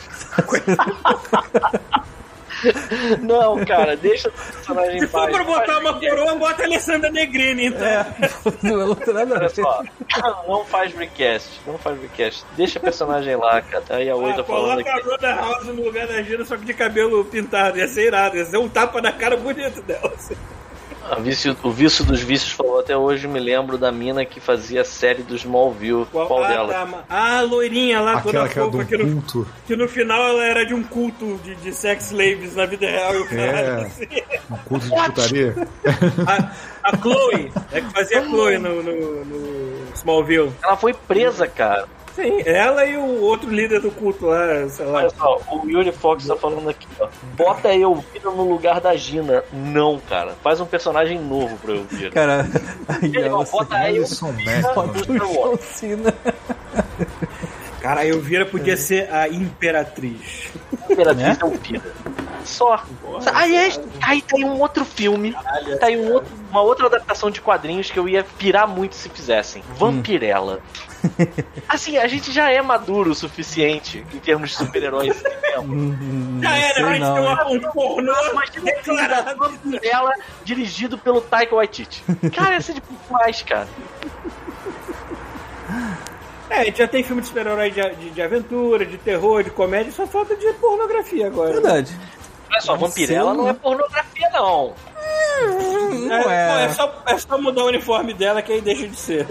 S4: Não, cara, deixa o personagem
S3: Se
S4: em
S3: for
S4: paz.
S3: pra botar
S4: Faz
S3: uma
S4: recast.
S3: coroa, bota a Alessandra Negrini, então.
S1: É, não tem nada a
S4: Olha
S1: ver.
S4: só, não faz recast, não faz recast. Deixa a personagem lá, cara. Aí a Oi
S3: Ah,
S4: tá falando
S3: coloca a
S4: aqui.
S3: Rhoda House no lugar da Gina, só que de cabelo pintado. Ia ser irado, ia ser um tapa na cara bonito dela. assim.
S4: A vício, o vício dos vícios falou até hoje, me lembro da mina que fazia a série do Smallville. Qual,
S3: ah,
S4: dela?
S3: tá, ma- ah, a loirinha lá,
S5: Aquela
S3: toda
S5: que era
S3: fofa,
S5: do
S3: que no,
S5: culto.
S3: que no final ela era de um culto de, de sex slaves na vida real. E o caralho,
S5: É.
S3: assim.
S5: Um culto de putaria.
S3: a, a Chloe, é que fazia a Chloe no, no, no Smallville.
S4: Ela foi presa, cara.
S3: Sim, ela e o outro líder do culto lá, sei lá.
S4: Olha só, o Yuri Fox tá falando aqui, ó. Bota a Elvira no lugar da Gina. Não, cara. Faz um personagem novo pra Elvira.
S1: Cara, aí
S4: Ele, ó,
S1: ela
S4: bota a
S5: Alisson
S4: Elvira
S5: Mack,
S1: bota
S4: no
S1: o
S4: Star
S1: John
S4: Wars.
S1: Cena.
S3: Cara, a Elvira podia ser a Imperatriz.
S4: Imperatriz Elvira. Só. Aliás, aí tá aí um outro filme. Tá aí um outro, uma outra adaptação de quadrinhos que eu ia pirar muito se fizessem. Vampirella. Assim, a gente já é maduro o suficiente em termos de super-heróis.
S3: Já era,
S1: sei
S3: a gente
S1: não,
S3: tem uma, um pornô
S4: Imagina
S3: declarado.
S4: Vampirella dirigido pelo Taika Waititi. Cara, ia ser demais, cara.
S3: É, a gente já tem filme de super-herói de, de, de aventura, de terror, de comédia, só falta de pornografia agora.
S1: Verdade.
S4: Olha só, Vampirella não é pornografia, não.
S3: Hum, não é. É, é, só, é só mudar o uniforme dela que aí deixa de ser.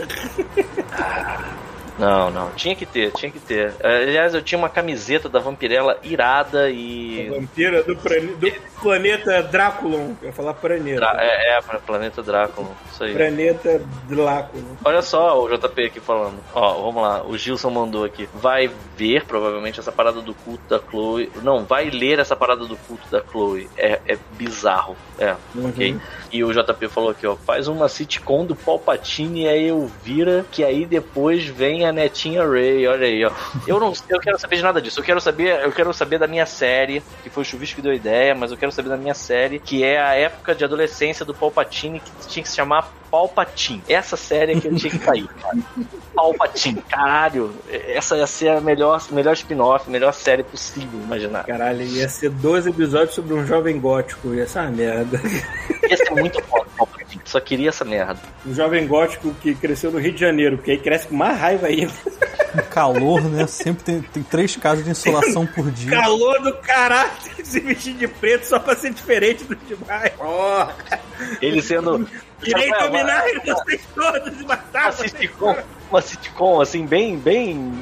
S4: Não, não, tinha que ter, tinha que ter. Aliás, eu tinha uma camiseta da Vampirella irada e...
S3: A vampira do, prane... do planeta Dráculon. Eu ia falar planeta.
S4: Dra... É, é, planeta Dráculon, isso aí.
S3: Planeta Dráculon.
S4: Olha só o J P aqui falando. Ó, vamos lá, o Gilson mandou aqui. Vai ver, provavelmente, essa parada do culto da Chloe. Não, vai ler essa parada do culto da Chloe. É, é bizarro. É, uhum. Ok. E o J P falou aqui, ó. Faz uma sitcom do Palpatine e a Elvira, que aí depois vem a netinha Rey, olha aí, ó. Eu não eu quero saber de nada disso. Eu quero saber, eu quero saber da minha série, que foi o Chuvisco que deu a ideia, mas eu quero saber da minha série, que é a época de adolescência do Palpatine, que tinha que se chamar Palpatine. Essa série é que ele tinha que sair, cara. Palpatine, caralho. Essa ia ser a melhor, melhor spin-off, melhor série possível, imaginar.
S3: Caralho, ia ser doze episódios sobre um jovem gótico. Ia ser uma merda.
S4: Ia ser muito foda, Palpatine. Só queria essa merda.
S3: Um jovem gótico que cresceu no Rio de Janeiro, porque aí cresce com mais raiva ainda.
S1: O calor, né? Sempre tem, tem três casos de insolação por dia.
S3: Calor do caralho, se vestir de preto só pra ser diferente dos demais. Porra.
S4: Ele sendo...
S3: Irei dominar vocês todos e matar
S4: uma sitcom, uma sitcom, assim, bem, bem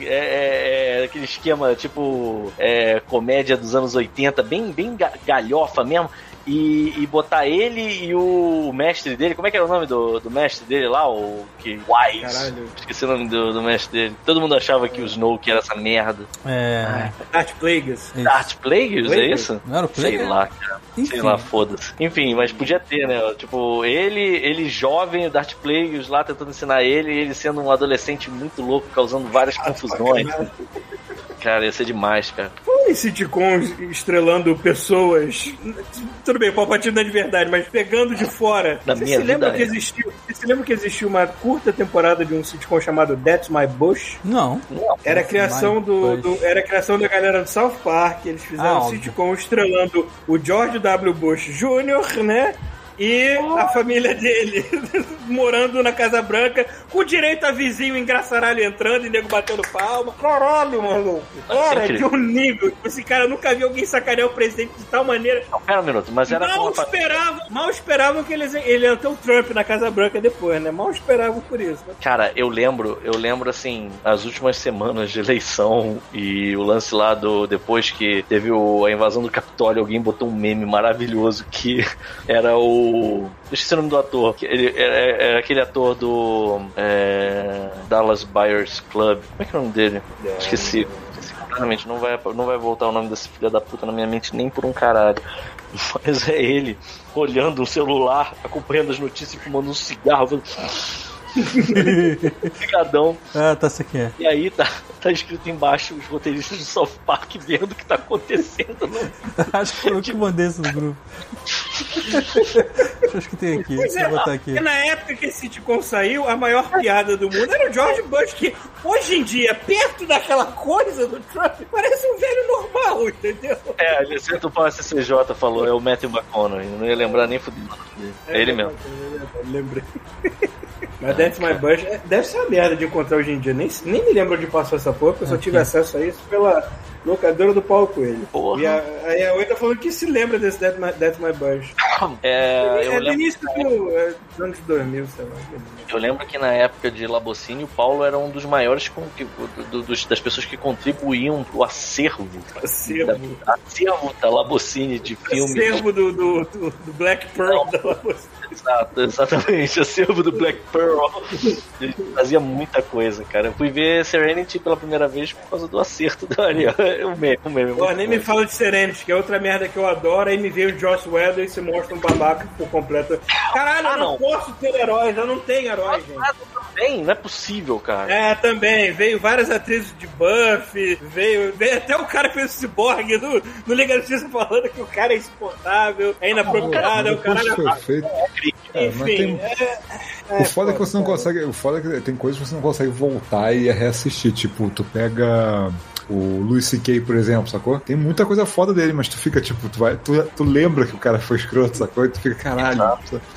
S4: é, é, aquele esquema, tipo, é, comédia dos anos oitenta, bem, bem galhofa mesmo. E, e botar ele e o mestre dele, como é que era o nome do, do mestre dele lá? O que Wise. Caralho. Esqueci o nome do, do mestre dele. Todo mundo achava que o Snoke era essa merda.
S3: É. Darth Plagueis.
S4: Darth Plagueis, é isso?
S1: Não era o Plagueis?
S4: Sei lá, cara. Enfim. Sei lá, foda-se. Enfim, mas podia ter, né? Tipo, ele, ele jovem, o Darth Plagueis lá tentando ensinar ele, e ele sendo um adolescente muito louco, causando várias confusões. Cara, ia ser demais, cara.
S3: Foi sitcom estrelando pessoas. Tudo bem, o Palpatine não é de verdade, mas pegando de fora.
S4: Na
S3: você
S4: minha
S3: se lembra
S4: vida,
S3: que
S4: é.
S3: existiu? Você se lembra que existiu uma curta temporada de um sitcom chamado That's My Bush?
S1: Não.
S4: Não.
S3: Era a criação do, do era a criação da galera do South Park. Eles fizeram
S1: ah,
S3: um sitcom estrelando o George W. Bush Júnior, né? E a família dele morando na Casa Branca, com direito a vizinho engraçaralho entrando e nego batendo palma. Caralho, maluco. Era de um nível. Esse cara nunca viu alguém sacanear o presidente de tal maneira.
S4: Não, pera um minuto, mas era
S3: mal
S4: como
S3: esperavam, mal esperavam que eles, ele ia ter o Trump na Casa Branca depois, né? Mal esperavam por isso. Né?
S4: Cara, eu lembro, eu lembro assim, as últimas semanas de eleição e o lance lá do depois que teve o, a invasão do Capitólio, alguém botou um meme maravilhoso que era o Eu esqueci o nome do ator. Ele é, é aquele ator do é, Dallas Buyers Club. Como é que é o nome dele? É. Esqueci. Esqueci completamente. Não vai, não vai voltar o nome desse filho da puta na minha mente nem por um caralho. Mas é ele olhando o celular, acompanhando as notícias e fumando um cigarro. Ligadão.
S1: Ah, tá, isso aqui é.
S4: E aí tá, tá escrito embaixo os roteiristas do South Park vendo o que tá acontecendo. No...
S1: Acho que foi eu que mandei isso no grupo. Acho que tem aqui.
S3: Pois é,
S1: vou botar aqui.
S3: Na época que esse sitcom saiu, a maior piada do mundo era o George Bush, que hoje em dia, perto daquela coisa do Trump, parece um velho normal, entendeu?
S4: É, ele acertou o pau S C J, falou, é o Matthew McConaughey. Não ia lembrar nem fudido. É, é ele mesmo.
S3: Lembrei. Mas That's My Bush deve ser uma merda de encontrar hoje em dia. Nem, nem me lembro onde passou essa porra, porque eu só tive acesso a isso pela locadora do Paulo Coelho.
S4: Porra.
S3: E a, aí a Oi tá falando que se lembra desse That's My, That's My Bush.
S4: É,
S3: é
S4: eu
S3: do
S4: lembro...
S3: início do, é, dos anos dois mil, sei lá.
S4: Eu lembro que na época de Labocine, o Paulo era um dos maiores com, que, do, dos, das pessoas que contribuíam pro acervo.
S3: Acervo.
S4: Da, acervo da Labocine de filme.
S3: Acervo do, do, do, do Black Pearl da Labocine.
S4: Exato, exatamente, acervo do Black Pearl. Ele fazia muita coisa, cara. Eu fui ver Serenity pela primeira vez por causa do acerto do Ariel. O meme, o meme.
S3: Pô, nem me fala de Serenity, que é outra merda que eu adoro. Aí me veio o Joss Whedon e se mostra um babaca por completo. Caralho, ah, eu não, não posso ter heróis, eu não tenho heróis, gente.
S4: Ah, também, não é possível, cara.
S3: É, também. Veio várias atrizes de Buffy, veio, veio até o cara que fez o Cyborg no, no Liga da Justiça falando que o cara é insuportável, é inapropriado, é o cara...
S5: Perfeito. É,
S3: Enfim,
S5: tem...
S3: é, é,
S5: o foda é que você não consegue. O foda é que tem coisas que você não consegue voltar e reassistir. Tipo, tu pega o Louis C K, por exemplo, sacou? Tem muita coisa foda dele, mas tu fica tipo, tu, vai, tu, tu lembra que o cara foi escroto, sacou? E tu fica, caralho.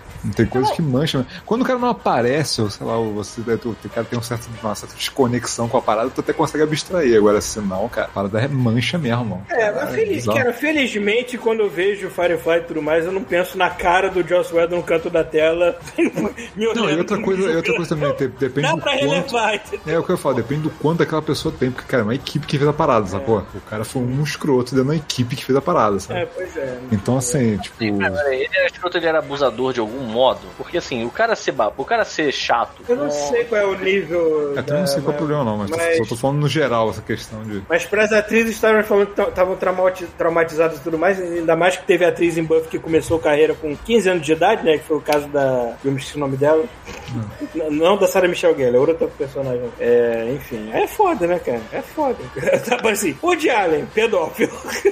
S5: Não tem coisa que mancha. Quando o cara não aparece, ou sei lá, você, o cara tem um certo, uma certa desconexão com a parada, tu até consegue abstrair. Agora, se não, cara, a parada é mancha mesmo, mano.
S3: É, mas feliz, cara, felizmente, quando eu vejo Firefly e tudo mais, eu não penso na cara do Joss Whedon no canto da tela.
S5: Não, e outra coisa, e outra coisa também, depende
S3: Dá
S5: do
S3: pra
S5: quanto...
S3: relevar.
S5: É o que eu falo, depende do quanto aquela pessoa tem, porque, cara, é uma equipe que fez a parada, sacou? O cara foi um escroto dentro da equipe que fez a parada, sabe?
S3: É, pois é.
S5: Então, assim, tipo...
S4: Sim, cara, ele era escroto, ele era abusador de algum modo, porque assim, o cara ser, o cara ser chato...
S3: Eu não sei qual é o nível...
S5: Até da, não sei qual é o problema não, mas, mas só tô falando no geral essa questão de...
S3: Mas para as atrizes estavam falando que estavam traumatizadas e tudo mais, ainda mais que teve a atriz em Buffy que começou a carreira com quinze anos de idade, né, que foi o caso da... eu me esqueci o nome dela. Não, não da Sarah Michelle Gellar, é outra personagem. É, enfim, é foda, né, cara? É foda. Tá assim, Woody Allen, pedófilo.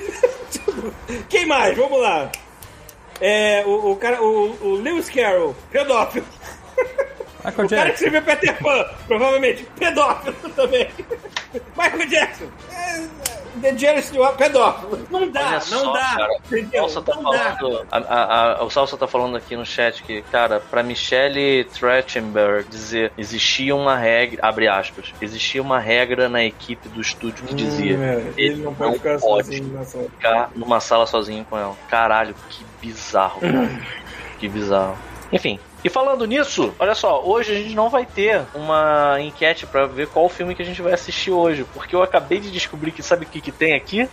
S3: Quem mais? Vamos lá. É, o, o cara, o, o Lewis Carroll, pedófilo.
S1: Michael
S3: o cara que escreveu Peter Pan, provavelmente, pedófilo também. Michael Jackson, The Jerry Stewart, pedófilo. Não dá,
S4: Olha
S3: não
S4: só,
S3: dá.
S4: Cara,
S3: entendeu?
S4: O Salsa tá
S3: não
S4: falando, a, a, a, o Salsa tá falando aqui no chat que, cara, pra Michelle Trachtenberg dizer existia uma regra, abre aspas, existia uma regra na equipe do estúdio que dizia
S3: hum, é, ele não pode, não ficar,
S4: pode
S3: sozinho na sala.
S4: ficar numa sala sozinho com ela. Caralho, que bizarro, cara. Que bizarro. Enfim. E falando nisso, olha só, hoje a gente não vai ter uma enquete pra ver qual filme que a gente vai assistir hoje, porque eu acabei de descobrir que sabe o que, que tem aqui?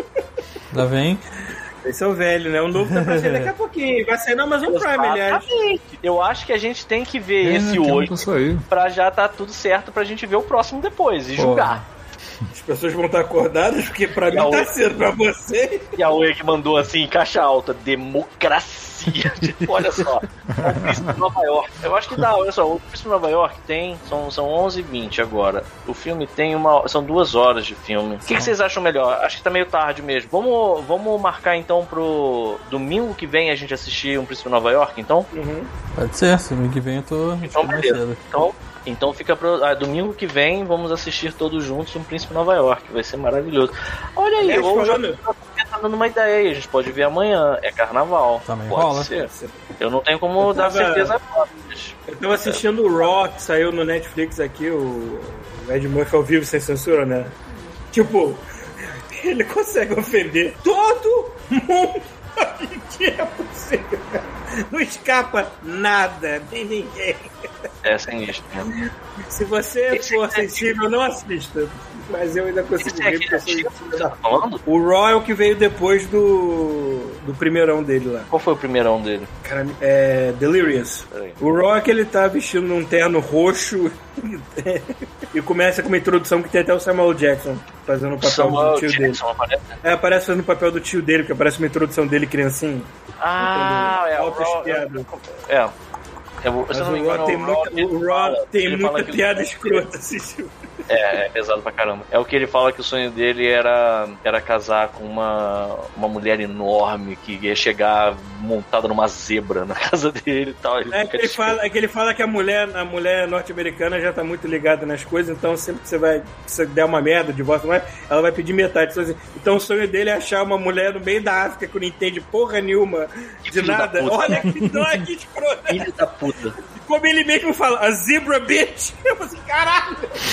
S1: Lá vem.
S3: Esse é o velho, né? O novo tá pra sair daqui a pouquinho. Vai sair na Amazon Prime, aliás.
S4: Eu acho que a gente tem que ver é, esse hoje pra já tá tudo certo pra gente ver o próximo depois e Pô. julgar.
S3: As pessoas vão estar acordadas, porque pra e mim tá cedo, pra você.
S4: E a Oi que mandou assim, em caixa alta, democracia. Olha só, o Príncipe de Nova York. Eu acho que dá, olha só, o Príncipe de Nova York tem, são, são onze e vinte agora. O filme tem uma, são duas horas de filme. O que, que vocês acham melhor? Acho que tá meio tarde mesmo. Vamos, vamos marcar então pro domingo que vem a gente assistir um Príncipe de Nova York, então?
S3: Uhum.
S1: Pode ser, domingo que vem eu tô...
S4: Então, beleza. Então... Então fica pro. Ah, domingo que vem vamos assistir todos juntos um Príncipe Nova York. Vai ser maravilhoso. Olha aí, é, ou já tá dando uma ideia. A gente pode ver amanhã. É carnaval.
S1: Também
S4: pode
S1: rola.
S4: ser. Eu não tenho como eu dar tava... certeza agora. Mas...
S3: Eu tava assistindo o Raw, que saiu no Netflix aqui, o Ed Murphy ao vivo sem censura, né? Tipo, ele consegue ofender todo mundo que é possível. Não escapa nada, nem ninguém.
S4: É sinistro.
S3: Se você Esse for sensível, é... não assista. Mas eu ainda consigo
S4: Esse
S3: ver
S4: é
S3: porque
S4: eu sou tá falando?
S3: O Raw é o que veio depois do do primeirão dele lá.
S4: Qual foi o primeirão dele?
S3: Cara, é Delirious. O Raw é que ele tá vestindo um terno roxo e começa com uma introdução que tem até o Samuel Jackson fazendo o papel
S4: Samuel
S3: do tio
S4: Jackson,
S3: dele.
S4: Aparece?
S3: É, aparece fazendo o papel do tio dele, porque aparece uma introdução dele criancinho.
S4: Ah, é, o Raw, é. Eu, eu,
S3: Mas
S4: não
S3: o
S4: engano,
S3: Raw tem
S4: o
S3: muita,
S4: Raw,
S3: o Raw
S4: fala,
S3: tem muita piada
S4: o...
S3: escrota, assistiu.
S4: É, é pesado pra caramba. É o que ele fala que o sonho dele era, era casar com uma, uma mulher enorme que ia chegar montada numa zebra na casa dele e tal. Ele
S3: é, que ele fala, é que ele fala que a mulher, a mulher norte-americana já tá muito ligada nas coisas, então sempre que você vai se você der uma merda de voz, ela vai pedir metade. Então, assim, então o sonho dele é achar uma mulher no meio da África que não entende porra nenhuma que de nada. Olha que dó, que escrota.
S4: Filho da puta.
S3: Como ele mesmo fala, a zebra bitch. Eu falei assim, caralho.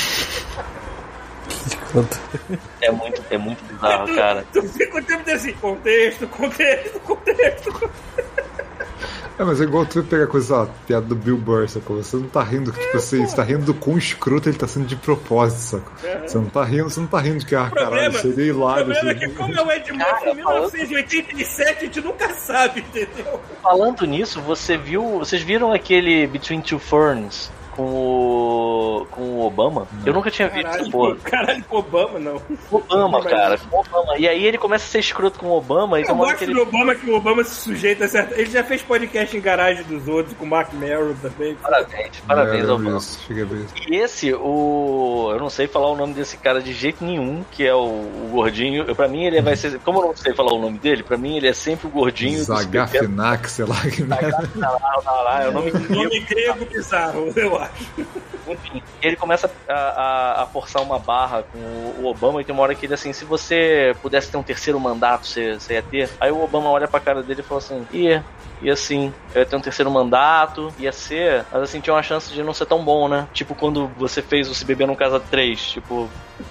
S4: É muito, é muito bizarro, cara.
S3: Tu fica o tempo dele assim, contexto, contexto, contexto.
S5: É, mas é igual tu pegar coisa, ó, piada do Bill Burr, sacou? Você não tá rindo, tipo é, assim, você tá rindo do quão escroto ele tá sendo de propósito, sacou? É. Você não tá rindo, você não tá rindo de que, ah, caralho, seria hilário.
S3: O problema assim, é que como é o Ed Murphy em mil novecentos e oitenta e sete, a gente nunca sabe, entendeu?
S4: Falando nisso, você viu, vocês viram aquele Between Two Ferns? Com o, com o Obama? Não. Eu nunca tinha visto essa porra.
S3: Caralho, com o Obama, não.
S4: Obama, cara, com o Obama. E aí ele começa a ser escroto com o Obama.
S3: Eu gosto ele... do Obama, que o Obama se sujeita a certo. Ele já fez podcast em garagem dos outros, com o Mark Merrill também.
S4: Parabéns, parabéns,
S5: é,
S4: Obama. E esse, o... eu não sei falar o nome desse cara de jeito nenhum, que é o, o gordinho. Eu, pra mim ele vai ser... Como eu não sei falar o nome dele, pra mim ele é sempre o gordinho...
S5: Zagafenac, sei lá. Que
S3: Zagafenac, é o nome grego bizarro, eu acho.
S4: Enfim, assim, ele começa a, a, a forçar uma barra com o Obama e tem uma hora que ele assim, se você pudesse ter um terceiro mandato, você, você ia ter? Aí o Obama olha pra cara dele e fala assim, ia, ia sim, eu ia ter um terceiro mandato, ia ser, mas assim, tinha uma chance de não ser tão bom, né? Tipo quando você fez o Se Beber Não Casa três, tipo...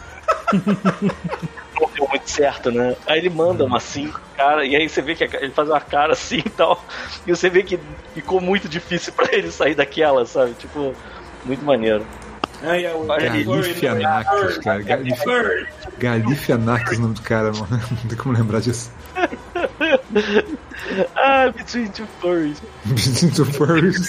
S4: não deu muito certo, né? Aí ele manda uma cinco, cara, e aí você vê que ele faz uma cara assim e tal, e você vê que ficou muito difícil pra ele sair daquela, sabe? Tipo, muito maneiro.
S5: Galifianakis, cara. Galifianakis é o nome do cara, mano. Não tem como lembrar disso.
S4: Ah, Between Two Furries.
S5: Between Two Furries.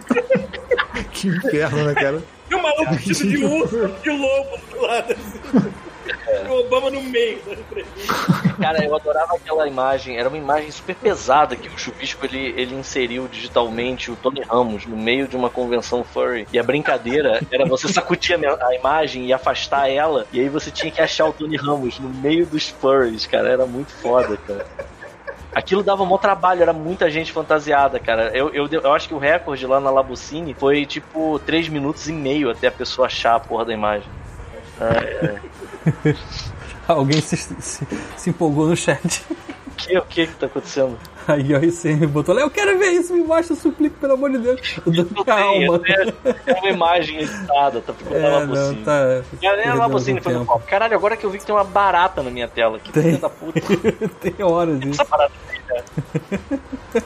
S5: Que inferno, né, cara?
S3: E o maluco vestido de urso, de lobo do lado, assim. O Obama no meio da entrevista.
S4: Cara, eu adorava aquela imagem. Era uma imagem super pesada que o Chubisco ele, ele inseriu digitalmente o Tony Ramos no meio de uma convenção furry. E a brincadeira era você sacudir a, a imagem e afastar ela. E aí você tinha que achar o Tony Ramos no meio dos furries, cara. Era muito foda, cara. Aquilo dava um maior trabalho, era muita gente fantasiada, cara. Eu, eu, eu acho que o recorde lá na Labucine foi tipo três minutos e meio até a pessoa achar a porra da imagem. É, é.
S1: Alguém se, se, se empolgou no chat.
S4: O que, o que que tá acontecendo?
S1: Aí o você me botou lá, eu quero ver isso, me mostra, eu suplico, pelo amor de Deus. Eu tô, calma.
S4: É, é uma imagem editada, tá ficando
S1: é,
S4: na Labucine.
S1: Não, tá.
S4: É na Labucine fazendo pop. Caralho, agora que eu vi que tem uma barata na minha tela. Que
S1: tem,
S4: filha da puta.
S1: Tem horas isso.
S4: Essa barata tem, né?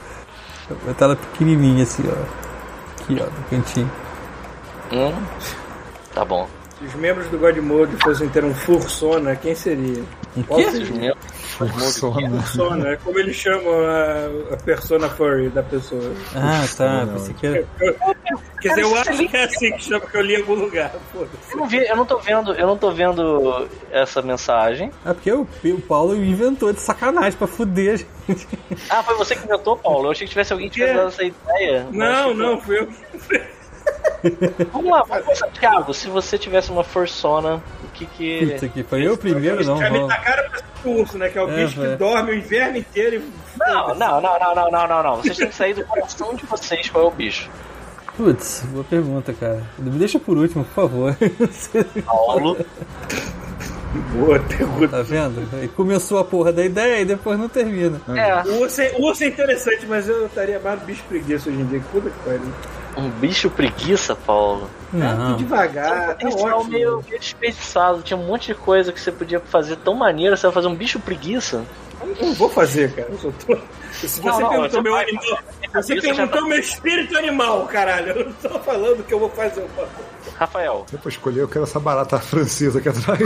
S1: A tela pequenininha assim, ó. Aqui, ó, no cantinho.
S4: Hum, tá bom.
S3: Se os membros do God Mode fossem ter um Fursona, quem seria?
S1: Um quê?
S4: Os membros
S5: Fursona.
S3: Fursona, é como eles chamam a, a persona furry da pessoa.
S1: Ah, tá. Pensei que era...
S3: Quer dizer, eu acho que é assim que chama, que eu li em algum lugar.
S4: Eu não, vi, eu não tô vendo, eu não tô vendo essa mensagem.
S1: É porque o, o Paulo inventou de sacanagem pra fuder, gente.
S4: Ah, foi você que inventou, Paulo? Eu achei que tivesse alguém que tivesse dado essa ideia.
S3: Não, não, fui eu que...
S4: Vamos lá, vamos começar. Thiago, se você tivesse uma Fursona, o que que...
S1: Putz, aqui foi eu primeiro, não?
S3: Já me tacaram pra esse urso, né? Que é o é, bicho véio. que dorme o inverno inteiro e...
S4: Não, não, não, não, não, não, não, não. Vocês têm que sair do coração de vocês qual é o bicho.
S1: Putz, boa pergunta, cara. Me deixa por último, por favor.
S4: Paulo.
S3: Boa pergunta.
S1: Tá vendo? Aí começou a porra da ideia e depois não termina.
S3: É. O urso é, o urso é interessante, mas eu estaria mais bicho preguiça hoje em dia. Puta que pariu.
S4: Um bicho preguiça, Paulo?
S1: Não.
S3: É, devagar, tá ótimo.
S4: Meio, meio desperdiçado. Tinha um monte de coisa que você podia fazer tão maneira. Você vai fazer um bicho preguiça?
S3: Eu não vou fazer, cara. Eu só tô... Se você não, não, perguntou meu vai, animal, você perguntou tá... meu espírito animal, caralho. Eu não tô falando que eu vou fazer.
S4: Rafael.
S5: Você pode escolher, eu quero essa barata francesa aqui atrás.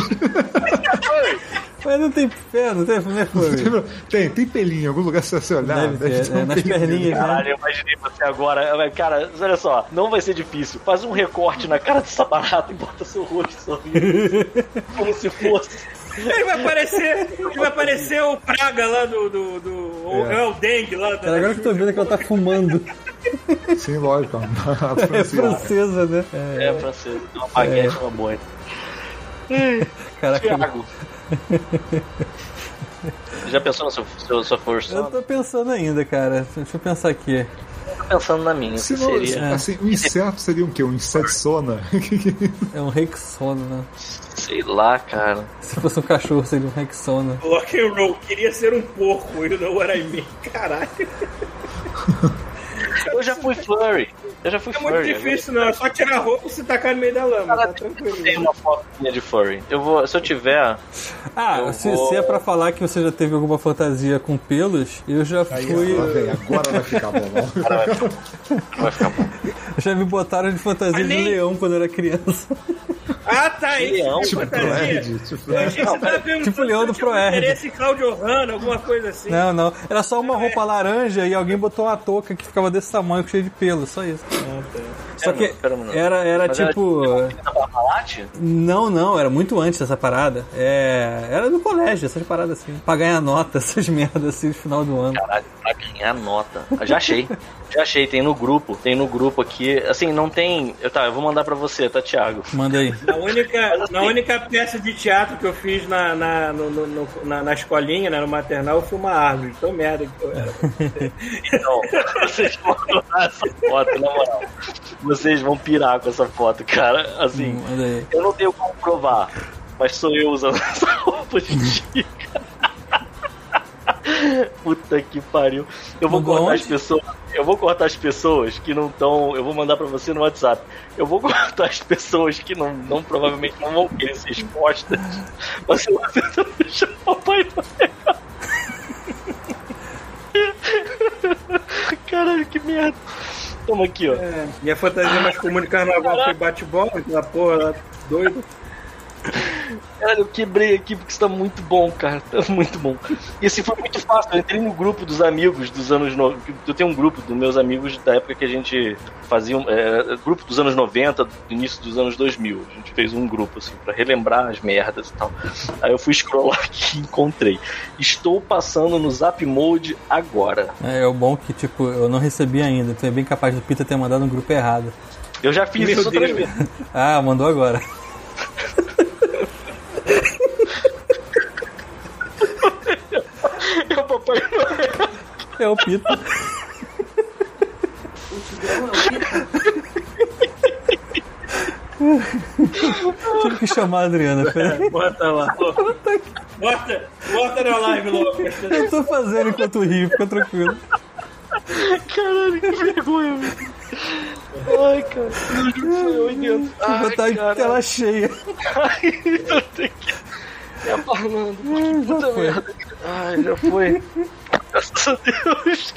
S1: Mas não tem pé, não tem, não é
S5: tem, tem, tem pelinho em algum lugar se você olhar.
S1: Deve deve ter, ter um é, nas perninhas.
S4: Caralho, eu imaginei você agora. Cara, olha só, não vai ser difícil. Faz um recorte na cara dessa barata e bota seu rosto sorrindo. Como se fosse.
S3: Ele vai aparecer, ele vai aparecer o Praga lá do. do, do é. é o Dengue lá.
S1: Cara, agora que eu tô vendo que ela tá fumando.
S5: Sim, lógico.
S1: É francesa, francesa né?
S4: É, é francesa. Uma baguete, é. uma boa.
S1: Caraca.
S4: Thiago. Já pensou na sua, sua, sua força?
S1: Eu tô pensando ainda, cara. Deixa eu pensar aqui.
S4: Tô pensando na minha.
S5: Se
S4: que
S5: não,
S4: seria?
S5: Assim, um inseto seria um quê? Um insetissona?
S1: É um Rexona, né?
S4: Sei lá, cara.
S1: Se fosse um cachorro, seria um Rexona.
S3: Rock and roll, queria ser um porco, you know what I mean? Caralho.
S4: Eu já fui furry. Eu já fui
S3: é
S4: furry.
S3: É muito difícil, não. É só tirar a roupa e se tacar no meio da lama.
S4: Cara,
S3: tá tranquilo.
S4: Eu tenho uma foto minha de furry. Eu vou, se eu tiver.
S1: Ah,
S4: eu
S1: se,
S4: vou...
S1: se é pra falar que você já teve alguma fantasia com pelos, eu já
S5: Aí,
S1: fui.
S5: Agora, véio, agora vai ficar bom, não?
S4: Agora vai ficar, vai ficar bom.
S1: Já me botaram de fantasia nem... de leão quando eu era criança.
S3: Ah, tá aí.
S4: Leão,
S5: tipo Proerd.
S3: Tipo, não,
S1: tipo leão do Proerd.
S3: Interesse Claudio Hanna, alguma coisa assim.
S1: Não, não. Era só uma roupa laranja e alguém botou uma touca que ficava desse tamanho, cheio de pelo, só isso. Ah, tá. Só que era, era tipo.
S4: Era
S1: não, não, era muito antes dessa parada. É, era no colégio, essas paradas assim. Pra ganhar nota, essas merdas assim no final do ano.
S4: Caralho, pra ganhar nota. Já achei. Já achei, tem no grupo. Tem no grupo aqui. Assim, não tem. Eu, tá, eu vou mandar pra você, tá, Thiago?
S1: Manda aí.
S3: Na única,
S4: assim,
S3: na única peça de teatro que eu fiz na, na, no, no, na, na escolinha, né, no maternal, eu fui uma árvore. Tão merda que eu era.
S4: Então, vocês vão mandar essa foto, na moral. Vocês vão pirar com essa foto, cara. Assim, hum, eu não tenho como provar, mas sou eu usando essa roupa de Chica. Puta que pariu. Eu vou cortar as pessoas. Eu vou cortar as pessoas que não estão. Eu vou mandar pra você no WhatsApp. Eu vou cortar as pessoas que não, não provavelmente não vão querer ser expostas. Mas se você não deixar o Papai Noel. Caralho, que merda. Toma aqui, ó.
S3: É, e a fantasia mais comum de carnaval foi bate-bola, aquela porra lá, doido.
S4: Cara, eu quebrei aqui porque isso tá muito bom, cara. Tá muito bom. E assim, foi muito fácil. Eu entrei no grupo dos amigos dos anos noventa. Eu tenho um grupo dos meus amigos da época que a gente fazia. Um, é, grupo dos anos noventa, do início dos anos dois mil. A gente fez um grupo, assim, pra relembrar as merdas e tal. Aí eu fui scrollar aqui e encontrei. Estou passando no Zap Mode agora.
S1: É, é o bom que, tipo, eu não recebi ainda. Então é bem capaz do Pita ter mandado no grupo errado.
S4: Eu já fiz
S3: Meu
S4: isso outras vezes.
S1: Ah, mandou agora.
S4: É o Papai Noel.
S1: É o Pita. Tive que chamar a Adriana, peraí.
S3: É, bota lá. Bota, bota na live, louco.
S1: Eu tô fazendo enquanto rio, fica tranquilo.
S4: Caralho, que vergonha, velho. Ai, cara. Eu juro que foi eu aí dentro.
S1: Vou botar em tela cheia.
S4: Ai, eu tenho que... É a Fernanda. Que puta merda. Ai, já foi. Graças a Deus.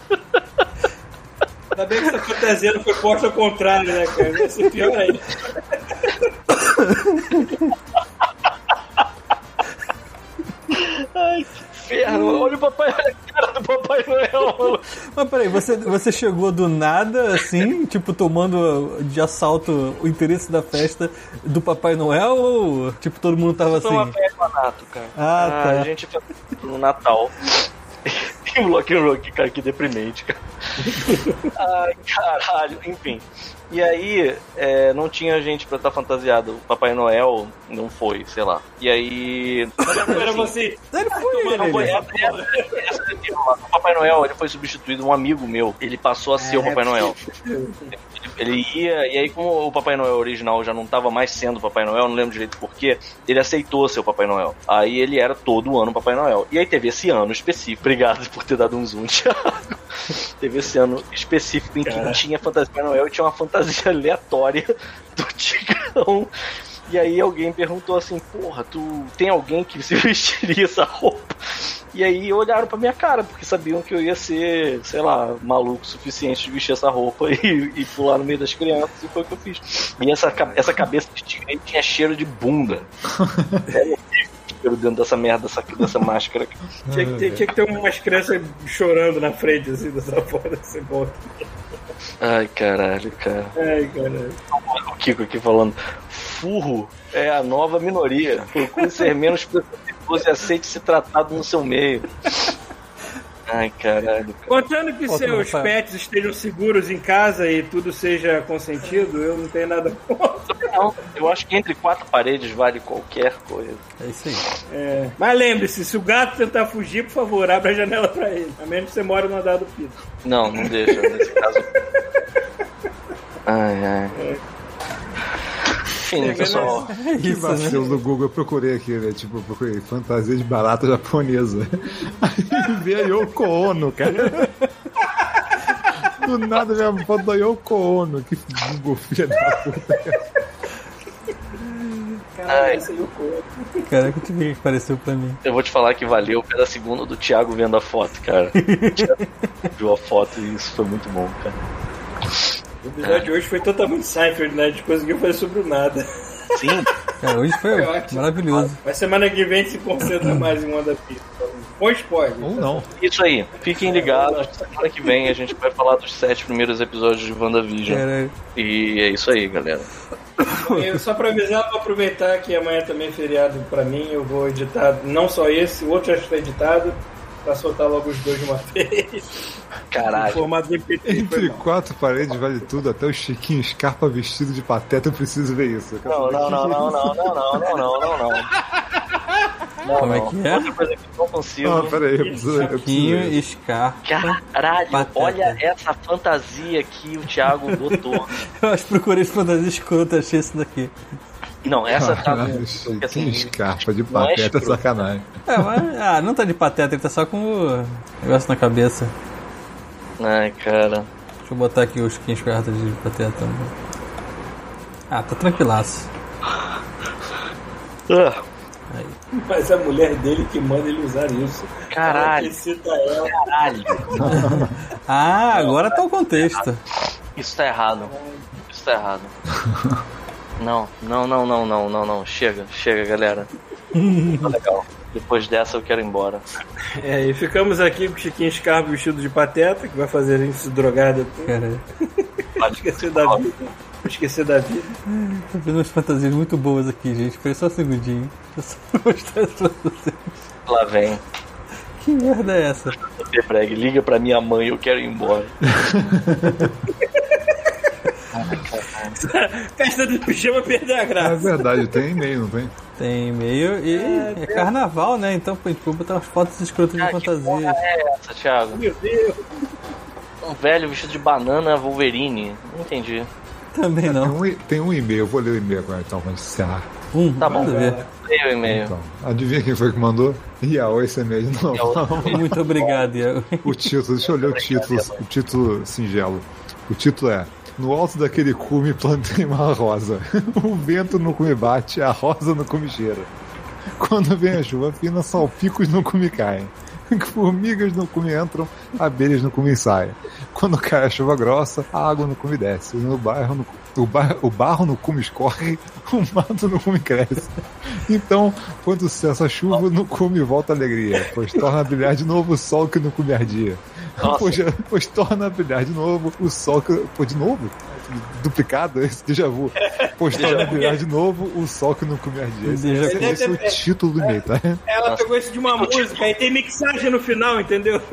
S3: Ainda bem que essa fantasia não foi posta ao contrário, né, cara? Vai ser pior ainda.
S4: Ai, que inferno. Olha o papai, olha a cara do Papai Noel.
S1: Mas peraí, você, você chegou do nada, assim, tipo, tomando de assalto o interesse da festa do Papai Noel ou, tipo, todo mundo tava assim?
S4: Foi uma festa nato, cara.
S1: Ah, ah, tá.
S4: A gente fez no Natal. E o Rock and Roll, cara, que deprimente, cara. Ai, caralho, enfim. E aí, é, não tinha gente pra estar fantasiado. O Papai Noel não foi, sei lá. E aí...
S3: Era assim, você.
S1: Ele foi,
S4: não foi essa, essa, essa, o Papai Noel, ele foi substituído. Um amigo meu, ele passou a ser é, o Papai Noel. Ele, ele ia, e aí como o Papai Noel original já não tava mais sendo o Papai Noel, não lembro direito porquê, ele aceitou ser o Papai Noel. Aí ele era todo ano o Papai Noel. E aí teve esse ano específico. Obrigado por ter dado um zoom, Thiago. Teve esse ano específico em que Cara. tinha fantasia Papai Noel e tinha uma fantasia aleatória do Tigrão. E aí alguém perguntou assim, porra, tu tem alguém que se vestiria essa roupa? E aí olharam pra minha cara, porque sabiam que eu ia ser, sei lá, maluco o suficiente de vestir essa roupa e, e pular no meio das crianças, e foi o que eu fiz. E essa, essa cabeça de tigre tinha cheiro de bunda. Era cheiro dentro dessa merda, dessa, dessa máscara.
S3: Tinha que, ter, tinha que ter umas crianças chorando na frente, assim, dessa porra, desse bota.
S4: Ai, caralho, cara.
S3: Ai, caralho.
S4: O Kiko aqui falando, furro é a nova minoria. Procure ser menos preconceituoso e aceite ser tratado no seu meio. Ai, caralho. Cara.
S3: Contando que Outra seus rapaz. pets estejam seguros em casa e tudo seja consentido, eu não tenho nada contra.
S4: Não, eu acho que entre quatro paredes vale qualquer coisa.
S1: É isso aí.
S3: É. Mas lembre-se, se o gato tentar fugir, por favor, abra a janela pra ele. A menos que você mora no andar do piso.
S4: Não, não deixa, nesse caso. Ai, ai. É. Enfim, pessoal.
S5: É que vacilo do Google, eu procurei aqui, né? Tipo, eu procurei fantasia de barata japonesa. Aí veio a Yoko Ono, cara. Do nada veio a foto da Yoko Ono. Que Google, filha da puta, cara.
S3: Caralho, essa Yoko Ono.
S1: Caraca, que que apareceu pra mim.
S4: Eu vou te falar que valeu cada segundo do Thiago vendo a foto, cara. O Thiago viu a foto e isso foi muito bom, cara.
S3: O episódio de hoje foi totalmente Seinfeld, né? A gente conseguiu fazer sobre o nada.
S4: Sim.
S1: Cara, hoje foi, foi maravilhoso.
S3: Mas semana que vem se concentra mais em One Piece. Com spoiler.
S5: Ou não.
S4: Isso aí. Fiquem ligados. Semana que vem a gente vai falar dos sete primeiros episódios de WandaVision.
S1: Caralho.
S4: E é isso aí, galera.
S3: Eu, só pra avisar, vou aproveitar que amanhã também é feriado pra mim. Eu vou editar não só esse, o outro já está editado. Pra soltar logo os dois de uma vez.
S4: Caralho.
S3: Formado em P T,
S5: Entre quatro paredes vale tudo, até o Chiquinho Scarpa vestido de pateta, eu preciso ver isso.
S4: Não, não, não, não, não, não, não, não, não, não, não. Não,
S1: Como
S4: não.
S1: é que é?
S4: Outra coisa que eu não consigo.
S5: Ah, peraí, eu preciso. Eu
S1: Chiquinho,
S5: preciso.
S1: Scarpa.
S4: Caralho,
S1: Pateta.
S4: olha essa fantasia que o Thiago botou.
S1: Eu acho que procurei fantasia escrota, achei isso daqui.
S4: Não, essa tá.
S5: Caralho,
S4: porque, assim,
S5: Chiquinho Scarpa de
S4: não é
S5: pateta, é
S4: escroto.
S5: sacanagem.
S1: É, mas, ah, não tá de pateta, ele tá só com o negócio na cabeça.
S4: Ai, cara.
S1: Deixa eu botar aqui os Chiquinho Scarpa de pateta. Ah, tá tranquilaço.
S4: Ah,
S3: Mas a mulher dele que manda ele usar isso.
S4: Caralho.
S3: Ela que cita ela.
S4: caralho.
S1: Ah, agora tá o contexto.
S4: Isso tá errado. Isso tá errado. Não, não, não, não, não, não, não. Chega, chega, galera. Tá legal. Depois dessa eu quero ir embora.
S3: É, e ficamos aqui com o Chiquinho Scarpa vestido de pateta, que vai fazer a gente se drogar depois.
S1: Cara,
S3: Esquecer da vida. Esquecer da vida.
S1: tô vendo umas fantasias muito boas aqui, gente. Foi só um segundinho. Eu só vou mostrar isso pra vocês.
S4: Lá vem.
S1: Que merda é essa?
S4: Preg, liga pra minha mãe, eu quero ir embora.
S3: Festa do pijama perder a
S5: É
S3: graça.
S5: verdade, tem e-mail, não tem?
S1: Tem e-mail e é, carnaval, né? Então pô, a gente pode botar umas fotos escrotas de
S4: Ah, que porra
S1: fantasia.
S4: é essa, Thiago?
S3: Meu Deus.
S4: Um velho vestido de banana Wolverine. Não entendi.
S1: Também
S5: Tem
S1: não.
S5: um, e- tem um e-mail, eu vou ler o e-mail agora então, pra encerrar.
S1: Um,
S4: Tá bom.
S1: nada a ver.
S4: Leia o e-mail.
S5: Então, adivinha quem foi que mandou? Iaô, esse e-mail de novo.
S4: Iaô.
S1: Muito obrigado, Iago.
S5: O título, deixa eu ler o título, o título singelo. O título é: No alto daquele cume plantei uma rosa. O vento no cume bate, a rosa no cume cheira. Quando vem a chuva fina, salpicos no cume caem. Formigas no cume entram, abelhas no cume saem. Quando cai a chuva grossa, a água no cume desce. No bairro, no, o, bar, o barro no cume escorre, o mato no cume cresce. Então, quando cessa a chuva, no cume volta a alegria, pois torna a brilhar de novo o sol que no cume ardia. Pois, pois torna a brilhar de novo o sol que... Pô, de novo? Duplicado? Esse déjà vu. Pois torna a brilhar de novo o sol que no cume ardia. Esse,
S1: Déjà
S5: esse,
S1: vu.
S5: esse é o título do e-mail, tá?
S3: Ela pegou isso de uma música e tem mixagem no final, entendeu?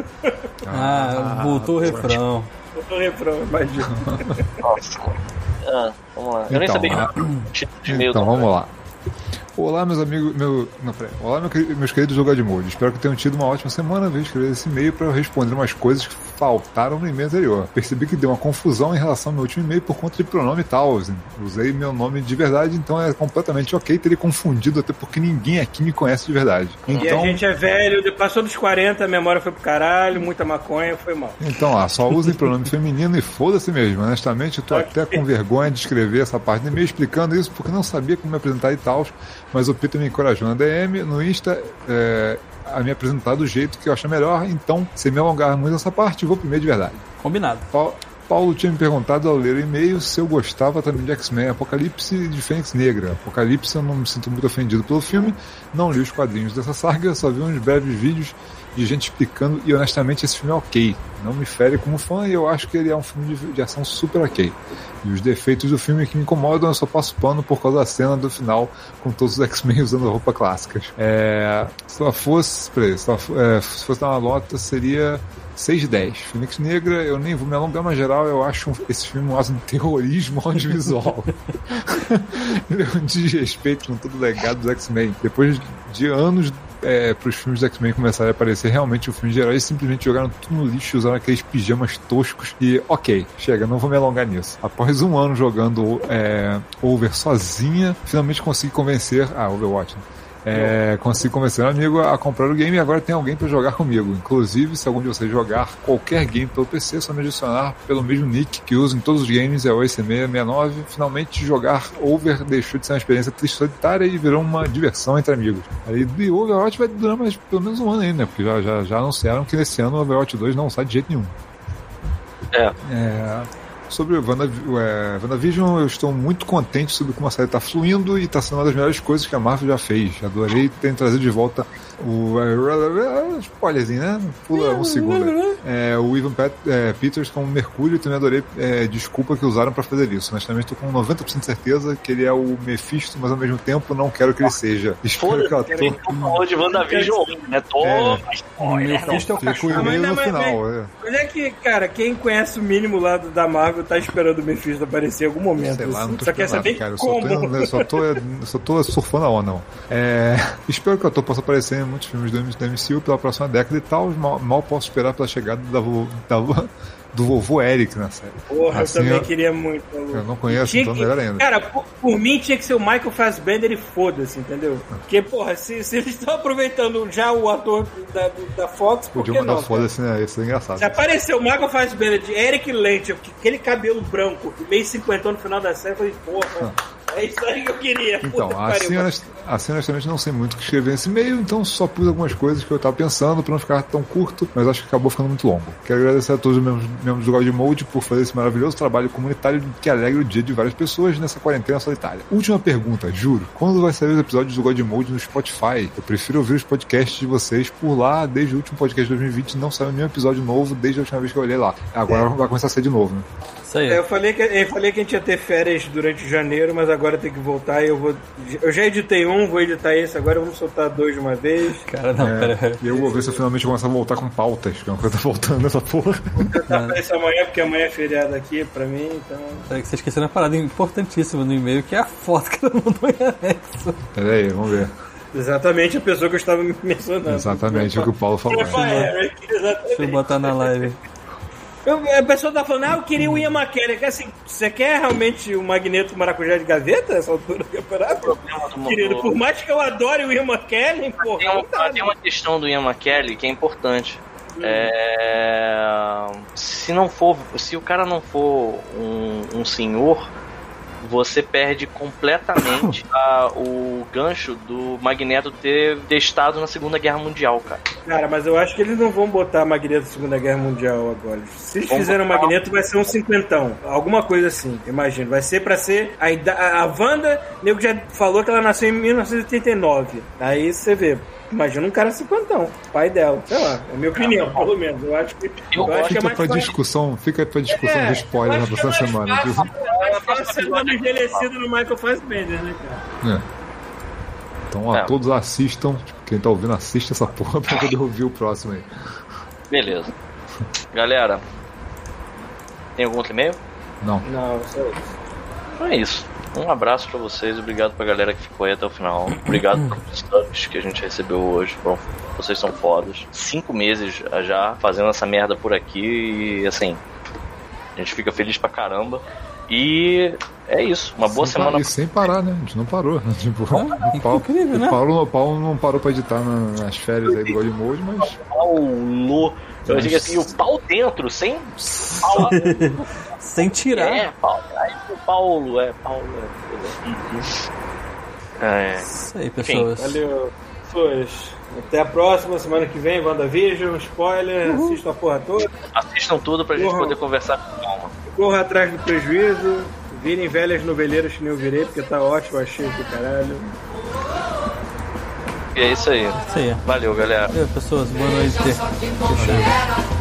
S1: Ah, voltou o refrão.
S3: Botou o refrão, imagina.
S4: Nossa. Ah, vamos lá. Eu nem
S5: Então,
S4: sabia
S5: ah,
S4: que tinha título de e-mail.
S5: Então,
S4: não,
S5: vamos lá. Olá, meus amigos. Meu, não, peraí. Olá, meu, querido- meus queridos jogadores. Espero que tenham tido uma ótima semana. Veio escrever esse e-mail para eu responder umas coisas que faltaram no e-mail anterior. Percebi que deu uma confusão em relação ao meu último e-mail por conta de pronome Townsend. Usei meu nome de verdade, então é completamente ok ter confundido, até porque ninguém aqui me conhece de verdade.
S3: E a
S5: Então,
S3: gente é velho, passou dos quarenta, a memória foi pro caralho, muita maconha, foi mal.
S5: então lá, só usem pronome feminino e foda-se mesmo. Honestamente, eu tô até com vergonha de escrever essa parte do e-mail explicando isso, porque não sabia como me apresentar e tal. Mas o Peter me encorajou na D M, no Insta, é, a me apresentar do jeito que eu achar melhor. Então, sem me alongar muito nessa parte, vou pro e-mail de verdade.
S1: Combinado.
S5: Pa- Paulo tinha me perguntado ao ler o e-mail se eu gostava também de X-Men Apocalipse e de Fênix Negra. Apocalipse eu não me sinto muito ofendido pelo filme, não li os quadrinhos dessa saga, só vi uns breves vídeos de gente explicando e honestamente esse filme é ok. Não me fere como fã e eu acho que ele é um filme de, de ação super ok. E os defeitos do filme que me incomodam eu só passo pano por causa da cena do final com todos os X-Men usando roupa clássicas. É, se ela fosse, peraí, se, ela, é, se fosse dar uma nota seria seis de dez. Fênix Negra, eu nem vou me alongar, mas geral eu acho esse filme um ato de terrorismo audiovisual. Ele é um desrespeito com todo o legado dos X-Men. Depois de anos é, para os filmes dos X-Men começarem a aparecer realmente o filme de heróis, simplesmente jogaram tudo no lixo, usaram aqueles pijamas toscos e ok, chega, não vou me alongar nisso. Após um ano jogando é, Over sozinha, finalmente consegui convencer ah, Overwatch, né? É, consegui convencer um amigo a comprar o game e agora tem alguém para jogar comigo. Inclusive, se algum de vocês jogar qualquer game pelo P C, é só me adicionar pelo mesmo nick que uso em todos os games, é o E C seis sessenta e nove. Finalmente jogar Over deixou de ser uma experiência triste solitária e virou uma diversão entre amigos. Aí o Overwatch vai durar mais pelo menos um ano ainda, né? Porque já, já, já anunciaram que nesse ano o Overwatch dois não sai de jeito nenhum.
S4: É.
S5: É, sobre o Wanda, é, WandaVision, eu estou muito contente sobre como a série está fluindo e está sendo uma das melhores coisas que a Marvel já fez. Adorei ter trazido de volta O uh, spoilerzinho, né? Pula um segundo. É, o Ivan Pet, é, Peters como Mercúrio, também adorei é, desculpa que usaram pra fazer isso. Honestamente, tô com noventa por cento de certeza que ele é o Mephisto, mas ao mesmo tempo não quero que ele seja. Espero que o ator...
S4: falou de WandaVision, né? Toma,
S5: é,
S4: spoiler.
S5: Mephisto é o cachorro. Fica o e-mail no
S3: mas,
S5: final.
S3: Mas,
S5: é.
S3: mas é que, cara, quem conhece o mínimo lá da Marvel tá esperando o Mephisto aparecer em algum momento.
S5: Sei lá, não tô
S3: só quer saber
S5: cara.
S3: como.
S5: Eu só tô, eu só tô, só tô surfando a onda, não. É, espero que o ator possa aparecer em muitos filmes do M C U pela próxima década e tal. Mal, mal posso esperar pela chegada da, da, do vovô Eric na série.
S3: Porra, assim, eu também eu, queria muito.
S5: Eu não conheço, então
S3: que,
S5: melhor ainda.
S3: Cara, por, por mim tinha que ser o Michael Fassbender e foda-se, entendeu? Porque, porra, se, se eles estão aproveitando já o ator da, da Fox, por
S5: podia
S3: que
S5: mandar
S3: não?
S5: Foda-se, né? Isso é engraçado.
S3: Se aparecer o Michael Fassbender de Eric Lentz, aquele cabelo branco, meio cinquentão no final da série, eu falei, porra... Ah. É isso aí que eu queria.
S5: Então, assim, honest, assim, honestamente, não sei muito o que escrever nesse meio, então só pus algumas coisas que eu tava pensando pra não ficar tão curto, mas acho que acabou ficando muito longo. Quero agradecer a todos os membros, membros do God Mode por fazer esse maravilhoso trabalho comunitário que alegra o dia de várias pessoas nessa quarentena solitária. Última pergunta, juro. Quando vai sair os episódios do God Mode no Spotify? Eu prefiro ouvir os podcasts de vocês por lá, desde o último podcast de dois mil e vinte, não saiu nenhum episódio novo desde a última vez que eu olhei lá. Agora é. vai começar a ser de novo, né?
S1: Isso aí.
S3: É, eu, falei que, eu falei que a gente ia ter férias durante janeiro, mas agora tem que voltar e eu vou. Eu já editei um, vou editar esse, agora vamos soltar dois de uma vez.
S1: Cara, não,
S5: é,
S1: pera.
S5: E eu vou ver se eu finalmente começo a voltar com pautas, que é uma coisa tá voltando nessa porra.
S3: Vou tentar pra isso amanhã, porque amanhã é feriado aqui pra mim, então.
S1: É que você esqueceu uma parada importantíssima no e-mail, que é a foto que ela mandou em anexo.
S5: Pera aí, vamos ver.
S3: Exatamente a pessoa que eu estava me mencionando.
S5: Exatamente o que o Paulo falou.
S3: É,
S1: deixa eu botar na live.
S3: Eu, a pessoa tá falando, ah, eu queria o Ian McKellen. Assim, você quer realmente o Magneto Maracujá de gaveta nessa altura do campeonato? Querido, por mais que eu adore o Ian McKellen, porra.
S4: Tem, um, tá, tem uma questão do Ian McKellen que é importante. Hum. É, se não for, se o cara não for um, um senhor, você perde completamente a, o gancho do Magneto ter, ter estado na Segunda Guerra Mundial, cara. Cara,
S3: mas eu acho que eles não vão botar Magneto na Segunda Guerra Mundial agora. Se eles Vamos fizeram botar... Magneto, vai ser um cinquentão. Alguma coisa assim, imagino. Vai ser pra ser... A, a, a Wanda, o nego já falou que ela nasceu em mil novecentos e oitenta e nove. Aí você vê... Imagina um cara cinquentão, pai dela, sei lá, é a minha opinião, pelo menos. Eu acho que, eu
S5: eu
S3: acho
S5: fica
S3: que é mais
S5: pra
S3: fácil.
S5: discussão, fica pra discussão é, de spoiler na próxima semana.
S3: É mais fácil ser dando envelhecido no Michael Fassbender, né, cara? É.
S5: Então, ó, é. todos assistam, tipo, quem tá ouvindo, assista essa porra pra poder ouvir o próximo aí.
S4: Beleza. Galera, tem algum outro e-mail?
S5: Não.
S3: Não, só isso.
S4: Então é isso. Um abraço pra vocês, obrigado pra galera que ficou aí até o final. Obrigado pelos subs que a gente recebeu hoje. Bom, vocês são fodas. Cinco meses já fazendo essa merda por aqui e assim, a gente fica feliz pra caramba. E é isso, uma boa
S5: sem
S4: semana.
S5: Par- e sem parar, né? A gente não parou. Tipo,
S1: ah,
S5: o, Paulo,
S1: incrível, né?
S5: o, Paulo, o Paulo não parou pra editar na, nas férias aí do God Mode, mas.
S4: Paulo! Eu mas... digo assim, o pau dentro, sem pau.
S1: Sem tirar.
S4: É, Paulo. Aí o Paulo, é, Paulo. É. é.
S1: Isso aí, pessoas.
S3: Enfim, valeu, pessoas. Até a próxima, semana que vem, WandaVision, spoiler, uhum. Assistam a porra toda.
S4: Assistam tudo pra Corra, gente poder conversar com calma.
S3: Corra atrás do prejuízo, virem velhas noveleiras que nem eu virei, porque tá ótimo, achei do caralho.
S4: E é isso aí.
S1: Isso aí.
S4: Valeu, galera.
S1: Valeu, pessoas. Boa noite. Fechou.